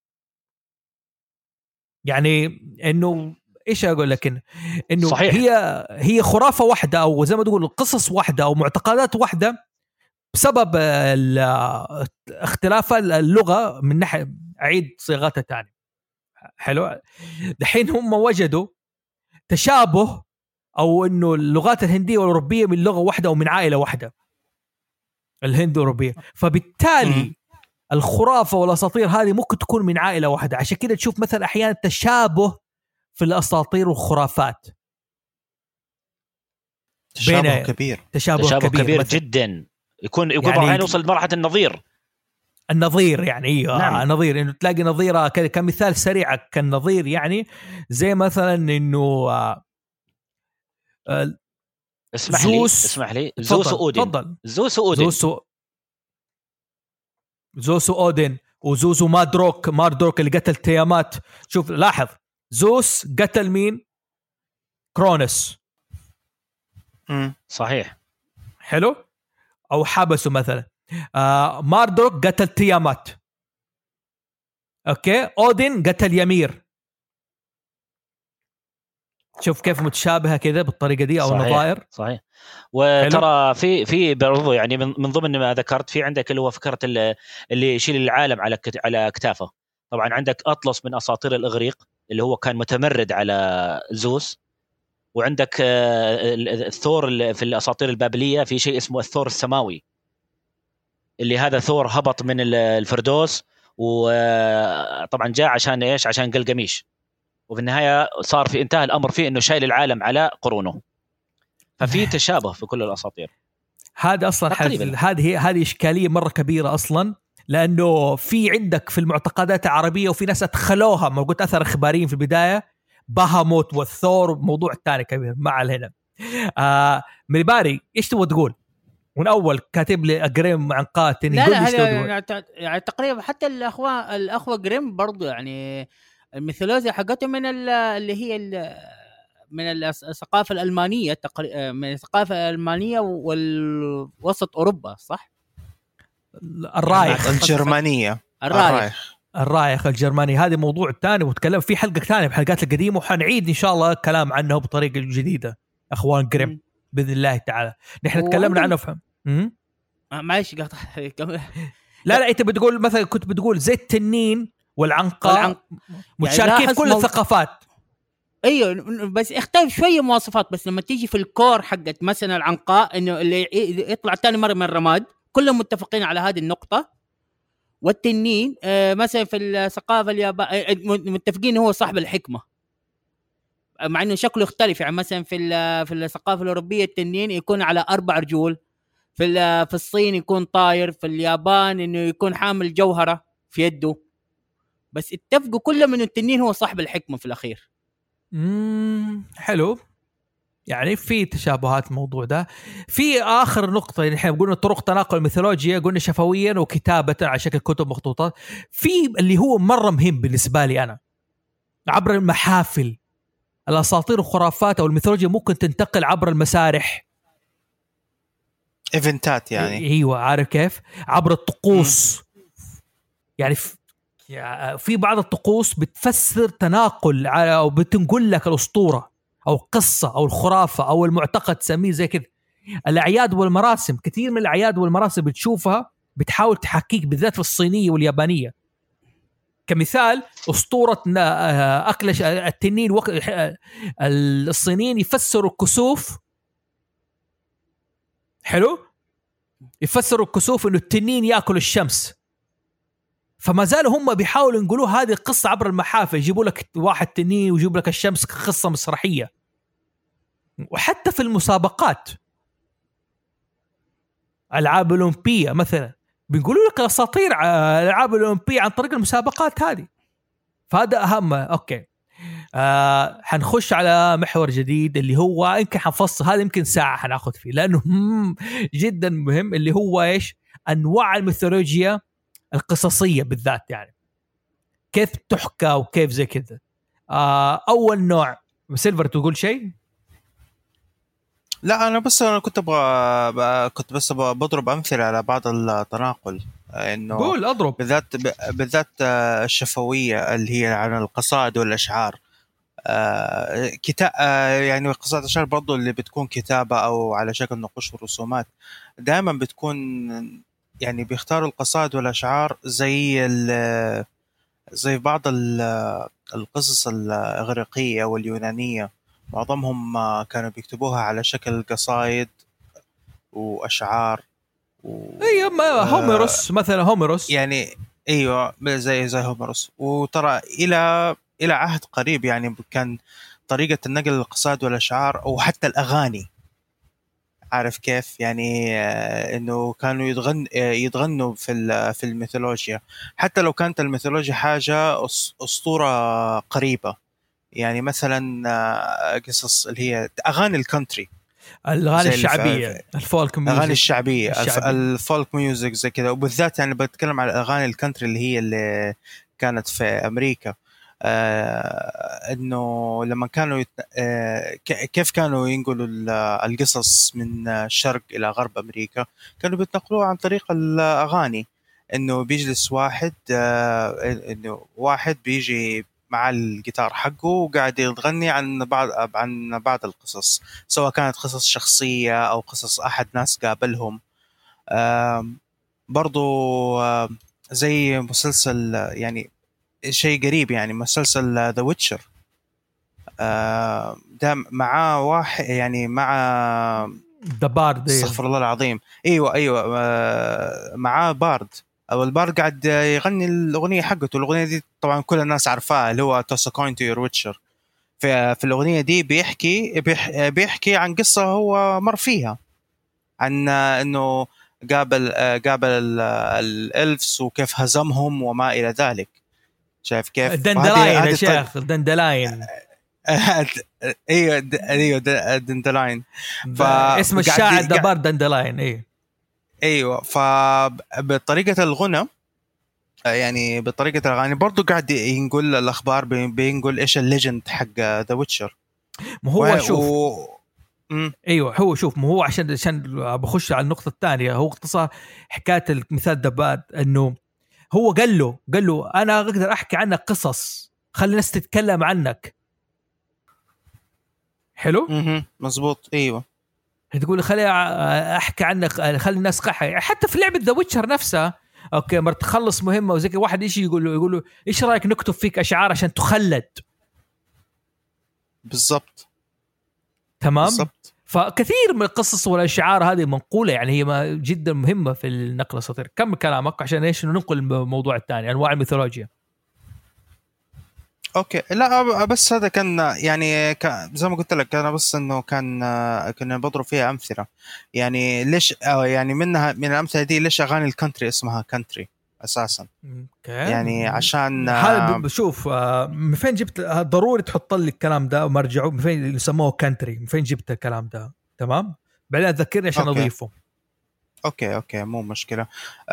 يعني إنه إيش أقول لك، إنه صحيح. هي خرافة واحدة أو زي ما تقول قصص واحدة أو معتقدات واحدة بسبب اختلاف اللغة من ناحية أعيد صياغتها تاني. حلو. دحين هم وجدوا تشابه أو إنه اللغات الهندية والأوروبية من لغة واحدة أو من عائلة واحدة، الهند والأوروبية، فبالتالي الخرافة والأساطير هذه ممكن تكون من عائلة واحدة. عشان كده تشوف مثلا أحيانا تشابه في الأساطير والخرافات، تشابه كبير، تشابه كبير جدا، يكون يعني يوصل لمرحلة النظير يعني ايوه نعم. نظير، انه تلاقي نظيره كمثال سريع كالنظير، يعني زي مثلا انه اسمح لي زوس وأودين. زوس وأودين وزوس وماردروك اللي قتل تيامات. شوف لاحظ، زوس قتل مين؟ كرونس. صحيح. حلو. او حبسه مثلا. ماردروك قتل تيامات. اوكي. أودين قتل يمير. شوف كيف متشابهه كذا بالطريقه دي، او صحيح. نظائر. صحيح. وترى في برضو يعني من ضمن ما ذكرت، في عندك اللي هو فكره اللي يشيل العالم على اكتافه. طبعا عندك أطلس من اساطير الاغريق اللي هو كان متمرد على زوس، وعندك الثور في الاساطير البابليه في شيء اسمه الثور السماوي، اللي هذا ثور هبط من الفردوس، وطبعا جاء عشان ايش؟ عشان قلقميش، وفي النهايه صار في انتهى الامر فيه انه شايل العالم على قرونه. ففي تشابه في كل الاساطير. هذا اصلا هذه اشكاليه مره كبيره اصلا، لانه في عندك في المعتقدات العربيه وفي ناس ادخلوها، ما قلت اثر اخباريين في البدايه، بهاموت والثور، موضوع تاني كبير مع هنا. مريباري ايش تبغى تقول؟ من اول كاتب لي جريم عن قاتل. لا يعني تقريبا حتى الاخوه جريم برضو يعني الميثولوجيا حقتهم من اللي هي من الثقافه الالمانيه، من الثقافه الالمانيه والوسط اوروبا، صح؟ الرايخ الجرمانيه، الرايخ الجرماني. هذا موضوع تاني وتكلم في حلقه ثانيه بحلقات القديمه، وحنعيد ان شاء الله الكلام عنه بطريقه جديده اخوان جريم باذن الله تعالى. نحن تكلمنا عنه فهم. معلش قاطع. لا انت بتقول مثلا، كنت بتقول زي التنين والعنقاء متشاركين يعني في كل الثقافات. ايوه بس اختلف شويه مواصفات، بس لما تيجي في الكور حقت مثلا العنقاء انه اللي يطلع ثاني مره من الرماد، كلهم متفقين على هذه النقطه. والتنين مثلا في الثقافه اليابانيه متفقين هو صاحب الحكمه، مع انه شكله يختلف. يعني مثلا في الثقافه الاوروبيه التنين يكون على 4 رجول، في الصين يكون طاير، في اليابان انه يكون حامل جوهره في يده. بس اتفقوا كلهم انه التنين هو صاحب الحكمه في الاخير. حلو. يعني في تشابهات الموضوع ده. في آخر نقطة اللي احنا قلنا طرق تناقل الميثولوجيا، قلنا شفويا وكتابة على شكل كتب مخطوطات. في اللي هو مرة مهم بالنسبة لي أنا، عبر المحافل. الأساطير والخرافات أو الميثولوجيا ممكن تنتقل عبر المسارح، إيفنتات يعني. ايوه عارف كيف؟ عبر الطقوس. يعني في بعض الطقوس بتفسر تناقل أو بتنقل لك الأسطورة أو قصة أو الخرافة أو المعتقد، تسميه زي كذا. الأعياد والمراسم، كثير من الأعياد والمراسم بتشوفها بتحاول تحكيك، بالذات في الصينية واليابانية. كمثال أسطورة أكل التنين، الصينيين يفسروا الكسوف. حلو. يفسروا الكسوف إنه التنين يأكل الشمس، فما زالوا هم بيحاولوا ينقلوا هذه القصة عبر المحافل، يجيبوا لك واحد تنين ويجيبوا لك الشمس قصة مسرحية. وحتى في المسابقات، ألعاب الأولمبية مثلا، بيقولوا لك أساطير ألعاب الأولمبية عن طريق المسابقات هذه. فهذا أهم. أوكي. حنخش على محور جديد اللي هو يمكن حنفصل، هذا يمكن ساعة حناخذ فيه لأنه جدا مهم، اللي هو إيش؟ أنواع الميثولوجيا القصصية بالذات، يعني كيف تحكى وكيف زي كذا. أول نوع سيلفر، تقول شيء؟ لا أنا كنت بس بضرب أمثلة على بعض التناقل، إنه قول أضرب. بالذات الشفوية اللي هي عن القصائد والأشعار. يعني قصائد الأشعار برضو اللي بتكون كتابة أو على شكل نقوش ورسومات، دائما بتكون يعني بيختاروا القصائد والأشعار زي زي بعض القصص الإغريقية واليونانية، معظمهم كانوا بيكتبوها على شكل قصائد وأشعار اي ما هوميروس مثلا، هوميروس يعني ايوه زي هوميروس. وترى الى عهد قريب يعني كان طريقة النقل القصائد والأشعار أو حتى الأغاني، عارف كيف يعني إنه كانوا يتغنوا في الميثولوجيا، حتى لو كانت الميثولوجيا حاجة أسطورة قريبة. يعني مثلا قصص اللي هي أغاني الكونتري، الاغاني الشعبيه، الفولك ميوزك، أغاني الشعبية الفولك ميوزك زي كذا. وبالذات يعني بتكلم على الأغاني الكونتري اللي هي اللي كانت في أمريكا. إنه لما كانوا كيف كانوا ينقلوا القصص من الشرق إلى غرب أمريكا، كانوا بيتنقلوها عن طريق الأغاني. إنه بيجلس واحد إنه واحد بيجي مع الجيتار حقه وقاعد يغني عن بعض القصص، سواء كانت قصص شخصية أو قصص أحد ناس قابلهم. برضو زي مسلسل يعني شيء قريب، يعني مسلسل ذا ويتشر، ده مع واحد يعني مع ذا بارد، استغفر الله العظيم، ايوه معاه بارد، او البارد قاعد يغني الاغنيه حقته. الاغنيه دي طبعا كل الناس عارفاها، اللي هو توس كوين تو يور ويتشر. في الاغنيه دي بيحكي عن قصه هو مر فيها، عن انه قابل الالفس وكيف هزمهم وما الى ذلك. شايف كيف؟ دندلاين يا شيخ، دندلاين. ايوه دندلاين. اسم الشاعر دبار دندلاين. ايوه. فبطريقه الغنى يعني بطريقه الاغاني برضو قاعد ينقل الاخبار، بينقل ايش الليجند حق ذا ويتشر. ما هو شوف ايوه هو شوف، ما هو عشان بخش على النقطه الثانيه. هو اختصار حكايه المثال دبار، انه هو قال له انا اقدر احكي عنك قصص، خلي الناس تتكلم عنك. حلو مزبوط. ايوه تقول خلي احكي عنك، خلي الناس حتى في لعبه ذا ويتشر نفسها. اوكي مرة تخلص مهمه وزي كذا، واحد يقول له ايش رايك نكتب فيك اشعار عشان تخلد. بالضبط تمام بالزبط. فكثير من القصص والاشعار هذه منقوله، يعني هي جدا مهمه في النقل السطير. كمل كلامك عشان ايش ننقل الموضوع الثاني، انواع الميثولوجيا. اوكي لا بس هذا كان يعني زي ما قلت لك انا، بس انه كنا بضرب فيها امثله. يعني ليش يعني منها من الامثله دي ليش اغاني الكونتري اسمها كونتري اساسا. يعني عشان بشوف من فين جبت، ضروري تحط لي الكلام ده ومرجعه من فين يسموه كونتري، من فين جبت الكلام ده. تمام بعدين ذكرني عشان اضيفه. اوكي مو مشكله.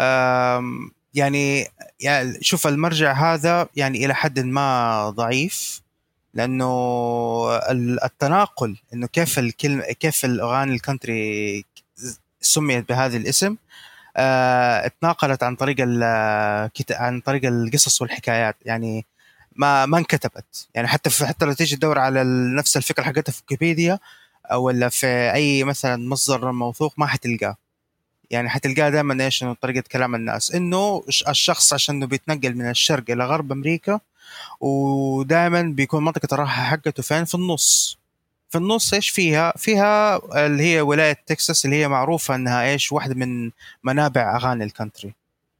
يعني شوف المرجع هذا يعني إلى حد ما ضعيف، لأنه التناقل إنه كيف الأغاني الكونتري سميت بهذا الاسم اتناقلت عن طريق القصص والحكايات. يعني ما انكتبت، يعني حتى لو تيجي تدور على نفس الفكرة حقتها في ويكيبيديا أو ولا في أي مثلا مصدر موثوق ما حتلقاه. يعني حتلقاه دائما ايش انه طريقه كلام الناس انه الشخص عشان بيتنقل من الشرق الى غرب امريكا، ودائما بيكون منطقه الراحه حقته فين؟ في النص ايش فيها اللي هي ولايه تكساس، اللي هي معروفه انها ايش واحده من منابع اغاني الكونتري،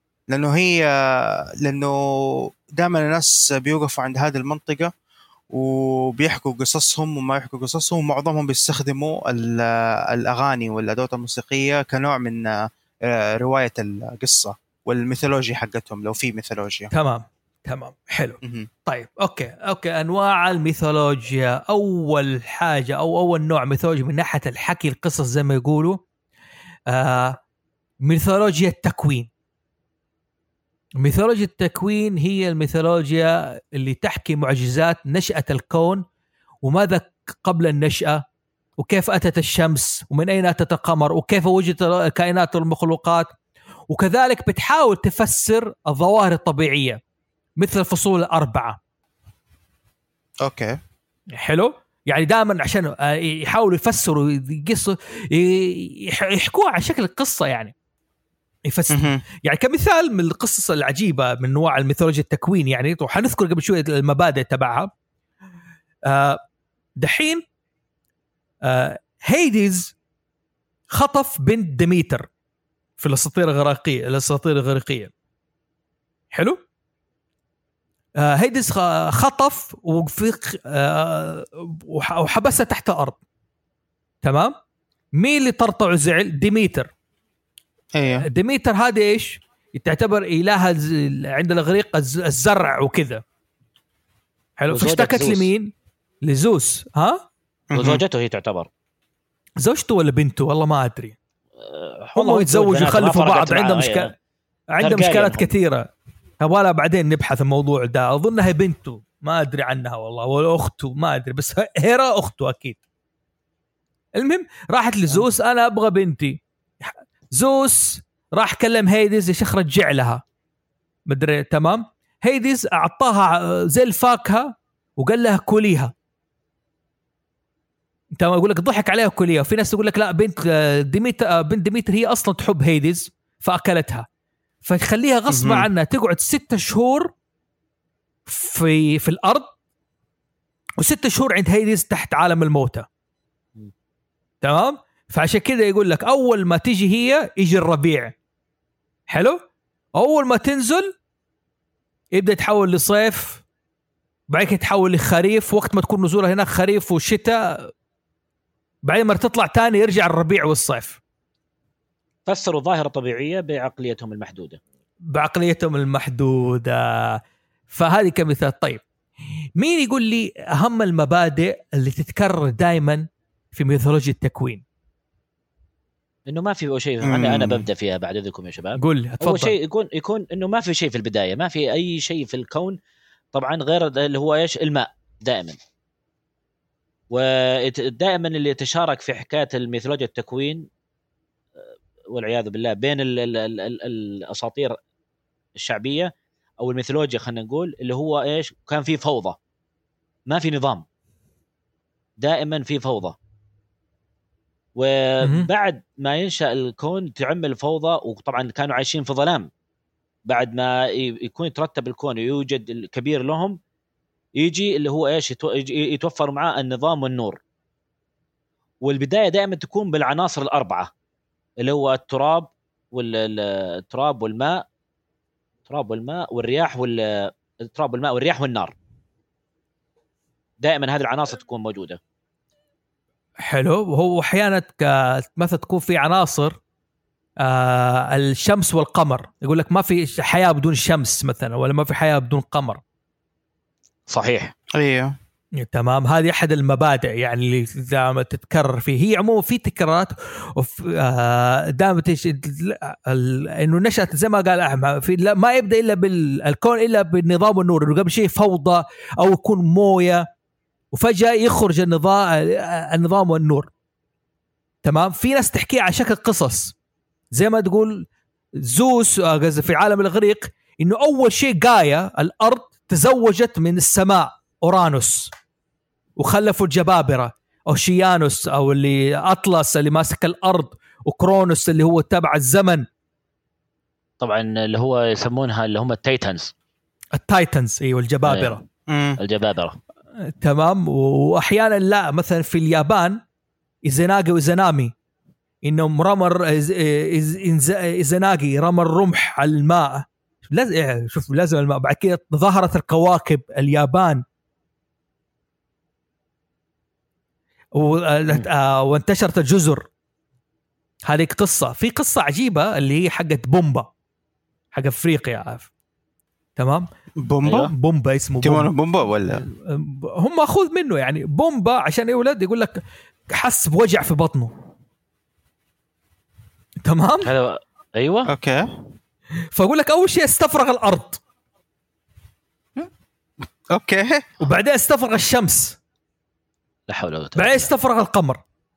لانه دائما الناس بيوقفوا عند هذه المنطقه وبيحكوا قصصهم وما يحكوا قصصهم. ومعظمهم بيستخدموا الأغاني والأدوات الموسيقية كنوع من رواية القصة والميثولوجيا حقتهم لو في ميثولوجيا. تمام حلو. طيب أوكي أنواع الميثولوجيا. أول حاجة أو أول نوع ميثولوجيا من ناحية الحكي القصص زي ما يقولوا ميثولوجيا التكوين. ميثولوجيا التكوين هي الميثولوجيا اللي تحكي معجزات نشأة الكون وماذا قبل النشأة، وكيف أتت الشمس ومن أين أتت القمر وكيف وجدت الكائنات والمخلوقات، وكذلك بتحاول تفسر الظواهر الطبيعية مثل الفصول الأربعة. أوكي حلو. يعني دائما عشان يحاولوا يفسروا يحكوها على شكل القصة يعني. مهم. يعني كمثال من القصص العجيبة من نوع الميثولوجيا التكوين يعني، وحنذكر قبل شوية المبادئ تبعها. دحين هيديز خطف بنت ديميتر في الأساطير الإغريقية. حلو. هيديز خطف وحبسها تحت الأرض. تمام. مين اللي طرطع وزعل؟ ديميتر. ايوه ديميتر هذا ايش؟ تعتبر إلهة عند الإغريق الزرع وكذا. حلو. فاشتكت لمين؟ لزوس. ها؟ وزوجته هي تعتبر زوجته ولا بنته والله ما أدري. هم يتزوجوا يخلفوا بعض، عندهم مشكلة، عندهم مشكلات كثيرة. هبالا بعدين نبحث الموضوع ده. أظنها بنته، ما أدري عنها والله، ولا أخته ما أدري، بس هيرا أخته أكيد. المهم راحت لزوس، أنا أبغى بنتي. زوس راح كلم هيديز يا شيخ رجع لها مدري. تمام. هيديز أعطاها زي الفاكهة وقال لها كليها. تمام. يقول لك ضحك عليها كليها. وفي ناس يقول لك لا، بنت ديميتر هي أصلا تحب هيديز فأكلتها، فخليها غصبا عنها تقعد 6 شهور في الأرض و6 شهور عند هيديز تحت عالم الموتى. تمام. فعشان كده يقول لك أول ما تيجي هي يجي الربيع. حلو. أول ما تنزل يبدأ يتحول لصيف، بعد كده يتحول لخريف وقت ما تكون نزولها هناك خريف وشتاء، بعدين ما تطلع تاني يرجع الربيع والصيف. فسروا ظاهرة طبيعية بعقليتهم المحدودة. فهذه كمثال. طيب مين يقول لي أهم المبادئ اللي تتكرر دائما في ميثولوجيا التكوين؟ انه ما في شيء. انا ببدا فيها بعد اذنكم يا شباب. قول لي. اول شيء يكون انه ما في شيء في البدايه، ما في اي شيء في الكون طبعا غير اللي هو ايش؟ الماء دائما. ودائما اللي يتشارك في حكايه الميثولوجيا التكوين والعياذ بالله بين الاساطير الشعبيه او الميثولوجيا، خلينا نقول اللي هو ايش؟ كان في فوضى، ما في نظام، دائما في فوضى. وبعد ما ينشأ الكون تعمل فوضى، وطبعا كانوا عايشين في ظلام. بعد ما يكون يترتب الكون ويوجد الكبير لهم، يجي اللي هو ايش؟ يتوفر معاه النظام والنور. والبداية دائما تكون بالعناصر الأربعة اللي هو التراب والماء، والرياح التراب والماء والرياح والنار. دائما هذه العناصر تكون موجودة. حلو. وهو احيانا مثلا تكون في عناصر الشمس والقمر. يقول لك ما في حياة بدون شمس مثلا، ولا ما في حياة بدون قمر. صحيح. ايوه تمام. هذه احد المبادئ يعني اللي دائما تتكرر فيه. هي عموما في تكرارات دائما انه نشأت زي ما قال احمد في ما يبدا الا بالكون الا بالنظام والنور. انه قبل شيء فوضى او يكون مويه، وفجأة يخرج النظام والنور. تمام. في ناس تحكي على شكل قصص، زي ما تقول زوس في عالم الإغريق إنه أول شيء جايا الأرض تزوجت من السماء أورانوس، وخلفوا الجبابرة أو شيانوس أو اللي أطلس اللي ماسك الأرض، وكرونوس اللي هو تبع الزمن. طبعا اللي هو يسمونها اللي هم التايتنز. أيوة الجبابرة. الجبابرة. تمام. واحيانا لا، مثلا في اليابان إيزاناغي وإيزانامي انهم رمر إيزاناغي رمى الرمح على الماء. لازم الماء. بعد كده ظهرت الكواكب اليابان وانتشرت الجزر. هذه قصة. في قصة عجيبة اللي هي حقت بومبا حق أفريقيا، عارف. تمام. بومبا اسمه بومبا ولا هم أخذ منه يعني. بومبا عشان يولد يقول لك حس بوجع في بطنه. تمام. أيوة. أوكي. فأقول لك أول شيء استفرغ الأرض. أوكي. وبعدين استفرغ الشمس. لا حول ولا قوة. بعدين استفرغ القمر.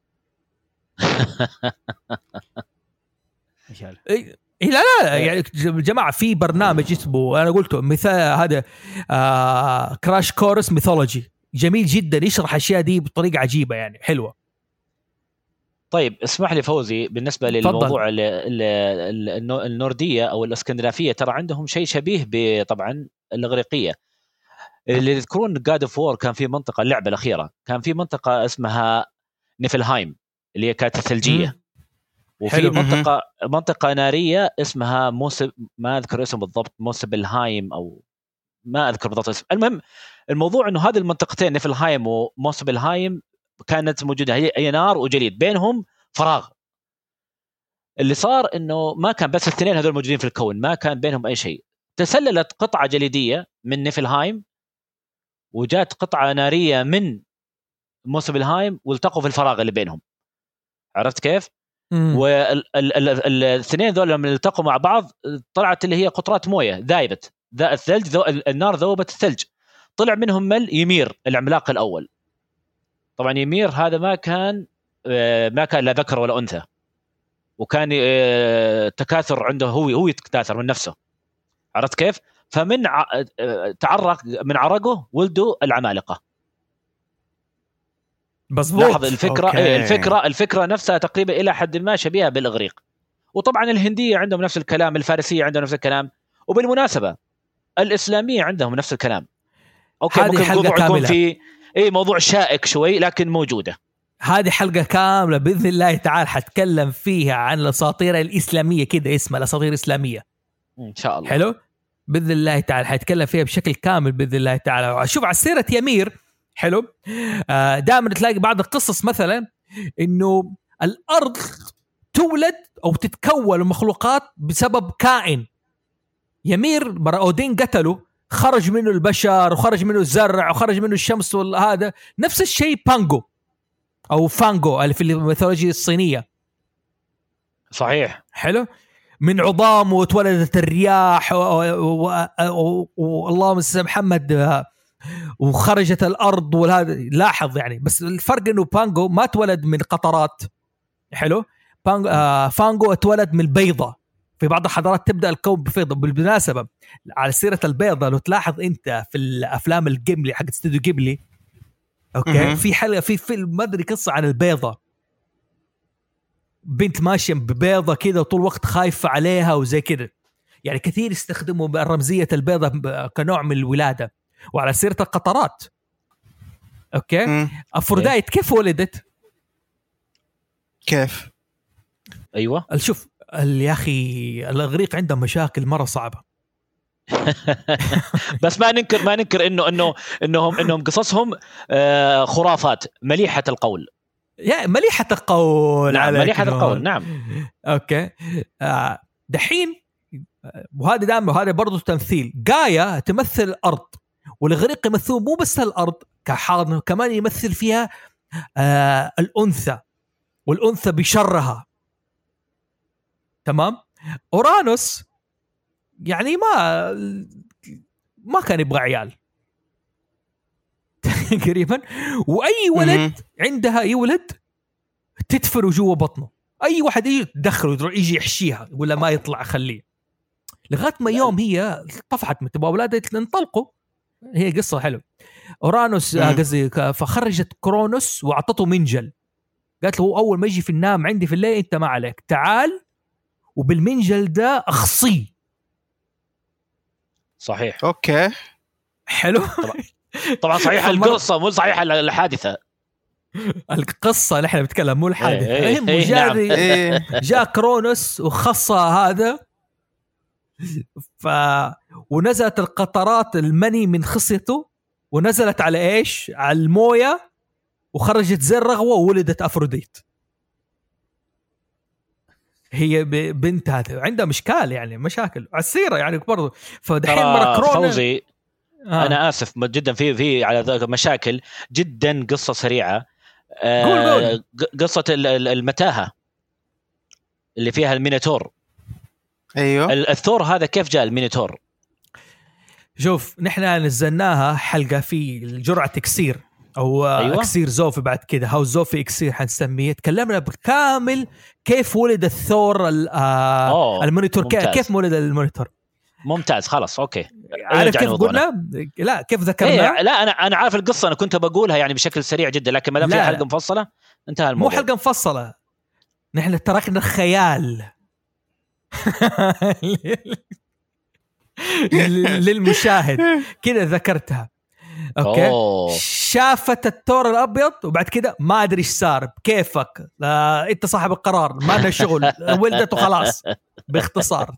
لا يعني جماعة في برنامج اسمه أنا قلته مثال هذا كراش كورس ميثولوجي، جميل جدا، يشرح أشياء دي بطريقة عجيبة يعني حلوة. طيب اسمح لي فوزي، بالنسبه للموضوع النورديه او الاسكندنافيه، ترى عندهم شيء شبيه طبعا الاغريقيه. اللي يذكرون جاد اوف وور كان في منطقه اللعبه الاخيره كان في منطقه اسمها نيفلهايم اللي هي كانت ثلجيه، وفي منطقه ناريه اسمها ما اذكر اسم بالضبط، موسبلهايم او ما اذكر بالضبط اسم. المهم الموضوع انه هذه المنطقتين نيفلهايم وموسبلهايم كانت موجوده هي نار وجليد، بينهم فراغ. اللي صار انه ما كان بس الاثنين هذول موجودين في الكون، ما كان بينهم اي شيء. تسللت قطعه جليديه من نيفلهايم وجات قطعه ناريه من موسبلهايم والتقوا في الفراغ اللي بينهم. عرفت كيف؟ والاثنين ذول لما التقوا مع بعض طلعت اللي هي قطرات مويه ذايبت، الثلج النار ذوبت الثلج، طلع منهم مل يمير العملاق الاول. طبعا يمير هذا ما كان لا ذكر ولا انثى، وكان تكاثر عنده، هو يتكاثر من نفسه. عرفت كيف؟ فمن تعرق من عرقه ولدوا العمالقه. لاحظ الفكره نفسها تقريبا الى حد ما شبيهه بالاغريق. وطبعا الهنديه عندهم نفس الكلام، الفارسيه عندهم نفس الكلام، وبالمناسبه الاسلاميه عندهم نفس الكلام. اوكي ممكن الموضوع يكون في موضوع شائك شوي لكن موجوده. هذه حلقه كامله باذن الله تعالى حتكلم فيها عن الاساطير الاسلاميه، كده اسمها الاساطير الاسلاميه ان شاء الله. حلو باذن الله تعالى حيتكلم فيها بشكل كامل باذن الله تعالى. شوف على سيره يمير، حلو، دائما تلاقي بعض القصص مثلا انه الارض تولد او تتكون المخلوقات بسبب كائن. يمير مرة اودين قتله، خرج منه البشر وخرج منه الزرع وخرج منه الشمس وهذا. نفس الشيء بانجو او فانجو اللي في الميثولوجيا الصينيه. صحيح. حلو، من عظامه وتولدت الرياح واللهم صل على محمد وخرجت الارض وهذا. لاحظ يعني، بس الفرق انه بانجو ما تولد من قطرات. حلو، فانجو اتولد من البيضه. في بعض الحضارات تبدا الكون ببيضه. بالمناسبه على سيره البيضه، لو تلاحظ انت في الافلام الجيبلي حق استوديو جيبلي، اوكي، في حلقه في فيلم ما ادري قصه عن البيضه، بنت ماشيه ببيضه كده وطول الوقت خايفه عليها وزي كده. يعني كثير يستخدموا رمزيه البيضه كنوع من الولاده. وعلى سيره القطرات، اوكي، افروديت كيف ولدت؟ كيف؟ ايوه شوف يا اخي الاغريق عندهم مشاكل مره صعبه. بس ما ننكر انهم قصصهم خرافات مليحه القول. يا مليحه القول، نعم مليحه القول، نعم. اوكي، دحين وهذا دائما وهذا برضو تمثيل. جايا تمثل الارض، والاغريق يمثلوا مو بس الارض كحاضن، كمان يمثل فيها الانثى، والانثى بشرها. تمام. اورانوس يعني ما كان يبغى عيال تقريبا، واي ولد عندها يولد تدفره جوا بطنه. اي واحد يجي تدخله يجي يحشيها ولا ما يطلع خليه، لغايه ما يوم هي طفحت من تبغى اولادها انطلقوا. هي قصه حلوه. اورانوس قصدي فخرجت كرونوس واعطته منجل، قالت له اول ما يجي في النام عندي في الليل انت ما عليك، تعال وبالمنجل ده اخصيه. صحيح. اوكي حلو. طبعا صحيح القصه مو صحيح الحادثه. القصه اللي احنا بنتكلم مو الحادثه. جاء كرونوس وخصها هذا ونزلت القطرات المني من خصيته ونزلت على ايش؟ على المويه، وخرجت زي الرغوه وولدت افروديت. هي بنت هذا عندها مشكال يعني مشاكل عسيره يعني برضو. فدحين مره كورونا فوزي انا اسف جدا في على مشاكل جدا. قصه سريعه قصه المتاهه اللي فيها المينيتور. ايوه الثور هذا كيف جاء المينيتور؟ شوف نحن نزلناها حلقه في جرعه اكسير او أيوة. اكسير زوفي، بعد كده هاو زوفي اكسير حنسميه. تكلمنا بالكامل كيف ولد الثور المونيتور. كيف ولد المونيتور. ممتاز خلاص اوكي. عارف كيف قلنا؟ لا كيف ذكرنا؟ لا انا عارف القصه، انا كنت بقولها يعني بشكل سريع جدا، لكن ما دام في حلقه مفصله انتهى الموضوع. مو حلقه مفصله، نحن تركنا الخيال للمشاهد كذا ذكرتها. اوكي شافت الثور الابيض وبعد كده ما ادري ايش صار كيفك انت صاحب القرار ما لنا شغل ولدته خلاص باختصار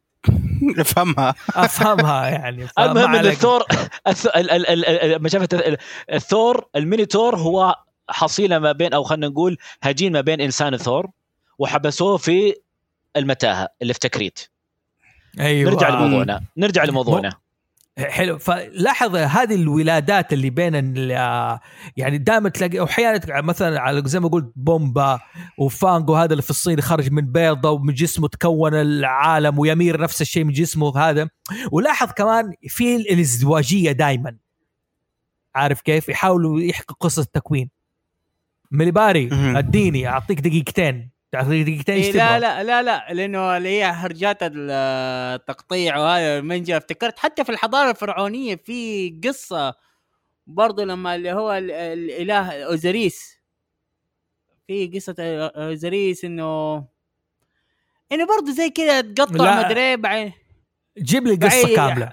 افهمها يعني. المهم الثور ما شافت الثور المينيتور هو حصيله ما بين او خلينا نقول هجين ما بين انسان ثور وحبسوه في المتاهه اللي في تكريت. أيوة. نرجع لموضوعنا. حلو. فلاحظ هذه الولادات اللي بين يعني دائما تلاقي احيانا مثلا على زي ما قلت بومبا وفانجو هذا اللي في الصين خرج من بيضه ومن جسمه تكون العالم ويمير نفس الشيء من جسمه هذا. ولاحظ كمان في الازدواجيه دائما عارف كيف يحاولوا يحققوا قصه التكوين. مليباري اديني اعطيك دقيقتين إيه لا لانه اللي هي هرجات التقطيع وهذا المنجا افتكرت حتى في الحضاره الفرعونيه في قصه برضو لما اللي هو الاله اوزيريس في قصه اوزيريس انه برضو زي كده تقطع مدري بعدين جيب لي قصه كامله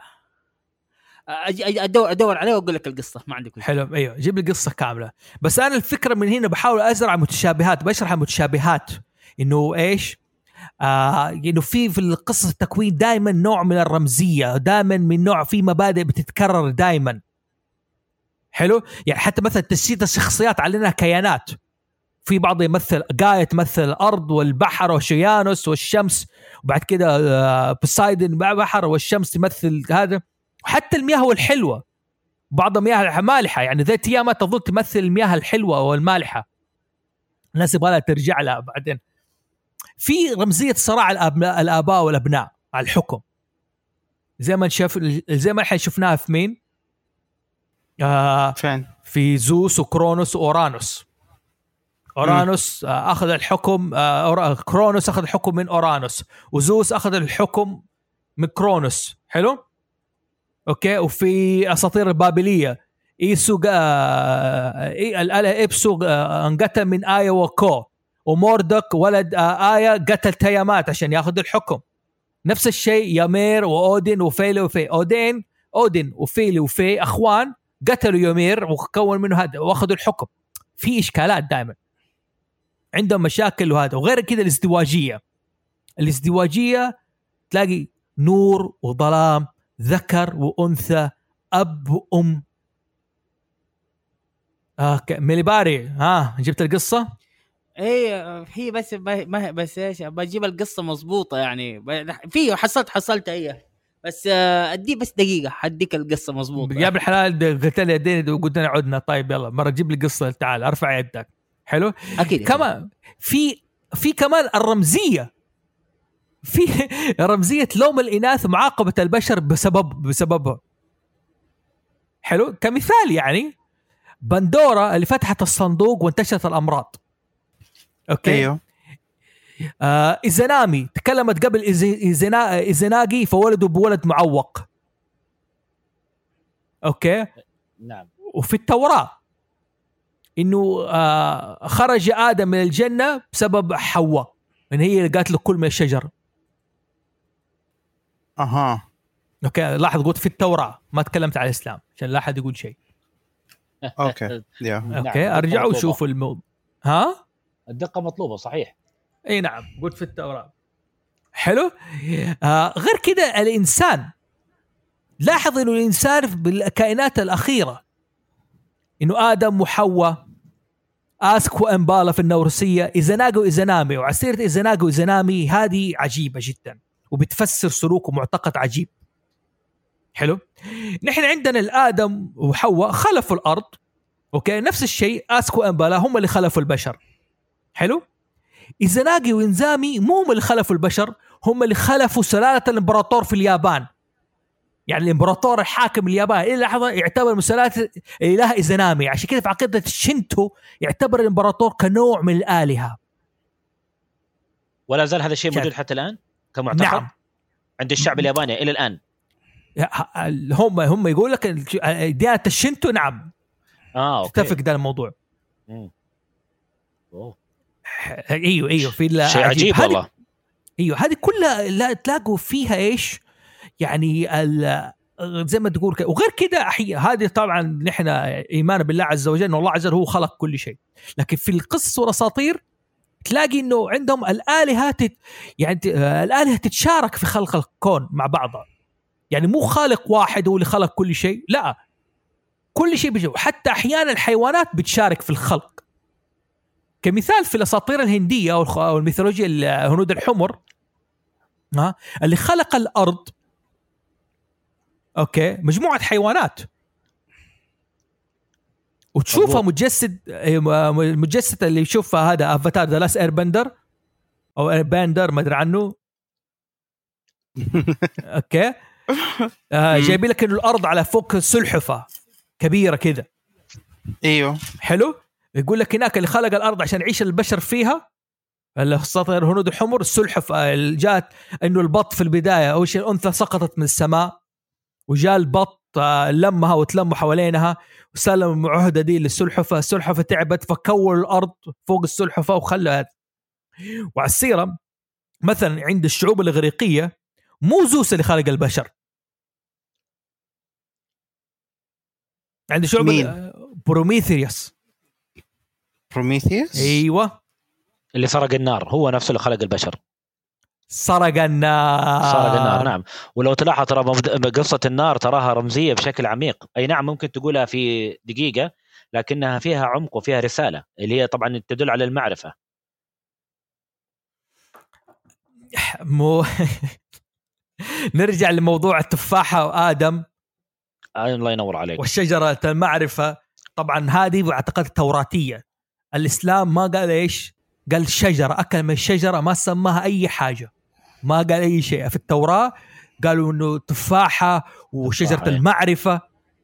ادور عليه واقول لك القصه ما عندك حلو. ايوه جيب لي قصه كامله. بس انا الفكره من هنا بحاول ازرع متشابهات بشرح المتشابهات انه ايش انه في القصص التكوين دائما نوع من الرمزيه دائما من نوع في مبادئ بتتكرر دائما. حلو. يعني حتى مثلا تجسيد الشخصيات علينا كيانات في بعض يمثل جاية تمثل الارض والبحر وشيانوس والشمس وبعد كده بوسايدن بحر والشمس تمثل هذا. وحتى المياه والحلوة بعض مياه مالحة يعني ذات أيام تظل تمثل المياه الحلوة والمالحة. الناس يبغى لها ترجع لها بعدين. في رمزية صراع الآباء والأبناء على الحكم زي ما احنا شفناها في مين فين في زوس وكرونوس وأورانوس. أورانوس أخذ الحكم كرونوس أخذ الحكم من أورانوس وزوس أخذ الحكم من كرونوس. حلو اوكي. وفي اساطير البابليه ايسو الاله ابسو انقتل من آية وكو وموردك ولد آية قتل تيامات عشان ياخذ الحكم. نفس الشيء يمير واودين وفيلي وفي اودين وفيلي وفي اخوان قتلوا يمير وكون منه هذا واخذوا الحكم. في اشكالات دائما عندهم مشاكل وهذا. وغير كذا الازدواجيه تلاقي نور وظلام ذكر وأنثى أب وأم. مليباري جبت القصة؟ ايه هي بس ايش بجيب القصة مظبوطة يعني فيه حصلت ايه بس ادي بس دقيقة حديك القصة مظبوطة. قبل الحلال قلت لي يديني وقلت لنا عدنا طيب يلا مرة جيب لي قصة تعال ارفع يدك. حلو اكيد. كمان في كمان الرمزية في رمزية لوم الإناث ومعاقبة البشر بسببها. حلو. كمثال يعني بندورة اللي فتحت الصندوق وانتشرت الأمراض. أوكي. أيوه. إزنامي تكلمت قبل إزناغي فولدوا بولد معوق. أوكي. نعم. وفي التوراة إنه خرج آدم من الجنة بسبب حواء من هي اللي قالت له كل من الشجر. اوكي. لاحظ قلت في التوراة ما تكلمت على الإسلام عشان لا أحد يقول شيء. اوكي اوكي ارجعوا وشوفوا الدقة مطلوبة صحيح. اي نعم قلت في التوراة. حلو. غير كده الإنسان لاحظ انه الإنسان بالكائنات الأخيرة انه آدم وحواء آسك وإمبالا في النورسية إزناغ وإزنامي. وعسيرة إزناغ وإزنامي هذه عجيبة جدا وبتفسر سلوك ومعتقد عجيب. حلو. نحن عندنا الآدم وحواء خلفوا الأرض. أوكي. نفس الشيء آسك وإمبالا هم اللي خلفوا البشر. حلو. إزناغ وإنزامي مو هم اللي خلفوا البشر هم اللي خلفوا سلالة الإمبراطور في اليابان. يعني الإمبراطور الحاكم اليابان إلى لحظة يعتبر من سلالة الإله إزنامي. عشان كده في عقيدة الشينتو يعتبر الإمبراطور كنوع من الآلهة. ولا زال هذا الشيء موجود حتى الآن كمعتقد. نعم. عند الشعب الياباني إلى الآن. هم يقول لك ديانة الشينتو. نعم. أوكي. اتفق ده الموضوع. ايوه في شيء عجيب والله. ايوه هذه كلها لا تلاقوا فيها ايش يعني زي ما تقول وغير كده هذه طبعا نحن ايمان بالله عز وجل انه الله عز وجل هو خلق كل شيء، لكن في القصص والاساطير تلاقي انه عندهم الالهه يعني الالهه تتشارك في خلق الكون مع بعضها، يعني مو خالق واحد هو اللي خلق كل شيء، لا كل شيء بيجي، حتى احيانا الحيوانات بتشارك في الخلق. كمثال في الاساطير الهنديه او الميثولوجيا الهنود الحمر اللي خلق الارض اوكي مجموعه حيوانات وتشوفها مجسد اللي يشوفها هذا افاتار ذا لاست ايربندر او ايربندر ما ادري عنه اوكي جايبين لك انه الارض على فوق سلحفه كبيره كده. ايوه حلو. يقول لك هناك اللي خلق الارض عشان يعيش البشر فيها الاساطير الهنود الحمر السلحفه جات انه البط في البدايه اول شيء الانثى سقطت من السماء وجاء البط لمها وتلموا حوالينها وسلم العهدة دي للسلحفة. السلحفة تعبت فكور الأرض فوق السلحفة وخلها. وعلى السيرة مثلا عند الشعوب الإغريقية مو زوس اللي خلق البشر، عند شعوب بروميثيوس. أيوة اللي سرق النار هو نفسه اللي خلق البشر. سرق النار نعم. ولو تلاحظ ترى قصة النار تراها رمزية بشكل عميق. أي نعم ممكن تقولها في دقيقة لكنها فيها عمق وفيها رسالة اللي هي طبعا تدل على المعرفة. نرجع لموضوع التفاحة وآدم. الله ينور عليك. والشجرة المعرفة طبعا هذه أعتقد التوراتية. الإسلام ما قال إيش، قال شجرة، أكل من الشجرة، ما سماها أي حاجة، ما قال أي شيء. في التوراة قالوا إنه تفاحة وشجرة المعرفة.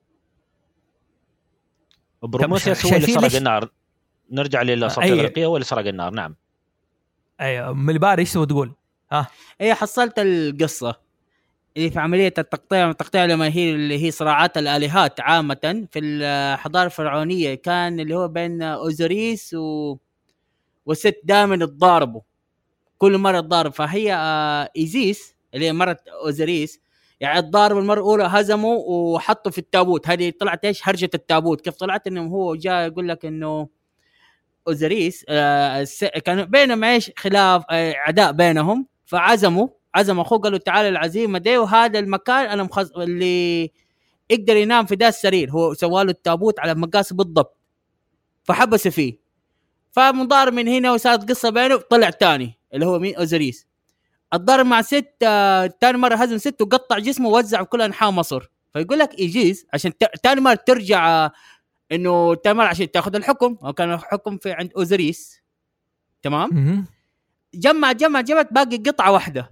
بروميثيوس هو اللي سرق النار. نرجع للأساطير الإغريقية هو اللي سرق النار. نعم. أيوة من الباري إيش تقول؟ إيه حصلت القصة اللي في عملية التقطيع لما هي اللي هي صراعات الآلهات عامة في الحضارة الفرعونية، كان اللي هو بين أوزوريس وست دائما تضاربوا كل مرة تضارب. فهي إيزيس اللي هي مرة أوزوريس يعني تضارب المرة الأولى هزموا وحطوا في التابوت. هذه طلعت إيش هرجة التابوت. كيف طلعت إنه هو جاء يقول لك إنه أوزوريس كانوا بينهم إيش خلاف عداء بينهم، فعزموا أخوه قالوا تعال العزيمة دي وهذا المكان أنا اللي يقدر ينام في ده السرير. هو سواله التابوت على مقاس بالضبط فحبس فيه. فمضارب من هنا وصارت قصة بينه. طلع تاني اللي هو مين أوزوريس الضارب مع ست تاني مرة هزم ست وقطع جسمه ووزع في كل أنحاء مصر. فيقول لك إيجيز عشان تاني مرة ترجع إنه تاني مرة عشان تأخذ الحكم. وكان الحكم في عند أوزوريس تمام. جمعت باقي قطعة واحدة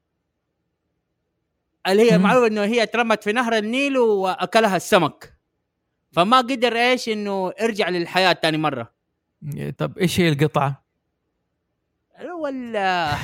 اللي هي معروف إنه هي ترمت في نهر النيل وأكلها السمك، فما قدر إيش إنه يرجع للحياة تاني مرة. طب إيش هي القطعة؟ ولا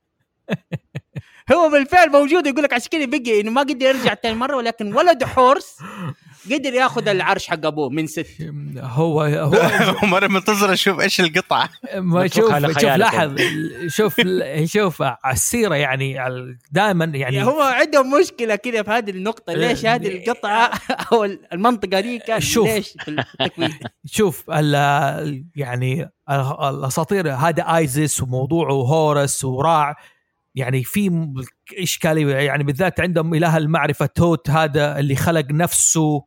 هو بالفعل موجود. يقول لك عشان كده بقي إنه ما قدر يرجع تاني مرة، ولكن ولد حورس قدر ياخذ العرش حق أبوه من ست. هو مرة منتظر أشوف إيش القطعة. ما شوف لاحظ شوف على السيرة يعني دائما يعني هو عندهم مشكلة كده في هذه النقطة. ليش هذه القطعة أو المنطقة دي كان ليش في التكوين؟ شوف يعني الأساطير هذا آيزيس وموضوعه هورس وراع يعني في إشكالية يعني بالذات عندهم إله المعرفة توت هذا اللي خلق نفسه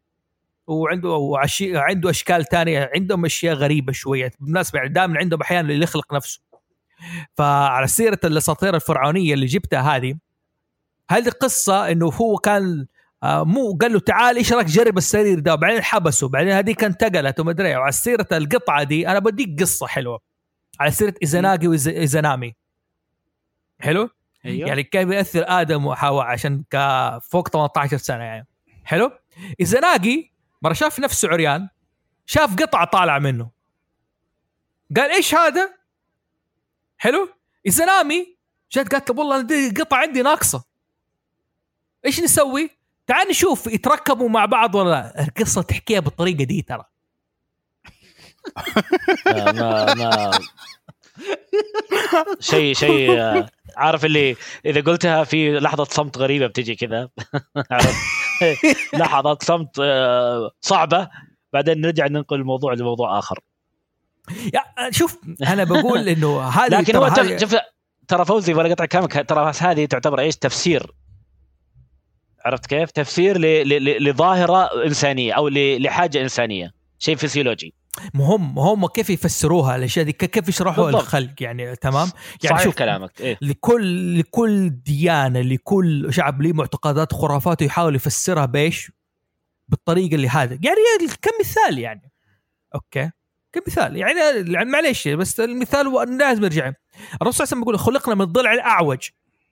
عنده أشكال تانية. عندهم أشياء غريبة شوية بالمناسبة يعني دائما عندهم أحيانا اللي يخلق نفسه. فعلى سيرة الأساطير الفرعونية اللي جبتها هذه قصة إنه هو كان مو قال له تعال إيش رأيك جرب السرير ده وبعدين حبسه بعدين هذه كانت انتقلت وما أدري. وعلى سيرة القطعة دي أنا بديك قصة حلوة على سيرة إيزاناغي وإيزانامي. حلو أيوه. يعني كيف يأثر آدم وحواء عشان فوق 18 سنة يعني. حلو. إيزاناغي مرة شاف نفسه عريان، شاف قطعة طالعة منه قال إيش هذا. حلو. إيزانامي جات قالت له والله دي قطعة عندي ناقصة، إيش نسوي؟ تعال نشوف يتركبوا مع بعض ولا لا. القصة تحكيها بالطريقة دي ترى. شيء عارف اللي اذا قلتها في لحظه صمت غريبه بتجي كذا. عارف لحظه صمت صعبه، بعدين نرجع ننقل الموضوع لموضوع اخر. شوف انا بقول انه هذه لكن هو ترى فوزي ولا قطع كلامك، ترى هذه تعتبر ايش؟ تفسير. عرفت كيف؟ تفسير لظاهره انسانيه او لحاجه انسانيه، شيء فسيولوجي. هم كيف يفسروها الاشياء دي، كيف يشرحوا الخلق يعني. تمام يعني شوف كلامك إيه؟ لكل ديانه، لكل شعب له معتقدات خرافات يحاول يفسرها بايش؟ بالطريقه اللي هذا يعني. كمثال يعني اوكي كمثال يعني معليش، بس المثال لازم نرجع. الرسول صلى الله عليه وسلم يقول خلقنا من الضلع الاعوج.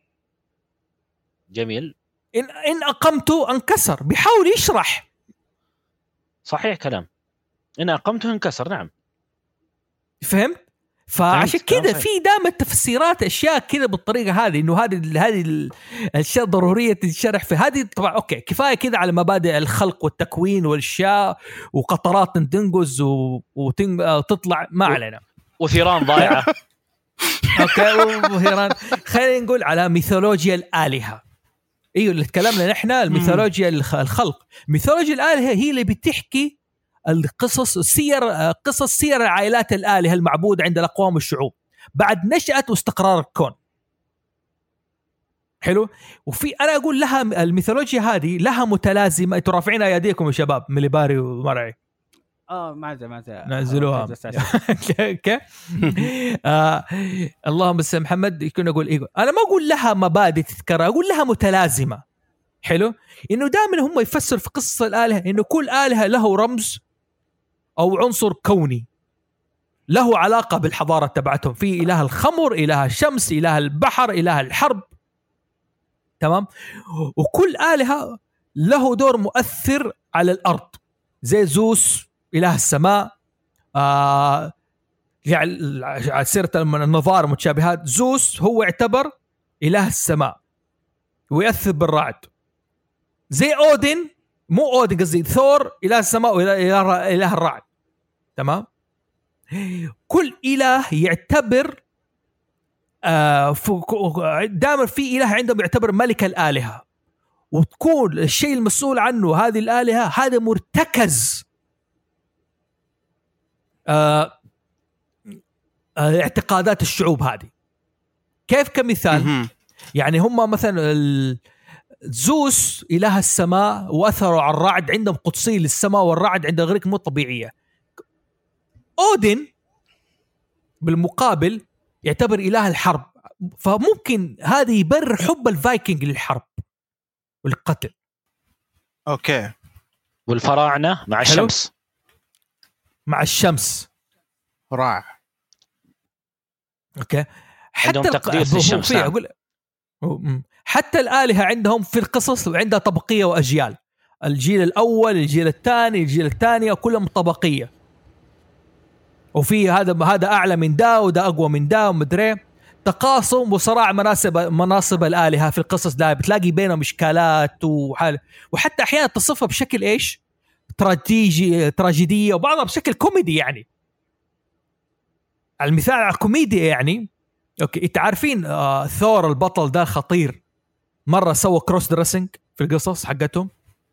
جميل. ان اقمته انكسر، بيحاول يشرح. صحيح كلام. إن أقمته انكسر. نعم فهمت. فعشان كذا في دائما تفسيرات اشياء كذا بالطريقه هذه، انه هذه الاشياء ضروريه تنشرح في هذه. طبعا اوكي كفايه كذا على مبادئ الخلق والتكوين والاشياء وقطرات تنقز وتطلع ما علينا، وثيران ضائعه. اوكي وثيران. خلينا نقول على ميثولوجيا الالهه. ايوه اللي تكلمنا نحن الميثولوجيا الخلق. ميثولوجيا الالهه هي اللي بتحكي القصص قصص سير عائلات الآلهة المعبودة عند الأقوام والشعوب بعد نشأة واستقرار الكون. حلو. وفي أنا أقول لها الميثولوجيا هذه لها متلازمة. انتوا رافعين أيديكم يا شباب مليباري ومرعي. معزة نزلوها. اللهم بس محمد يكون أقول إيه. أنا ما أقول لها مبادئ تذكرها، أقول لها متلازمة. حلو. إنه دائما هم يفسر في قصة الآلهة إنه كل آلهة له رمز أو عنصر كوني له علاقة بالحضارة تبعتهم. في إله الخمر، إله الشمس، إله البحر، إله الحرب. تمام. وكل آلهة له دور مؤثر على الأرض، زي زوس إله السماء. يعني على سيرة النظار متشابهات، زوس هو يعتبر إله السماء ويأثر بالرعد. زي أودين، مو أودين قصدي ثور، إله السماء وإله الرعد. تمام. كل إله يعتبر دائما في إله عندهم يعتبر ملك الآلهة، وتكون الشيء المسؤول عنه هذه الآلهة هذا مرتكز اعتقادات الشعوب هذه. كيف؟ كمثال يعني هم مثلا زوس إله السماء وأثروا على الرعد، عندهم قدسية للسماء والرعد عند الغريق مو طبيعية. أودين بالمقابل يعتبر إله الحرب، فممكن هذا يبرر حب الفايكنج للحرب والقتل. أوكي. والفراعنة مع الشمس، مع الشمس راع. أوكي. عندهم تقديس للشمس. أقول حتى الآلهة عندهم في القصص عندها طبقية وأجيال. الجيل الأول، الجيل الثاني، الجيل الثاني، كلهم طبقية. وفي هذا أعلى من دا وده أقوى من دا ومدري. تقاسم وصراع مناصب الآلهة في القصص ده بتلاقي بينهم إشكالات وحتى أحيانا تصفها بشكل إيش؟ تراجيدية، وبعضها بشكل كوميدي. يعني المثال على الكوميديا يعني اوكي انت عارفين ثور البطل ده خطير مرة سوى كروس دريسنج في القصص حقتهم.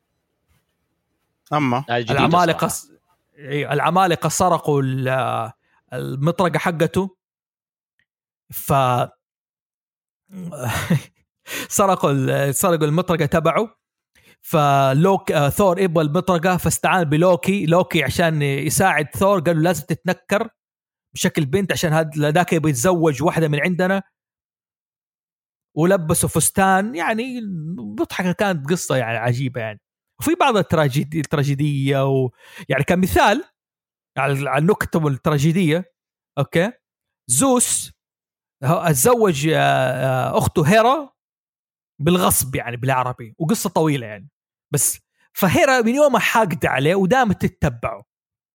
اما العمالقة سرقوا المطرقة حقته، ف سرقوا المطرقة تبعه. فلوك ثور يبغى المطرقة فاستعان بلوكي عشان يساعد ثور. قال له لازم تتنكر بشكل بنت عشان هذاك يبغى يتزوج واحدة من عندنا، ولبسوا فستان. يعني بضحك، كانت قصة يعني عجيبة يعني. وفي بعض التراجيدية يعني كمثال على النكتة والتراجيدية. أوكي. زوس اتزوج أخته هيرا بالغصب يعني بالعربي، وقصة طويلة يعني. بس فهيرا من يومها حاقد عليه ودامت تتبعه.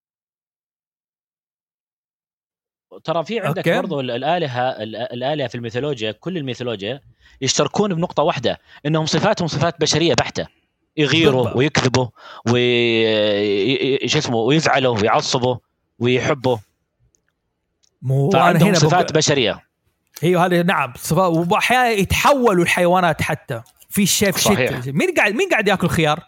ترى في عندك برضو الآلهة في الميثولوجيا، كل الميثولوجيا يشتركون بنقطة واحدة، إنهم صفاتهم صفات بشرية بحتة. يغيروا ويكذبوا ويزعلوا ويعصبوا ويحبوا. مو فعندهم صفات بشريه. ايوه هذه نعم صفات، واحيانا يتحولوا الحيوانات حتى في الشيف شيت. مين قاعد ياكل خيار؟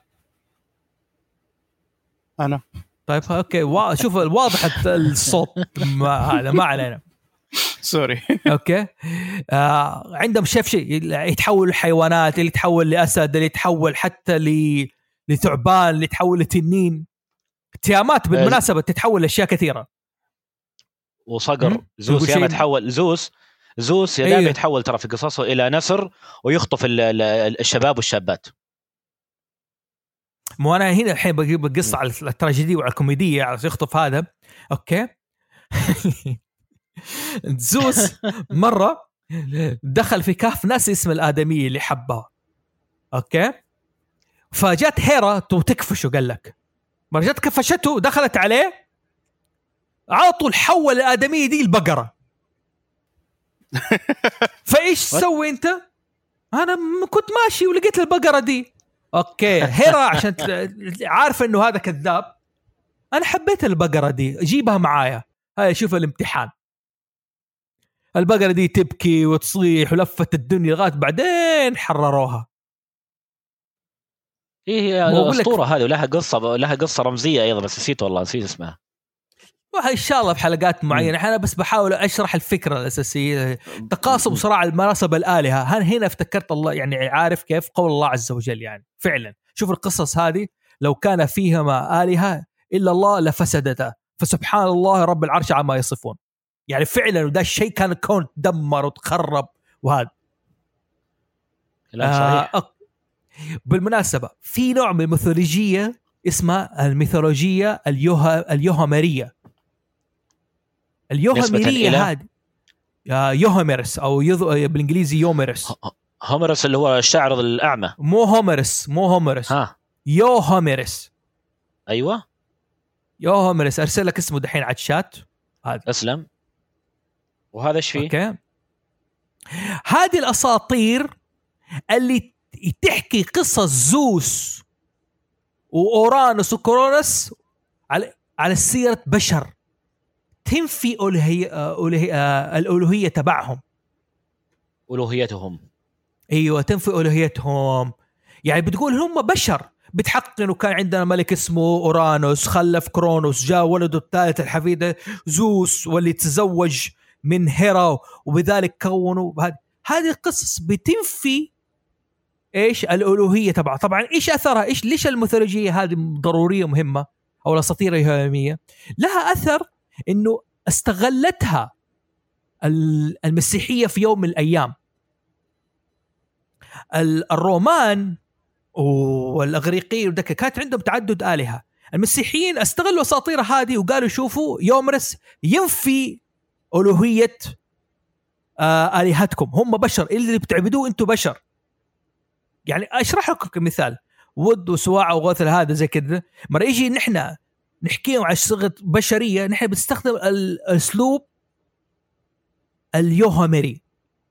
انا. طيب اوكي شوف واضح الصوت ما علينا سوري. اوكي عندهم شيف شيء يتحول الحيوانات، اللي يتحول لاسد، اللي يتحول حتى لثعبان، اللي يتحول لتنين. تيامات بالمناسبه تتحول لاشياء كثيره. وصقر زوس ياما تحول زوس يا دائما يتحول ترى في قصصه الى نسر ويخطف الشباب والشابات. مو انا هنا الحين بجيب قصه على التراجيديه وعلى الكوميديه على يخطف هذا. اوكي زوس مره دخل في كهف ناس اسم الادميه اللي حبها. اوكي فجات هيرا تكفشه، قال لك مرة جت كفشته دخلت عليه على طول حول الادميه دي البقره. فايش سوي انت؟ انا كنت ماشي ولقيت البقره دي. اوكي هيرا عشان عارفه انه هذا كذاب، انا حبيت البقره دي جيبها معايا، هاي شوف الامتحان. البقره دي تبكي وتصيح ولفت الدنيا لغايه بعدين حرروها. هي الاسطوره هذه لها قصه رمزيه ايضا، بس نسيت والله نسيت اسمها. ان شاء الله بحلقات معينه. انا بس بحاول اشرح الفكره الاساسيه، تقاسم صراع المناصب الالهه. هنا افتكرت الله يعني عارف كيف قول الله عز وجل، يعني فعلا شوف القصص هذه لو كان فيهما الهه الا الله لفسدتا، فسبحان الله رب العرش عما يصفون. يعني فعلا وده الشيء كان الكون دمر وتخرب. وهذا صحيح. بالمناسبه في نوع من الميثولوجيه اسمها الميثولوجيا اليوهمريه. اليوهمريه هذه يوهمرس او بالانجليزي يومرس. هومرس اللي هو الشاعر الاعمى. مو هومرس يوهمرس. ايوه يوهمرس. ارسل لك اسمه دحين على الشات. هذا اسلم. وهذا ايش فيه؟ اوكي هذه الاساطير اللي تحكي قصص زوس واورانوس وكرونوس على سيرة بشر تنفي الألوهية تبعهم، ألوهيتهم. أيوة تنفي ألوهيتهم. يعني بتقول هم بشر، بتحقق إنه كان عندنا ملك اسمه أورانوس خلف كرونوس، جاء ولده الثالث الحفيد زوس واللي تزوج من هيرا وبذلك كونوا هذه القصص بتنفي إيش الألوهية تبعها. طبعا إيش أثرها؟ ليش الميثولوجية هذه ضرورية مهمة أو الأساطير اليونانية؟ لها أثر إنه استغلتها المسيحية في يوم من الأيام. الرومان والأغريقيين كانت عندهم تعدد آلهة. المسيحيين استغلوا أساطير هذه وقالوا شوفوا يومرس ينفي ألوهية آلهتكم، هم بشر، اللي بتعبدوه أنتم بشر. يعني أشرح لكم كمثال ود وسواع وغوث هذا زي كذا. مرة يجي نحن نحكيهم على صيغة بشرية، نحن بنستخدم الأسلوب اليوهمري.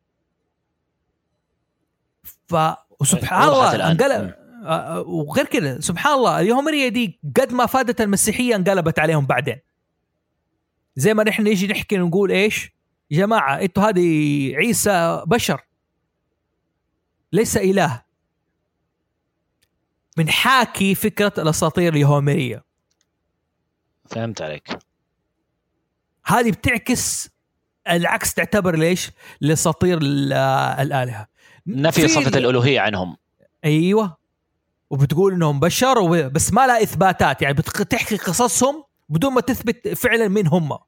وسبحان الله انقلب. وغير كذا سبحان الله اليوهمرية دي قد ما فادت المسيحية انقلبت عليهم بعدين. زي ما نحن نيجي نحكي نقول ايش يا جماعة انتوا هذه عيسى بشر ليس إله. من حاكي فكرة الأساطير اليوهمرية. فهمت عليك. هذه بتعكس العكس، تعتبر ليش الأساطير الآلهة نفي صفة الألوهية عنهم. أيوة وبتقول إنهم بشر بس ما لا إثباتات. يعني بتحكي قصصهم بدون ما تثبت فعلا من هم.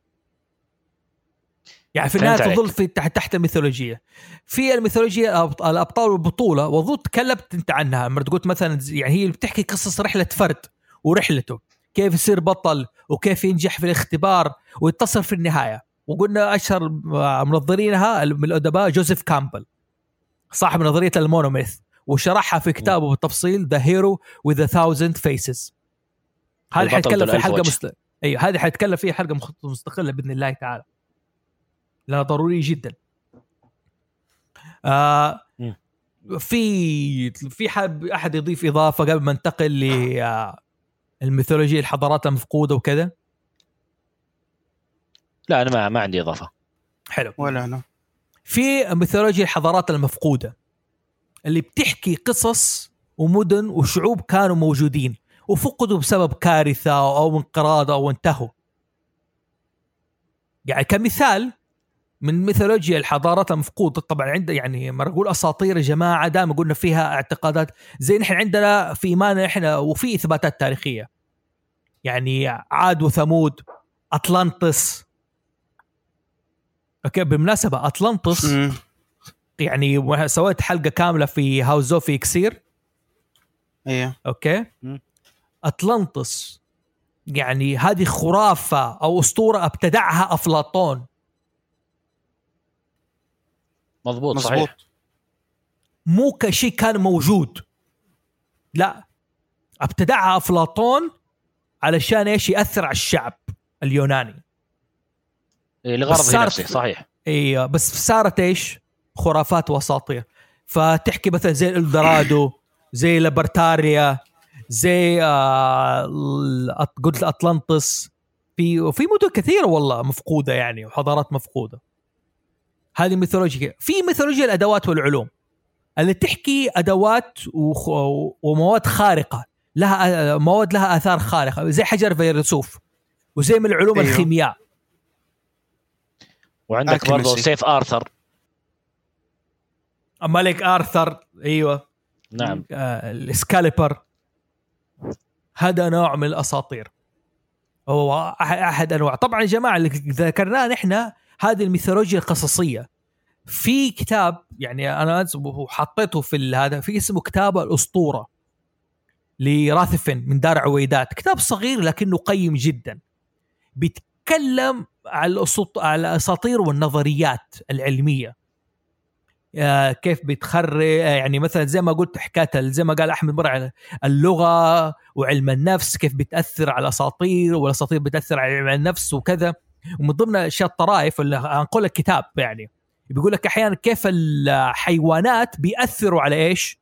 يعني في النهاية تظل في تحت الميثولوجية. في الميثولوجيا الأبطال والبطولة وظل تكلمت أنت عنها مرة، قلت مثلا يعني هي بتحكي قصص رحلة فرد ورحلته كيف يصير بطل وكيف ينجح في الاختبار ويتصل في النهاية. وقلنا أشهر منظرينها من الأدباء جوزيف كامبل صاحب نظرية المونوميث، وشرحها في كتابه بالتفصيل The Hero with a Thousand Faces. هذه حنتكلم في حلقة أيوة هذه حنتكلم فيها حلقة مستقلة بإذن الله تعالى، لا ضروري جدا. في أحد يضيف إضافة قبل ما ننتقل للميثولوجيا الحضارات المفقودة وكذا؟ لا انا ما عندي اضافه. حلو. ولا انا. في ميثولوجيا الحضارات المفقودة اللي بتحكي قصص ومدن وشعوب كانوا موجودين وفقدوا بسبب كارثة أو انقراض أو انتهوا. يعني كمثال من ميثولوجيا الحضارات المفقودة، طبعا عند يعني ما نقول أساطير يا جماعة دائما قلنا فيها اعتقادات، زي نحن عندنا في إيماننا إحنا وفي إثباتات تاريخية، يعني عاد وثمود، أطلانتس. أوكي بالمناسبة أطلانتس يعني سويت حلقة كاملة في هاوس زوفي إكسير. ايه أوكي. أطلانتس يعني هذه خرافة أو أسطورة ابتدعها أفلاطون. مضبوط صحيح. مو كشيء كان موجود، لا، ابتدعها أفلاطون علشان إيش؟ يأثر على الشعب اليوناني لغرضه نفسه. صحيح. ايوه بس صارت ايش؟ خرافات واساطير. فتحكي مثلا زي الإلدورادو، زي لابرتاريا، زي قلت أطلانتس، في مدن كثيرة والله مفقودة يعني، وحضارات مفقودة. هذه ميثولوجيا. في ميثولوجيا الأدوات والعلوم اللي تحكي أدوات ومواد خارقة، لها مواد لها آثار خارقة، زي حجر فيلسوف، وزي من العلوم أيوه. الخيمياء. وعندك برضو سيف آرثر، ملك آرثر. أيوة نعم. الإسكاليبر، هذا نوع من الأساطير، هو أحد أنواع. طبعا يا جماعة اللي ذكرناه نحن هذه الميثولوجيا القصصية. في كتاب يعني أنا حطيته في هذا، في اسمه كتاب الأسطورة لراثفن من دار عويدات، كتاب صغير لكنه قيم جدا، بيتكلم على الأساطير والنظريات العلمية، كيف بتخرج يعني مثلا زي ما قلت حكاية زي ما قال أحمد مرة عن اللغة وعلم النفس، كيف بتأثر على الأساطير والأساطير بتأثر على علم النفس وكذا. ومن ضمن أشياء الطرائف اللي هنقول لك كتاب يعني بيقول لك أحيانا كيف الحيوانات بيأثروا على إيش،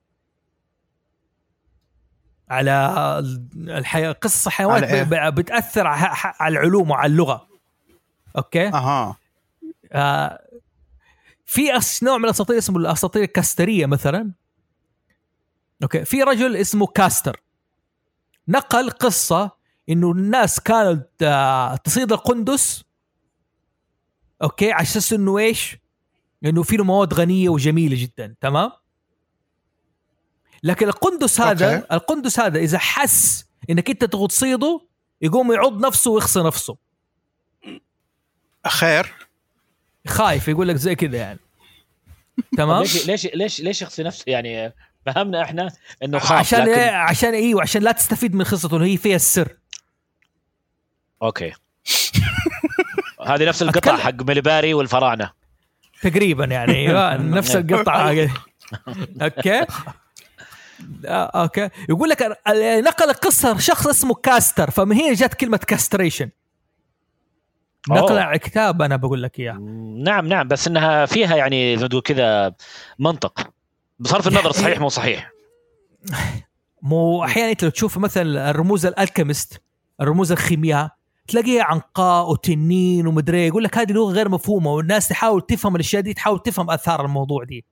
على قصص الحيوانات بتأثر على العلوم وعلى اللغة. أوكي. في نوع من الأساطير اسمه الأساطير الكاسترية مثلا. أوكي. في رجل اسمه كاستر نقل قصة إنه الناس كانت تصيد القندس، أوكي، على أساس إنه إيش، إنه فيه مواد غنية وجميلة جدا، تمام. لكن القندس هذا إذا حس إنك أنت تغوض صيده يقوم يعض نفسه ويخصي نفسه. خير خايف يقول لك زي كذا يعني. تمام. ليش يخصي نفسه يعني؟ فهمنا احنا انه خاف عشان ايوه عشان لا تستفيد من قصته اللي هي فيها السر. اوكي. هذه نفس القطع حق مليباري والفراعنه تقريبا يعني نفس القطعه. اوكي. اوكي. يقول لك نقل القصه شخص اسمه كاستر، فمن هنا جت كلمه كاستريشن، نقل على الكتاب. انا بقول لك اياه. نعم بس انها فيها يعني زي كذا منطق بصرف النظر صحيح مو صحيح. مو احيانا انت لو تشوف مثلا الرموز الالكيمست، الرموز الخيمياء، تلاقيها عنقاء وتنين ومدري، يقول لك هذه لغه غير مفهومه، والناس تحاول تفهم الاشياء دي، تحاول تفهم اثار الموضوع دي.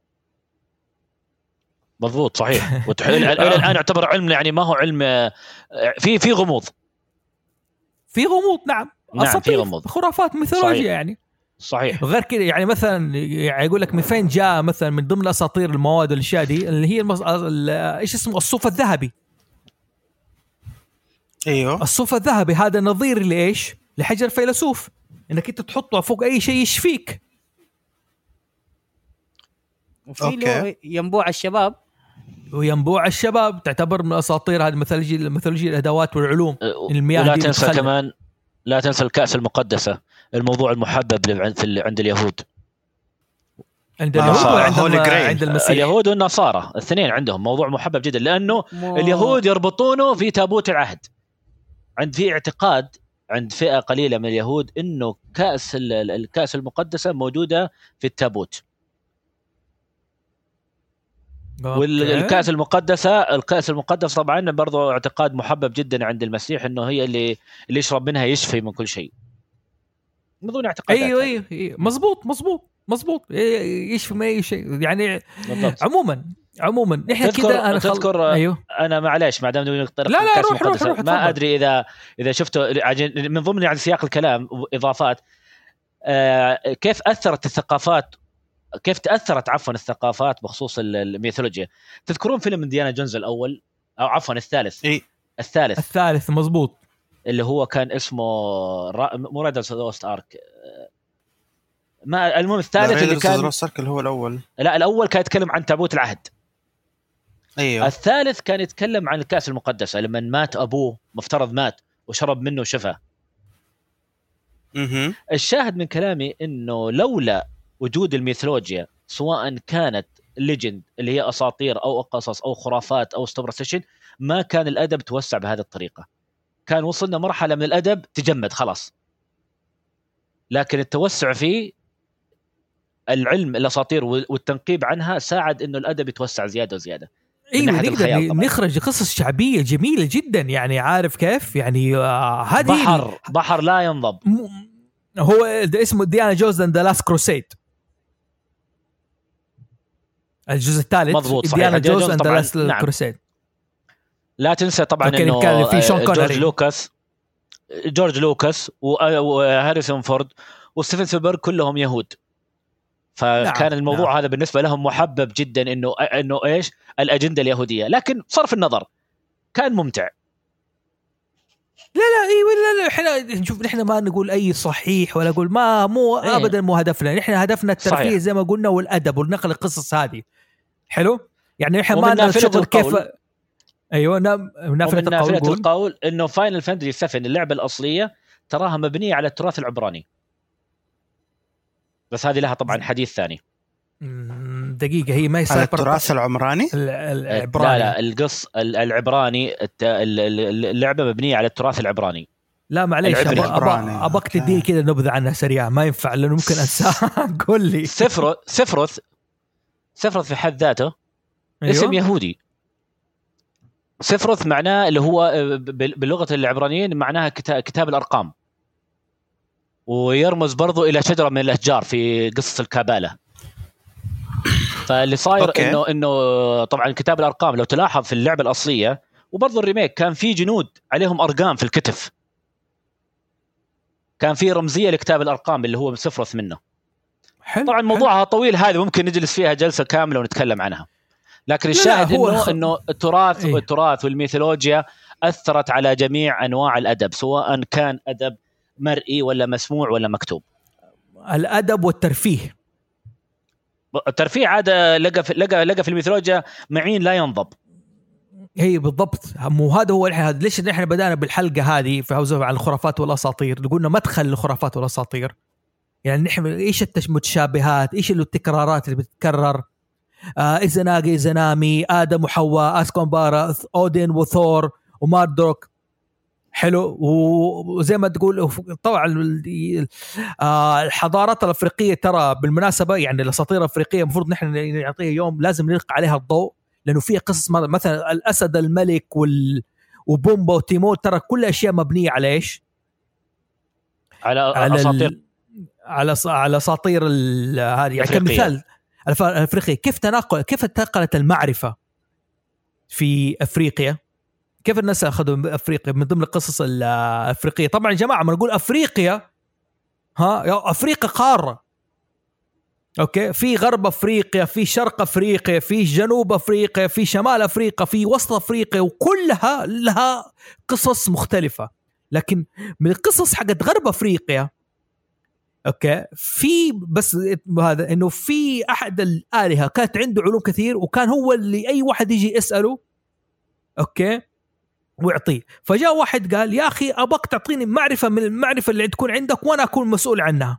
مضبوط صحيح. الان يعتبر علم يعني ما هو علم، في غموض، في غموض. نعم في غموض، خرافات ميثولوجيا يعني. صحيح. غير كده يعني مثلا يعني يقول لك من فين جاء مثلا من ضمن الاساطير المواد والاشياء دي اللي هي ايش اسمه الصوف الذهبي. ايوه الصوف الذهبي هذا نظير لايش؟ لحجر فيلسوف، انك انت تحطه فوق اي شيء يشفيك. وفي له ينبوع الشباب، وينبوع الشباب تعتبر من الاساطير هذه مثولوجيا الادوات والعلوم المياه. ولا تنسى كمان، لا تنسى الكأس المقدسة، الموضوع المحبب عند اليهود. عند اليهود عند المسيح. اليهود والنصارى الاثنين عندهم موضوع محبب جدا، لأنه اليهود يربطونه في تابوت العهد. في اعتقاد عند فئة قليلة من اليهود إنه الكأس المقدسة موجودة في التابوت. والكأس المقدس طبعا برضو اعتقاد محبب جدا عند المسيح، انه هي اللي يشرب منها يشفي من كل شيء. من ضمن اعتقادات. ايوه مزبوط ايش ما اي شيء يعني بالضبط. عموما نحن كده انا تذكر ايوه انا معليش ما دام لا روح ما ادري اذا شفته من ضمن يعني سياق الكلام واضافات كيف اثرت الثقافات، كيف تاثرت عفوا الثقافات بخصوص الميثولوجيا. تذكرون فيلم انديانا جونز الاول او عفوا الثالث؟ الثالث مزبوط، اللي هو كان اسمه مو رايدرز اوف ارك، ما المهم الثالث اللي كان اللي هو الاول. لا الاول كان يتكلم عن تابوت العهد. ايوه. الثالث كان يتكلم عن الكأس المقدسة لما مات ابوه، مفترض مات وشرب منه وشفى. الشاهد من كلامي انه لولا وجود الميثولوجيا سواء كانت ليجند اللي هي اساطير او قصص او خرافات او سوبرستيشن، ما كان الادب توسع بهذه الطريقة. كان وصلنا مرحلة من الادب تجمد خلاص. لكن التوسع فيه العلم الاساطير والتنقيب عنها ساعد انه الادب يتوسع زياده وزياده. ايوه نقدر نخرج قصص شعبيه جميله جدا يعني، عارف كيف يعني هذه بحر لا ينضب. هو اسمه ديانا جونز اند ذا لاست كروسيد، الجزء الثالث. مضبوط صحيح. ديانا جونز اند ذا لاست كروسيد. لا تنسى طبعا انه جورج لوكاس وهاريسون فورد وستيفن سبيلبرغ كلهم يهود، فكان الموضوع هذا بالنسبة لهم محبب جدا إنه إيش الأجندة اليهودية. لكن صرف النظر كان ممتع. لا إحنا نشوف، نحن ما نقول أي صحيح ولا نقول مو أبدا مو هدفنا. نحن هدفنا الترفيه صحيح. زي ما قلنا والأدب والنقل القصص هذه حلو يعني. نحن ما نشغل كيف. أيوة نافلة القول إنه فاينل فانتسي 7 اللعبة الأصلية تراها مبنية على التراث العبراني، بس هذه لها طبعا حديث ثاني. دقيقة، هي ما يصير التراث العمراني لا القص العبراني. اللعبة مبنية على التراث العبراني. لا معليش أبقى تديني كده نبذة عنها سريعة، ما ينفع لأنه ممكن أنساها. قول لي. سفرث في حد ذاته اسم يهودي. سفرث معناه اللي هو باللغة العبرانيين معناها كتاب الأرقام، ويرمز برضو إلى شجرة من الأشجار في قصة الكابالة. فاللي صاير إنه طبعا كتاب الأرقام لو تلاحظ في اللعبة الأصلية وبرضو الريميك كان في جنود عليهم أرقام في الكتف، كان في رمزية لكتاب الأرقام اللي هو سفرث منه. طبعا موضوعها طويل، هذا ممكن نجلس فيها جلسة كاملة ونتكلم عنها. لكن الشاهد إنه التراث والميثولوجيا أثرت على جميع أنواع الأدب، سواء كان أدب مرئي ولا مسموع ولا مكتوب. الأدب والترفيه. الترفيه عادة لقى في الميثولوجيا معين لا ينضب. هي بالضبط، مو هذا هو ليش نحن بدأنا بالحلقة هذه في حوزة عن الخرافات والأساطير، قلنا مدخل الخرافات والأساطير. يعني نحن إيش المتشابهات، إيش التكرارات اللي بتتكرر. إزناغي زنامي، آدم وحواء، أسكونبارا، أودين وثور وماردروك. حلو. وزي ما تقول طبعا الحضارات الأفريقية ترى بالمناسبة يعني الأساطير الأفريقية المفروض نحن نعطيها يوم لازم نلقى عليها الضوء، لأنه فيها قصص مثلا الأسد الملك وبومبا وتيمور، ترى كل أشياء مبنية على إيش؟ على أساطير هذه يعني كمثال الأفريقية. كيف تنقلت المعرفة في أفريقيا، كيف الناس أخذوا أفريقيا من ضمن القصص الأفريقية. طبعا يا جماعة ما نقول أفريقيا أفريقيا قارة، أوكي، في غرب أفريقيا، في شرق أفريقيا، في جنوب أفريقيا، في شمال أفريقيا، في وسط أفريقيا، وكلها لها قصص مختلفة. لكن من القصص حقت غرب أفريقيا اوكي في بس هذا انه في احد الالهه كانت عنده علوم كثير، وكان هو اللي اي واحد يجي يساله اوكي ويعطيه. فجاء واحد قال يا اخي ابغاك تعطيني معرفه من المعرفه اللي تكون عندك وانا اكون مسؤول عنها.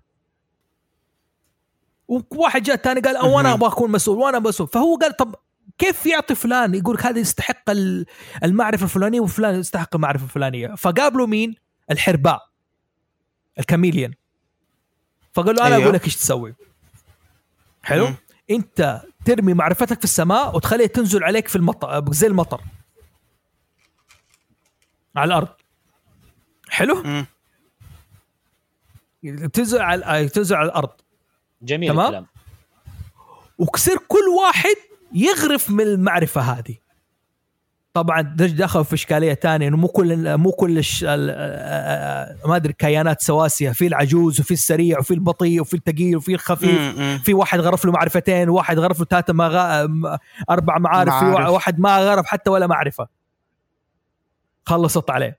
وواحد جاء ثاني قال وانا ابغى اكون مسؤول وانا مسؤول. فهو قال طب كيف يعطي فلان يقول هذا يستحق المعرفه الفلانيه وفلان يستحق المعرفه الفلانيه. فقابلوا مين؟ الحرباء الكاميليان. فقال له انا اقول لك ايش تسوي. حلو. انت ترمي معرفتك في السماء وتخليها تنزل عليك في المطر زي المطر على الارض. حلو. تنزل على الارض. جميل تمام؟ الكلام. وكسر كل واحد يغرف من المعرفة هذه. طبعا دخل في إشكالية تانية إنه مو كل ما أدري كيانات سواسية، في العجوز وفي السريع وفي البطيء وفي الثقيل وفي الخفيف. في واحد غرف له معرفتين، واحد غرف له 4 معارف، في واحد ما غرف حتى ولا معرفة، خلصت عليه.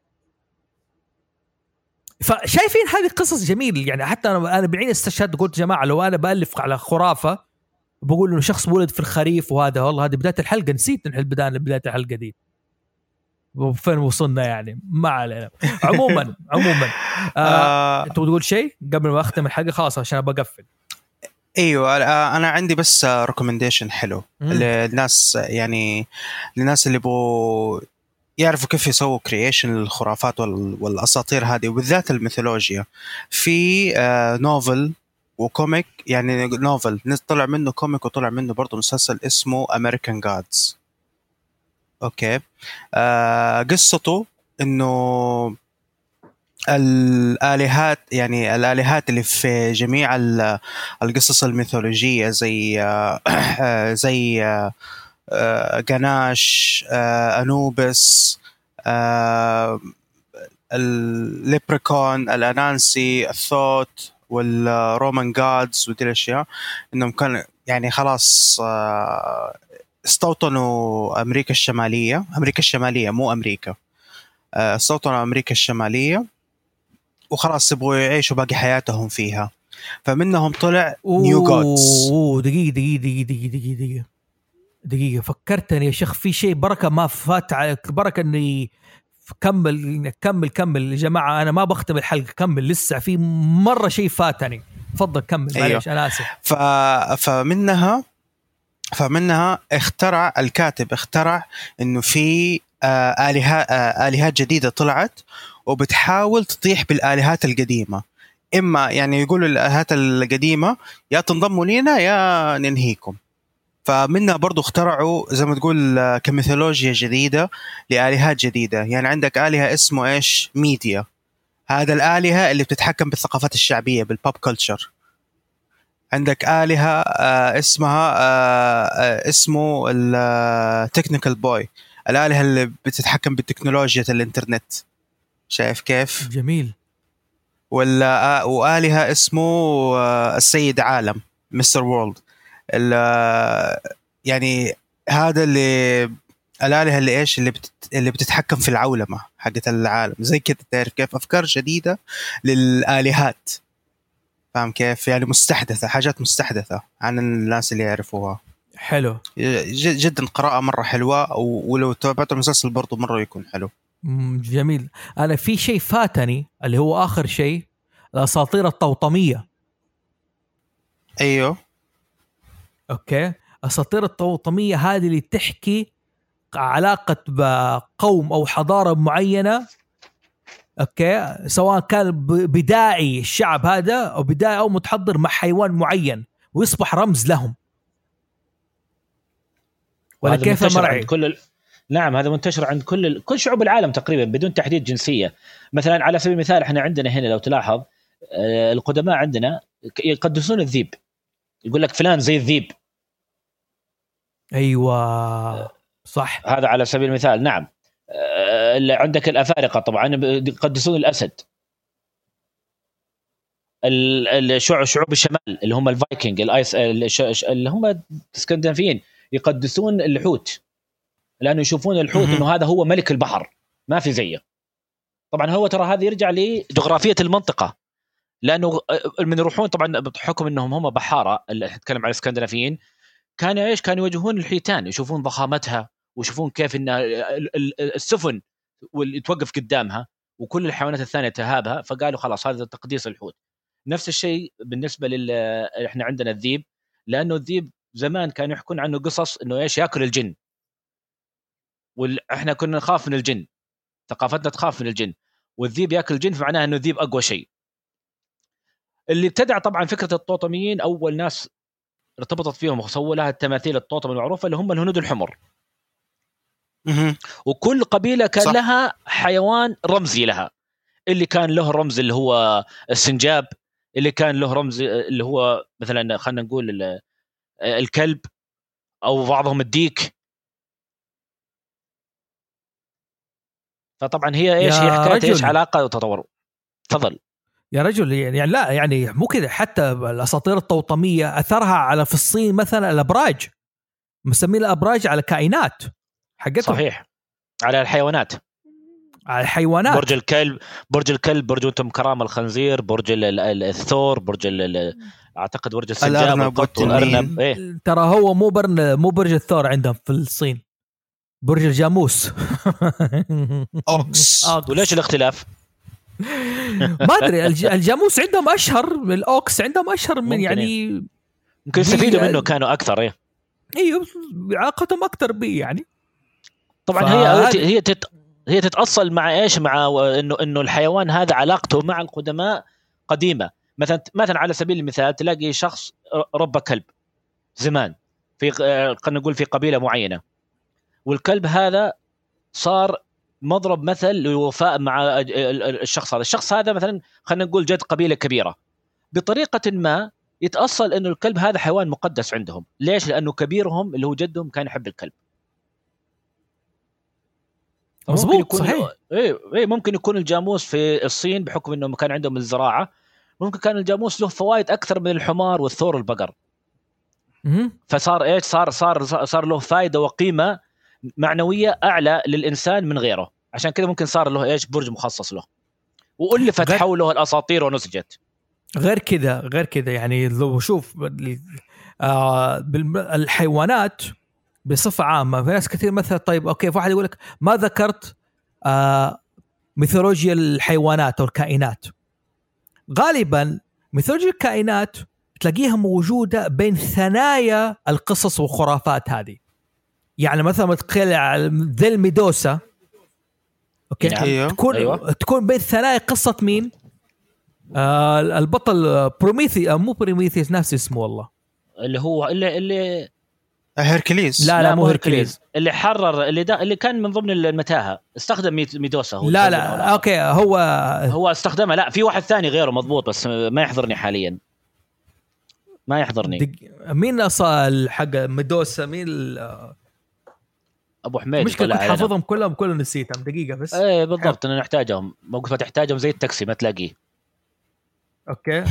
فشايفين هذه قصص جميل يعني. حتى أنا بعين استشهاد قلت جماعة لو أنا بألف على خرافة بقول إنه شخص ولد في الخريف وهذا، والله هذه بداية الحلقة، نسيت نحل بداية الحلقة دي وفين وصلنا يعني، ما علينا. عموما انت تقول شيء قبل ما اختم الحلقة خلاص عشان بقفل؟ ايوه انا عندي بس ريكومنديشن حلو للناس، يعني للناس اللي بو يعرفوا كيف يسووا كرييشن للخرافات والاساطير هذه وبالذات الميثولوجيا. في نوفل وكوميك، يعني نوفل طلع منه كوميك وطلع منه برضه مسلسل اسمه American Gods. اوكي. قصته انه الآلهات، يعني الآلهات اللي في جميع القصص الميثولوجية زي غاناش، أنوبس، الليبريكون، الأنانسي، الثوت والرومان جادز ودي الأشياء، إنهم كانوا يعني خلاص استوطنوا أمريكا الشمالية مو أمريكا، استوطنوا أمريكا الشمالية وخلاص يبغوا يعيشوا باقي حياتهم فيها، فمنهم طلع نيو جودز. دقيقة فكرتني يا شيخ في شيء، بركة ما فات عليك، بركة اني كمل يا جماعة، انا ما بختم الحلقة، كمل لسه في مرة شيء فاتني، تفضل كمل. معليش انا اسف. فمنها الكاتب اخترع انه في آلهات جديدة طلعت وبتحاول تطيح بالآلهات القديمة. إما يعني يقولوا الآلهات القديمة يا تنضموا لينا يا ننهيكم. فمنها برضو اخترعوا زي ما تقول كميثولوجيا جديدة لآلهات جديدة. يعني عندك آلهة اسمه إيش؟ ميديا. هذا الآلهة اللي بتتحكم بالثقافات الشعبية بالبوب كلتشر. عندك آلهة اسمه التكنيكال بوي، الآلهة اللي بتتحكم بالتكنولوجيا الإنترنت. شايف كيف؟ جميل. وآلهة اسمه السيد عالم، مستر وورلد. يعني هذا اللي الآلهة اللي إيش اللي بتتحكم في العولمة حقت العالم، زي كده. تعرف كيف؟ أفكار جديدة للآلهات، فاهم كيف؟ يعني مستحدثة، حاجات مستحدثة عن الناس اللي يعرفوها. حلو جدا، قراءة مرة حلوة، ولو تابعت المسلسل برضو مرة يكون حلو. جميل. أنا في شيء فاتني اللي هو آخر شيء، الأساطير الطوطمية. أيوه أوكي. أساطير الطوطمية هذه اللي تحكي علاقة بقوم أو حضارة معينة، أوكي، سواء كان بدائي الشعب هذا أو بدائي أو متحضر مع حيوان معين ويصبح رمز لهم، ولا كيف المرعي؟ نعم، هذا منتشر عند كل شعوب العالم تقريبا بدون تحديد جنسية. مثلا على سبيل المثال احنا عندنا هنا لو تلاحظ القدماء عندنا يقدسون الذيب، يقول لك فلان زي الذيب. أيوة صح، هذا على سبيل المثال. نعم. عندك الأفارقة طبعا يقدسون الأسد. شعوب الشمال اللي هم الفايكنج، اللي هم الاسكندنافيين يقدسون الحوت، لأنه يشوفون الحوت إنه هذا هو ملك البحر ما في زيه. طبعا هو ترى هذا يرجع لجغرافية المنطقة، لأنه من يروحون طبعا بحكم إنهم هم بحارة، اللي نتكلم عن الاسكندنافيين، كانوا يواجهون الحيتان، يشوفون ضخامتها ويشوفون كيف إن السفن واللي توقف قدامها وكل الحيوانات الثانية تهابها، فقالوا خلاص هذا تقديس الحوت. نفس الشيء بالنسبة إحنا عندنا الذيب، لأنه الذيب زمان كانوا يحكون عنه قصص إنه إيش يأكل الجن، وإحنا كنا نخاف من الجن، ثقافتنا تخاف من الجن، والذيب يأكل الجن فمعناه إنه الذيب أقوى شيء. اللي ابتدع طبعا فكرة الطوطميين، أول ناس ارتبطت فيهم وسووا لها التماثيل الطوطم المعروفة اللي هم الهنود الحمر. وكل قبيلة كان صح. لها حيوان رمزي لها، اللي كان له رمز اللي هو السنجاب، اللي كان له رمز اللي هو مثلا خلينا نقول الكلب، او بعضهم الديك. فطبعا هي ايش هي حكايه ايش علاقه وتطور. تفضل يا رجل. يعني لا يعني مو كذا، حتى الاساطير التوطميه اثرها على في الصين مثلا الابراج، مسمين الابراج على كائنات حقتهم. صحيح، على الحيوانات، على الحيوانات. برج الكلب، برج انتم كرام الخنزير، برج الثور، برج اعتقد برج السنجاب والقط والارنب. إيه؟ ترى هو مو برج الثور عندهم في الصين، برج الجاموس. أوكس. وليش الاختلاف؟ ما ادري، الجاموس عندهم اشهر، الاوكس عندهم اشهر من يعني ممكن يستفيدوا منه، كانوا اكثر. ايوه علاقتهم اكثر بي يعني. طبعا هي تتأصل مع ايش؟ مع انه الحيوان هذا علاقته مع القدماء قديمه. مثلا على سبيل المثال تلاقي شخص ربى كلب زمان في خلينا نقول في قبيله معينه، والكلب هذا صار مضرب مثل للوفاء مع الشخص هذا. الشخص هذا مثلا خلينا نقول جد قبيله كبيره، بطريقه ما يتأصل انه الكلب هذا حيوان مقدس عندهم. ليش؟ لانه كبيرهم اللي هو جدهم كان يحب الكلب. مظبوط صحيح. ايه ممكن يكون الجاموس في الصين بحكم انه كان عندهم الزراعه، ممكن كان الجاموس له فوائد اكثر من الحمار والثور والبقر. فصار ايش؟ صار له فائده وقيمه معنويه اعلى للانسان من غيره. عشان كذا ممكن صار له ايش؟ برج مخصص له، والفت حوله الاساطير ونسجت. غير كذا يعني لو شوف الحيوانات بصفة عامة، في ناس كثير مثلا طيب أوكي، في واحد يقول لك ما ذكرت ميثولوجيا الحيوانات أو الكائنات. غالبا ميثولوجيا الكائنات تلاقيها موجودة بين ثنايا القصص والخرافات هذه. يعني مثلا تخيل على ذي الميدوسا، أوكي نعم. تكون بين ثنايا قصة مين؟ البطل بروميثي، مو بروميثيوس، نفس اسمه والله، اللي هو اللي هيركليز. لا مو هيركليز، اللي حرر اللي كان من ضمن المتاهة، استخدم ميدوسا. هو لا اوكي هو استخدمها. لا في واحد ثاني غيره مضبوط، بس ما يحضرني حاليا، ما يحضرني. مين اصل حق ميدوسا؟ مين ابو حميد؟ مش كنت حافظهم كلهم نسيتهم. دقيقه بس. ايه بالضبط، انا نحتاجهم. موقف ما تحتاجهم زي التاكسي ما تلاقيه. اوكي.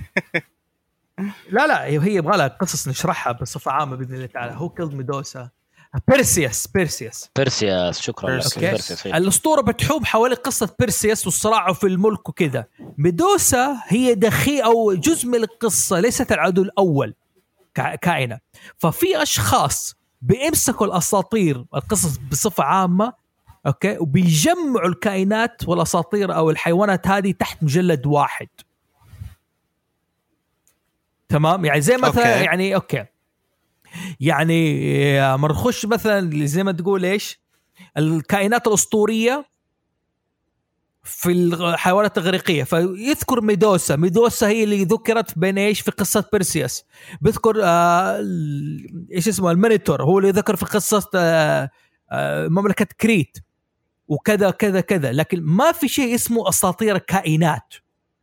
لا هي يبغى لها قصص نشرحها بصفه عامه باذن الله تعالى. هو كيلد ميدوسا. بيرسيوس شكرا. بيرسيوس. الاسطوره بتحوم حوالين قصه بيرسيوس والصراع في الملك وكذا. ميدوسا هي دخيل او جزء من القصه، ليست العدو الاول كائنه. ففي اشخاص بيمسكوا الاساطير القصص بصفه عامه، اوكي، وبيجمعوا الكائنات والاساطير او الحيوانات هذه تحت مجلد واحد. تمام، يعني زي مثلا أوكي. يعني اوكي يعني ما نخش مثلا زي ما تقول ايش الكائنات الاسطوريه في الحيوانات الإغريقية، فيذكر ميدوسا هي اللي ذكرت بين ايش في قصة بيرسيوس. بيذكر ايش اسمه المينيتور، هو اللي ذكر في قصة مملكة كريت وكذا كذا كذا. لكن ما في شيء اسمه أساطير كائنات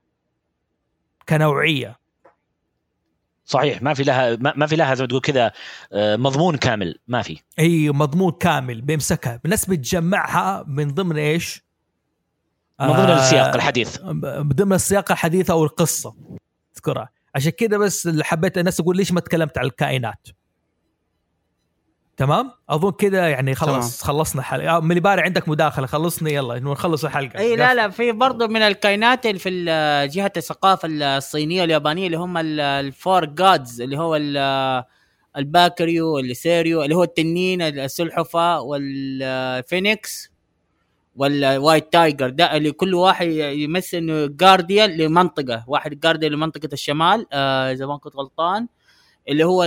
كنوعية. صحيح، ما في لها زي ما تقول كذا مضمون كامل. ما في اي مضمون كامل بيمسكها، الناس بتجمعها من ضمن ايش؟ من ضمن السياق الحديث، ضمن السياق الحديث او القصه تذكرها. عشان كده بس اللي حبيت الناس تقول ليش ما تكلمت عن الكائنات. تمام، اظن كده يعني خلص. خلصنا حلقه. من باري عندك مداخله، خلصني يلا انه نخلص الحلقه. اي لا في برضو من الكائنات اللي في جهه الثقافه الصينيه واليابانيه اللي هم الفور جادز، اللي هو الباكريو والسيريو، اللي هو التنين، السلحفاه والفينيكس والوايت تايجر. ده اللي كل واحد يمثل انه جارديان لمنطقه، واحد جارديان لمنطقه الشمال اذا ما كنت غلطان، اللي هو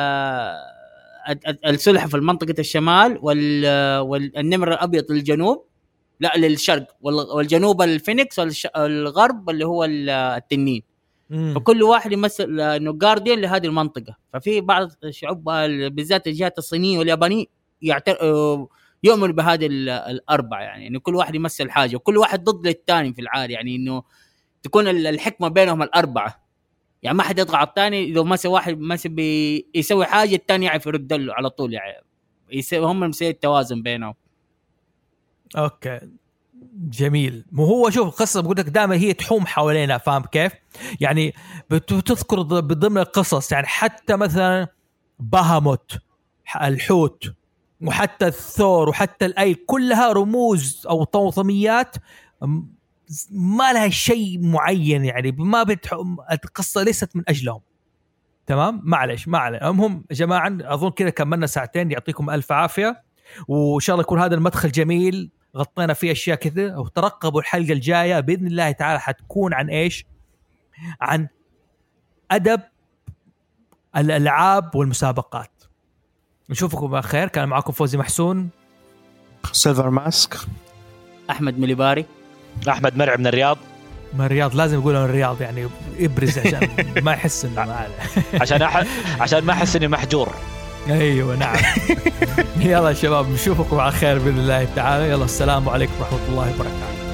السلحفاه في منطقه الشمال، والنمر الابيض للجنوب، لا للشرق، والجنوب الفينيكس، والغرب اللي هو التنين. فكل واحد يمثل انه جارديان لهذه المنطقه. ففي بعض الشعوب بالذات الجهات الصينيه واليابانيه يؤمن بهذه الأربعة، يعني إنه كل واحد يمثل حاجة وكل واحد ضد للتاني في العالم، يعني إنه تكون الحكمة بينهم الأربعة. يعني ما حد يطغى على الثاني. اذا مثلا واحد مثلا يسوي حاجه الثاني يعرف يرد له على طول، يعني هم مسوي التوازن بينهم. اوكي جميل. مو هو شوف القصه بقول لك دائما هي تحوم حوالينا، فاهم كيف؟ يعني بتذكر بضمن القصص يعني حتى مثلا بهاموت الحوت وحتى الثور وحتى الاي كلها رموز او طوطميات ما لها شيء معين، يعني ما القصه ليست من اجلهم. تمام معلش ما عليه. هم جماعه اظن كذا كملنا ساعتين، يعطيكم الف عافيه، وان شاء الله يكون هذا المدخل جميل غطينا فيه اشياء كذا. وترقبوا الحلقه الجايه باذن الله تعالى حتكون عن ايش؟ عن ادب الالعاب والمسابقات. نشوفكم بخير. كان معكم فوزي محسون، سيلفر ماسك، احمد مليباري، احمد مرعي من الرياض. من الرياض لازم يقولوا من الرياض يعني ابرز عشان ما يحس انه معنا عشان ما احس اني محجور. ايوه نعم. يلا يا شباب نشوفكم على خير باذن الله تعالى. يلا السلام عليكم ورحمه الله وبركاته.